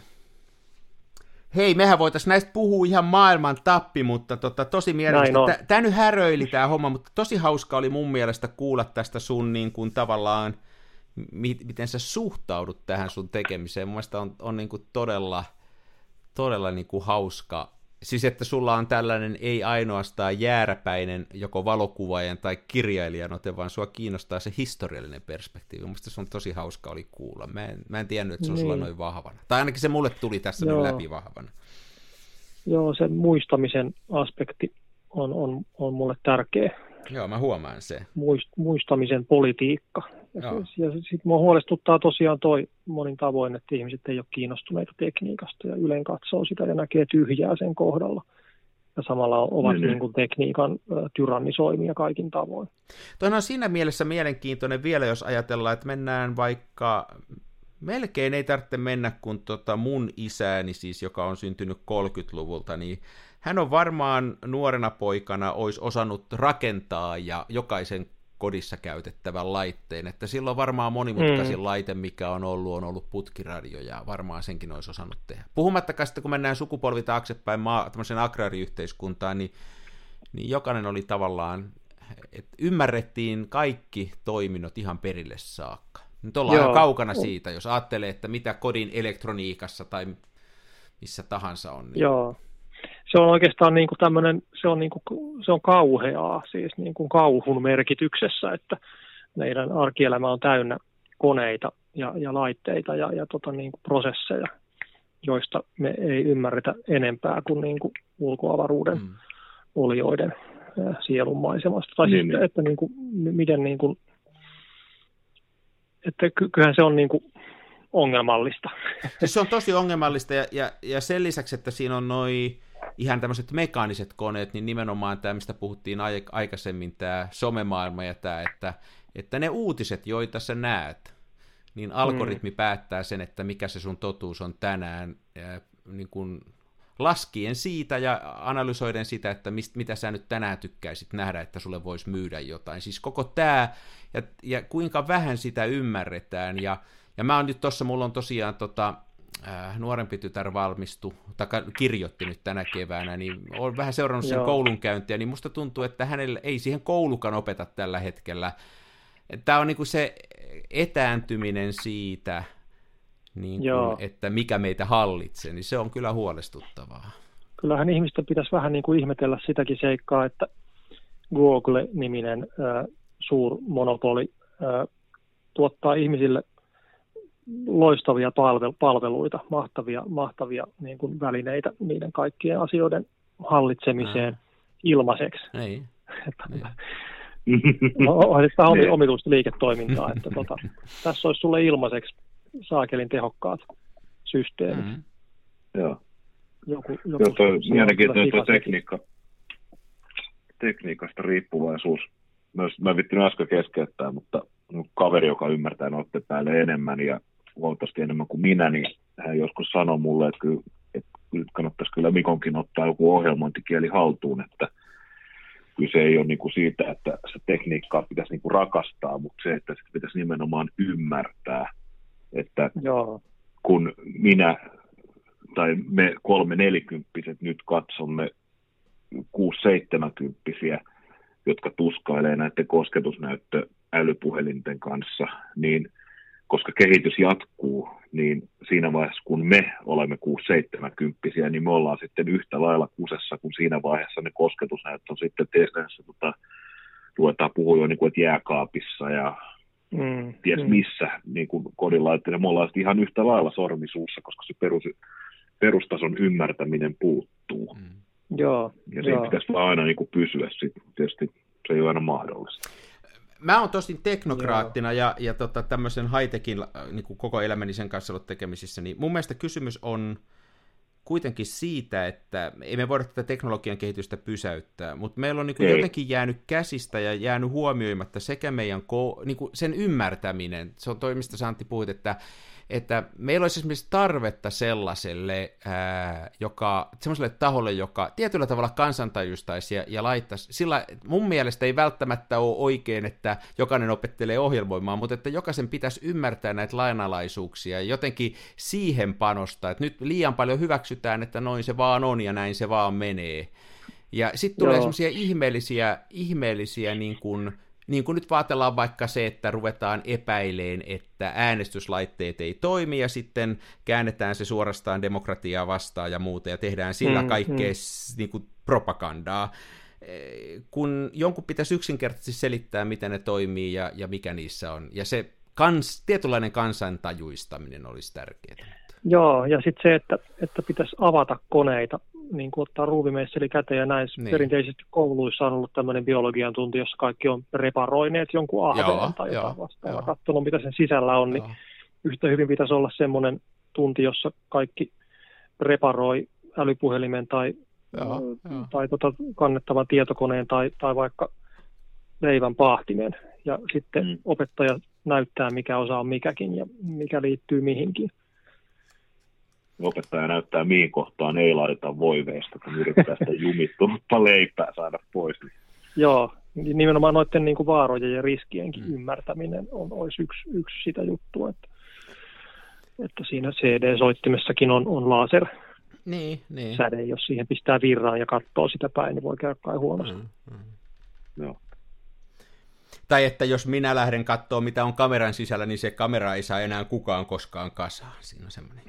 Hei, mehän voitaisiin näistä puhua ihan maailman tappi, mutta tota, tosi mielenkiintoista. Tämä nyt häröili tämä homma, mutta tosi hauska oli mun mielestä kuulla tästä sun niin kuin tavallaan, mi- miten sä suhtaudut tähän sun tekemiseen. Mun mielestä on, on niin kuin todella, todella niin kuin hauska. Siis että sulla on tällainen ei ainoastaan jääräpäinen joko valokuvaajan tai kirjailijan ote, vaan sua kiinnostaa se historiallinen perspektiivi. Mielestäni se on tosi hauska oli kuulla. Mä en, mä en tiennyt, että se on niin. Sulla noin vahvana. Tai ainakin se mulle tuli tässä nyt läpi vahvana. Joo, se muistamisen aspekti on, on, on mulle tärkeä. Joo, mä huomaan se. Muist, muistamisen politiikka. Ja, ja sitten mua huolestuttaa tosiaan toi monin tavoin, että ihmiset ei ole kiinnostuneita tekniikasta ja yleen katsoo sitä ja näkee tyhjää sen kohdalla. Ja samalla ovat niin, niin kuin tekniikan tyrannisoimia kaikin tavoin. Toinen on siinä mielessä mielenkiintoinen vielä, jos ajatellaan, että mennään vaikka, melkein ei tarvitse mennä, kun tota mun isäni siis, joka on syntynyt kolmekymmentäluvulta, niin hän on varmaan nuorena poikana olisi osannut rakentaa ja jokaisen kodissa käytettävän laitteen, että silloin varmaan monimutkaisin mm. laite, mikä on ollut, on ollut putkiradio, ja varmaan senkin olisi osannut tehdä. Puhumattakaan sitten, kun mennään sukupolvi taaksepäin maa, tämmöiseen agraariyhteiskuntaan, niin, niin jokainen oli tavallaan, että ymmärrettiin kaikki toiminnot ihan perille saakka. Nyt ollaan Joo. kaukana siitä, jos ajattelee, että mitä kodin elektroniikassa tai missä tahansa on. Niin... Joo. Se on oikeastaan niin kuin tämmöinen, se on, niin kuin, se on kauheaa, siis niin kuin kauhun merkityksessä, että meidän arkielämä on täynnä koneita ja, ja laitteita ja, ja tota niin kuin prosesseja, joista me ei ymmärretä enempää kuin, niin kuin ulkoavaruuden mm. olioiden ja sielunmaisemasta. Tai niin, sitten, että niin kuin, miten niin kuin, että kyllähän se on niin kuin ongelmallista. Se on tosi ongelmallista ja, ja, ja sen lisäksi, että siinä on noi ihan tämmöiset mekaaniset koneet, niin nimenomaan tämä, mistä puhuttiin aikaisemmin, tämä somemaailma ja tämä, että, että ne uutiset, joita sä näet, niin algoritmi mm. päättää sen, että mikä se sun totuus on tänään, ja niin kun laskien siitä ja analysoiden sitä, että mist, mitä sä nyt tänään tykkäisit nähdä, että sulle voisi myydä jotain. Siis koko tämä, ja, ja kuinka vähän sitä ymmärretään, ja, ja mä oon nyt tossa, mulla on tosiaan tota, äh, nuorempi tytär valmistu, tai kirjoitti nyt tänä keväänä, niin olen vähän seurannut sen Joo. koulunkäyntiä, niin musta tuntuu, että hänellä ei siihen koulukaan opeta tällä hetkellä. Tämä on niinku se etääntyminen siitä, niin kuin, että mikä meitä hallitsee, niin se on kyllä huolestuttavaa. Kyllähän ihmistä pitäisi vähän niin kuin ihmetellä sitäkin seikkaa, että Google-niminen äh, suurmonopoli äh, tuottaa ihmisille loistavia palvel- palveluita, mahtavia, mahtavia niin kuin välineitä niiden kaikkien asioiden hallitsemiseen Ää. ilmaiseksi. Ei. Ei. No, on siis vähän omituista liiketoimintaa, että tota, tässä olisi sulle ilmaiseksi saakelin tehokkaat systeemit. Mm-hmm. Joo. Joku, joku Joo, toi mielenkiintoinen tuo tekniikka, tekniikasta riippuvaisuus. Myös, mä en vittinyt äsken keskeyttää, mutta kaveri, joka ymmärtää noiden päälle enemmän ja huomattavasti enemmän kuin minä, niin hän joskus sanoi mulle, että, kyllä, että nyt kannattaisi kyllä Mikonkin ottaa joku ohjelmointikieli haltuun, että kyllä se ei ole niin kuin siitä, että se tekniikkaa pitäisi niin kuin rakastaa, mutta se, että sitä pitäisi nimenomaan ymmärtää, että Joo. kun minä tai me kolme nelikymppiset nyt katsomme kuusi seitsemänkymppisiä, jotka tuskailee näiden kosketusnäyttöälypuhelinten kanssa, niin koska kehitys jatkuu, niin siinä vaiheessa, kun me olemme kuusi seitsemänkymppisiä, niin me ollaan sitten yhtä lailla kusessa, kun siinä vaiheessa ne kosketusnäyttö on sitten tehdessä, tota, ruvetaan puhua jo niin kuin, että jääkaapissa ja mm, ties mm. missä niin kuin kodinlaitteena. Me ollaan ihan yhtä lailla sormisuussa, koska se perus, perustason ymmärtäminen puuttuu. Mm. Joo. Ja siinä joo. pitäisi vaan aina niin kuin pysyä sitten. Tietysti se ei ole aina mahdollista. Mä oon tosin teknokraattina ja, ja tota, tämmöisen high-techin niin kuin koko elämäni sen kanssa ollut tekemisissä, niin mun mielestä kysymys on kuitenkin siitä, että ei me voida tätä teknologian kehitystä pysäyttää, mutta meillä on niin kuin jotenkin jäänyt käsistä ja jäänyt huomioimatta sekä meidän ko- niin kuin sen ymmärtäminen, se on toi, mistä sä Antti puhuit, että, että meillä olisi esimerkiksi tarvetta sellaiselle, ää, joka, sellaiselle taholle, joka tietyllä tavalla kansantajustaisi ja, ja laittaisi, sillä mun mielestä ei välttämättä ole oikein, että jokainen opettelee ohjelmoimaan, mutta että jokaisen pitäisi ymmärtää näitä lainalaisuuksia ja jotenkin siihen panostaa, että nyt liian paljon hyväksytään, että noin se vaan on ja näin se vaan menee. Ja sitten tulee semmoisia ihmeellisiä, ihmeellisiä niin kuin, niin kuin nyt vaatellaan vaikka se, että ruvetaan epäileen, että äänestyslaitteet ei toimi, ja sitten käännetään se suorastaan demokratiaa vastaan ja muuta, ja tehdään sillä mm, kaikkea mm. niin kuin propagandaa. Kun jonkun pitäisi yksinkertaisesti selittää, miten ne toimii ja, ja mikä niissä on. Ja se kans, tietynlainen kansantajuistaminen olisi tärkeää. Joo, ja sitten se, että, että pitäisi avata koneita, niin kuin ottaa ruuvimeisseli käteen ja näin. Niin. Perinteisesti kouluissa on ollut tämmöinen biologian tunti, jossa kaikki on reparoineet jonkun ahveen tai jotain vastaavaa. Katsonut, mitä sen sisällä on, niin joo. Yhtä hyvin pitäisi olla semmoinen tunti, jossa kaikki reparoi älypuhelimen tai, joo, joo. tai tota kannettavan tietokoneen tai, tai vaikka leivän paahtimen. Ja sitten mm. opettaja näyttää, mikä osa on mikäkin ja mikä liittyy mihinkin. Opettaja näyttää, mihin kohtaan ei laiteta voiveesta, kun yrittää sitä jumittunutta leipää saada pois. Joo, nimenomaan noiden niin kuin vaarojen ja riskienkin mm. ymmärtäminen on, olisi yksi, yksi sitä juttua, että, että siinä C D-soittimessakin on, on laser. Niin, niin. Säde, jos siihen pistää virraan ja katsoo sitä päin, niin voi käydä kai huonosti. Mm, mm. Joo. Tai että jos minä lähden katsoa, mitä on kameran sisällä, niin se kamera ei saa enää kukaan koskaan kasaan. Siinä on semmoinen.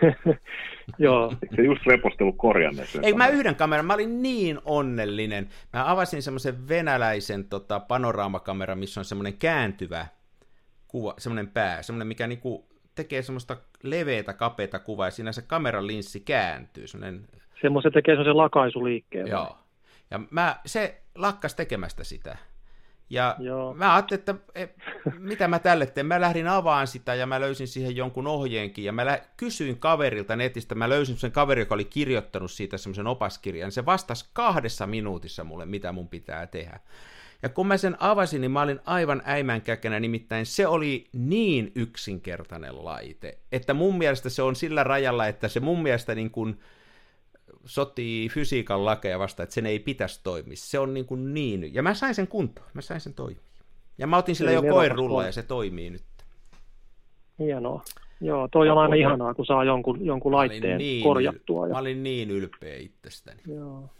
Joo. Se just repostelu korjanneet. Ei, mä yhden kameran, mä olin niin onnellinen. Mä avasin semmoisen venäläisen tota, panoraamakameran, missä on semmoinen kääntyvä kuva, semmoinen pää, semmoinen, mikä niinku tekee semmoista leveätä, kapeata kuvaa, ja siinä se kameran linssi kääntyy. Semmoinen... Semmoinen tekee semmoisen lakaisuliikkeen. Joo. Ja mä, se lakkas tekemästä sitä. Ja joo. Mä ajattelin, että e, mitä mä tälle teen. Mä lähdin avaan sitä ja mä löysin siihen jonkun ohjeenkin ja mä lä- kysyin kaverilta netistä, mä löysin sen kaveri, joka oli kirjoittanut siitä semmoisen opaskirjan. Se vastasi kahdessa minuutissa mulle, mitä mun pitää tehdä. Ja kun mä sen avasin, niin mä olin aivan äimänkäkänä, nimittäin se oli niin yksinkertainen laite, että mun mielestä se on sillä rajalla, että se mun mielestä niin kuin sotii fysiikan lakeja vastaan, että sen ei pitäisi toimia. Se on niin kuin niin. Ja mä sain sen kuntoon. Mä sain sen toimia. Ja mä otin sillä ei, jo koirulla ja se toimii nyt. Hienoa. Joo, toi on aina ihanaa, kun saa jonkun, jonkun laitteen niin korjattua. Ja... Mä olin niin ylpeä itsestäni. Joo.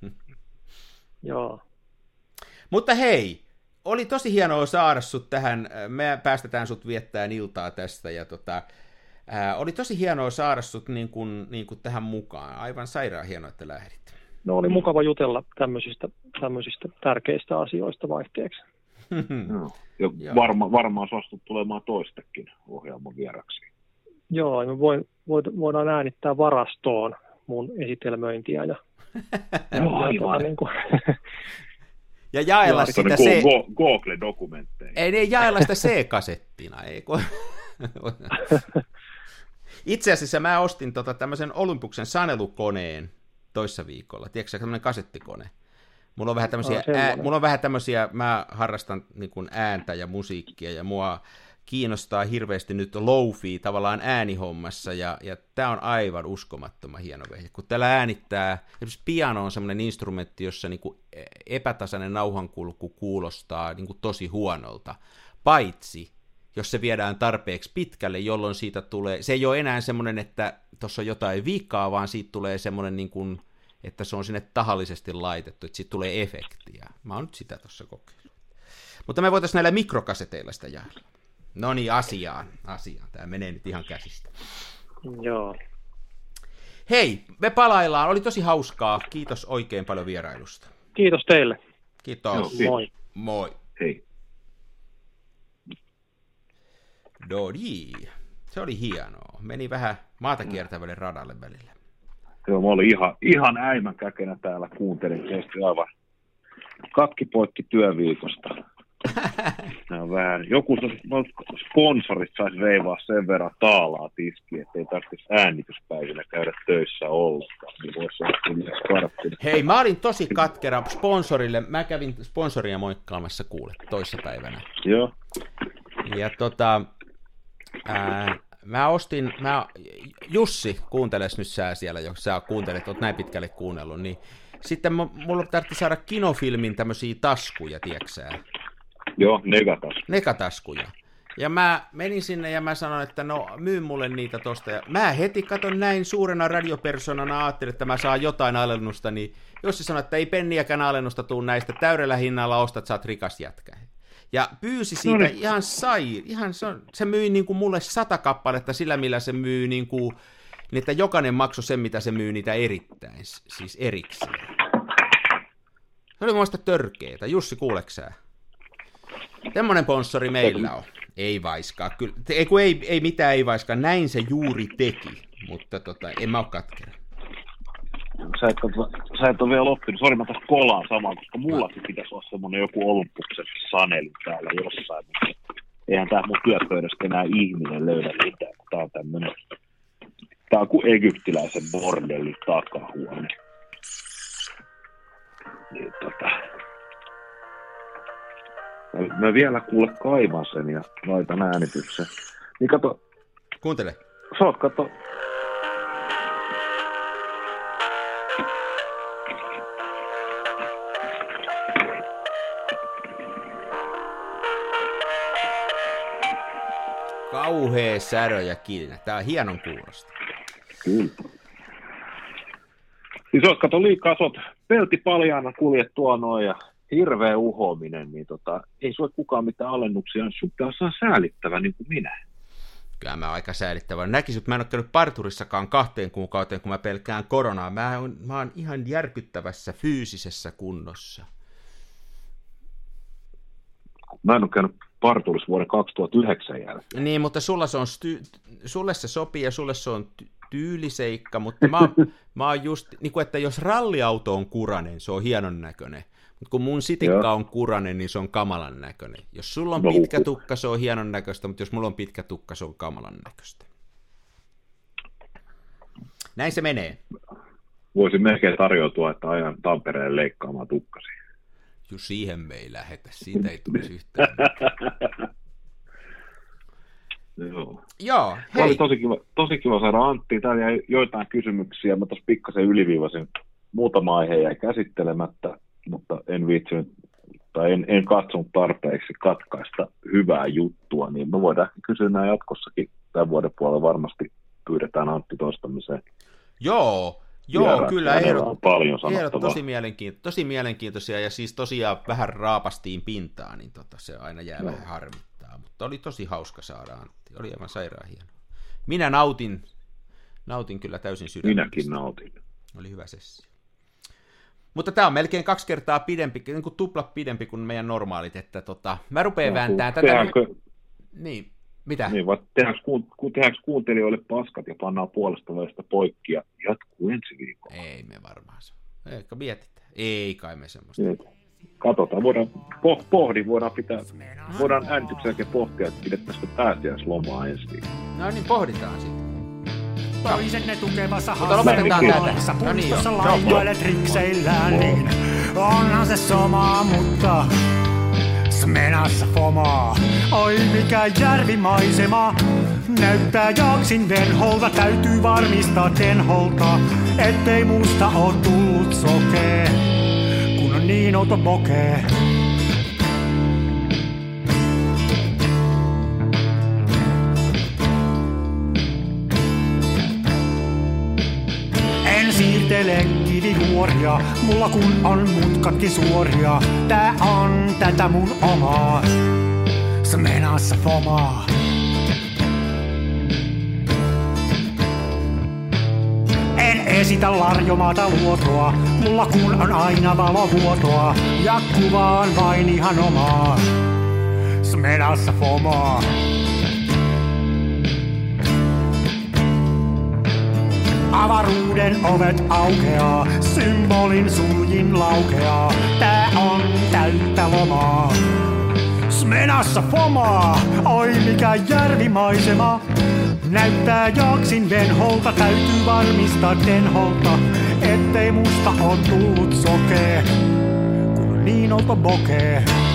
Joo. Mutta hei, oli tosi hienoa saada sut tähän. Me päästetään sut viettämään iltaa tästä ja tota... Ää, oli tosi hienoa saada sut niin kuin, niin kuin tähän mukaan. Aivan sairaan hienoa, että lähdit. No oli mukava jutella tämmöisistä, tämmöisistä tärkeistä asioista vaihteeksi. No, ja varma, varmaan suostut tulemaan toistakin ohjelman vieraksi. Joo, me voin, voidaan äänittää varastoon mun esitelmöintiä. Ja, no, aivan. Niin kuin... ja jaella ja, sitä se... Google-dokumentteja. Ei, ei jaella sitä C-kasettina, ei kun... Itse asiassa mä ostin tota tämmöisen Olympuksen sanelukoneen toissa viikolla. Tiedätkö sä, tämmöinen kasettikone? Mulla on vähän tämmöisiä, no, ää, mulla on vähän tämmöisiä, mä harrastan niin kuin ääntä ja musiikkia, ja mua kiinnostaa hirveästi nyt lo-fi tavallaan äänihommassa, ja, ja tää on aivan uskomattoman hieno vehje. Kun täällä äänittää, esimerkiksi piano on semmoinen instrumentti, jossa niin kuin epätasainen nauhankulku kuulostaa niin kuin tosi huonolta, paitsi jos se viedään tarpeeksi pitkälle, jolloin siitä tulee, se ei ole enää semmoinen, että tuossa on jotain vikaa, vaan siitä tulee semmoinen, niin kuin, että se on sinne tahallisesti laitettu, että siitä tulee efektiä. Mä oon nyt sitä tuossa kokeillut. Mutta me voitaisiin näillä mikrokaseteilla sitä jaella. No niin, asiaan, asiaan. Tämä menee nyt ihan käsistä. Joo. Hei, me palaillaan. Oli tosi hauskaa. Kiitos oikein paljon vierailusta. Kiitos teille. Kiitos. Joo, moi. Moi. Hei. Dodi. Se oli hienoa. Meni vähän maata kiertävälle radalle välillä. Joo, mä olin ihan, ihan äimän käkenä täällä, kuuntelin tietysti aivan katkipoikki työviikosta. Nämä on vähän, joku sponsorit saisi veivaa sen verran taalaa tiskiin, ettei tarvitsisi äänityspäivinä käydä töissä ollenkaan. Niin voisi olla Hei, mä olin tosi katkera sponsorille. Mä kävin sponsoria moikkaamassa kuule toissapäivänä. Joo. Ja tota, ää, mä ostin, mä, Jussi, kuunteles nyt sä siellä, jos sä kuuntelet, oot näin pitkälle kuunnellut, niin sitten mulla tarvitsi saada kinofilmin tämmöisiä taskuja, tiedätkö sä? Joo, negataskuja. Negataskuja. Ja mä menin sinne ja mä sanoin, että no myy mulle niitä tosta. Ja mä heti katon näin suurena radiopersonana, ajattelin, että mä saan jotain alennusta, niin Jussi sanoi, että ei penniäkään alennusta tuu näistä, täydellä hinnalla ostat, saat rikas jätkä. Ja pyysi siitä no niin. ihan sai, ihan se, se myi niin kuin mulle sata kappaletta sillä, millä se myy niin kuin, niin että jokainen maksoi sen, mitä se myy niitä erittäin, siis erikseen. Se oli muista törkeetä. Jussi, kuuleeko sä? Semmoinen sponsori meillä on. Ei vaiskaa. Kyllä, ei, kun ei, ei mitään ei vaiskaa. Näin se juuri teki, mutta tota, en mä ole katkera. Sä et, sä et ole vielä oppinut. Sori, mä taas kolaan samaan, koska mullakin pitäisi olla semmoinen joku Olympuksen saneli täällä jossain. Mutta eihän tää mun työpöydästä enää ihminen löydä mitään. Tää on tämmönen, tää on kuin egyptiläisen bordellin takahuone. Niin tota... Mä vielä kuule kaivan sen ja laitan äänityksen. Niin kato... Kuuntele. Sä oot kato... Kauhea särö ja kilinä. Tää on hienon kuulosta. Kyllä. Siis oot kato liikaa, sä oot pelti paljaana kuljet tuo noin ja hirveä uhominen, niin tota, ei sulle kukaan mitään alennuksia, sun pitää saa säälittävä niin kuin minä. Kyllä mä oon aika säälittävä. Näkisin, että mä en ole käynyt parturissakaan kahteen kuukauteen, kun mä pelkään koronaa. Mä oon, mä oon ihan järkyttävässä fyysisessä kunnossa. Mä en ole käynyt parturissa vuoden kaksituhattayhdeksän jälkeen. Niin, mutta sulla se on sty- sulle se sopii ja sulle se on ty- tyyliseikka, mutta mä oon, mä oon just, niin kuin, että jos ralliauto on kurainen, se on hienon näköinen. Mutta kun mun sitikka on kurainen, niin se on kamalan näköinen. Jos sulla on pitkä tukka, se on hienon näköistä, mutta jos mulla on pitkä tukka, se on kamalan näköistä. Näin se menee. Voisin melkein tarjoutua, että ajan Tampereen leikkaamaan tukkasi. Juu, siihen me ei lähetä. Siitä ei tulisi yhtään. Joo. Joo, hei. Oli tosi kiva, tosi kiva saada Antti. Täällä jäi joitain kysymyksiä. Mä tuossa pikkasen yliviivasin. Muutama aihe jäi käsittelemättä, mutta en viitsinyt, tai en, en katsonut tarpeeksi katkaista hyvää juttua, niin me voidaan kysyä nämä jatkossakin. Tämän vuoden puolella varmasti pyydetään Antti toistamiseen. Joo, joo, Vieraan, kyllä ehdot, paljon ehdot tosi, mielenkiinto, tosi mielenkiintoisia, ja siis tosiaan vähän raapastiin pintaa, niin tota, se aina jää joo. vähän harmittaa, mutta oli tosi hauska saada Antti, oli aivan sairaan hieno. Minä nautin, nautin kyllä täysin sydämestä. Minäkin nautin. Oli hyvä sessio. Mutta tämä on melkein kaksi kertaa pidempi, niin kuin tupla pidempi kuin meidän normaalit, että tota, mä rupean no, vääntämään tätä. Tehdäänkö, niin, mitä? Niin, vai tehdäänkö, ku, tehdäänkö kuuntelijoille paskat ja pannaan puolesta välistä poikki ja jatkuu ensi viikolla? Ei me varmaan se. Eikä mietitään. Ei kai me semmoista. Niin. Katsotaan, voidaan poh, pohdi, voidaan pitää, voidaan äänityksen jälkeen pohtia, että pidettäisikö pääsiäislomaa ensi viikolla. No niin, pohditaan sitten. Toisenne tukevassa hassassa puistossa laitoilet rikseillään, niin onhan se somaa, mutta Smenassa fomaa. Oi mikä järvimaisema, näyttää jaksin venholta, täytyy varmistaa tenholta, ettei musta oo tullut sokee, kun on niin outo pokee. Siirtele kivijuoria, mulla kun on mutkatkin suoria. Tää on tätä mun omaa Smenassa fomaa. En esitä larjomaata luotoa, mulla kun on aina valovuotoa. Ja kuvaan vain ihan omaa Smenassa fomaa. Avaruuden ovet aukeaa, symbolin suljin laukeaa. Tää on täyttä lomaa. Smenassa fomaa, oi mikä järvimaisema. Näyttää jaksin venholta, täytyy varmistaa denholta, ettei musta on tullut sokee, kun on niin outo bokee.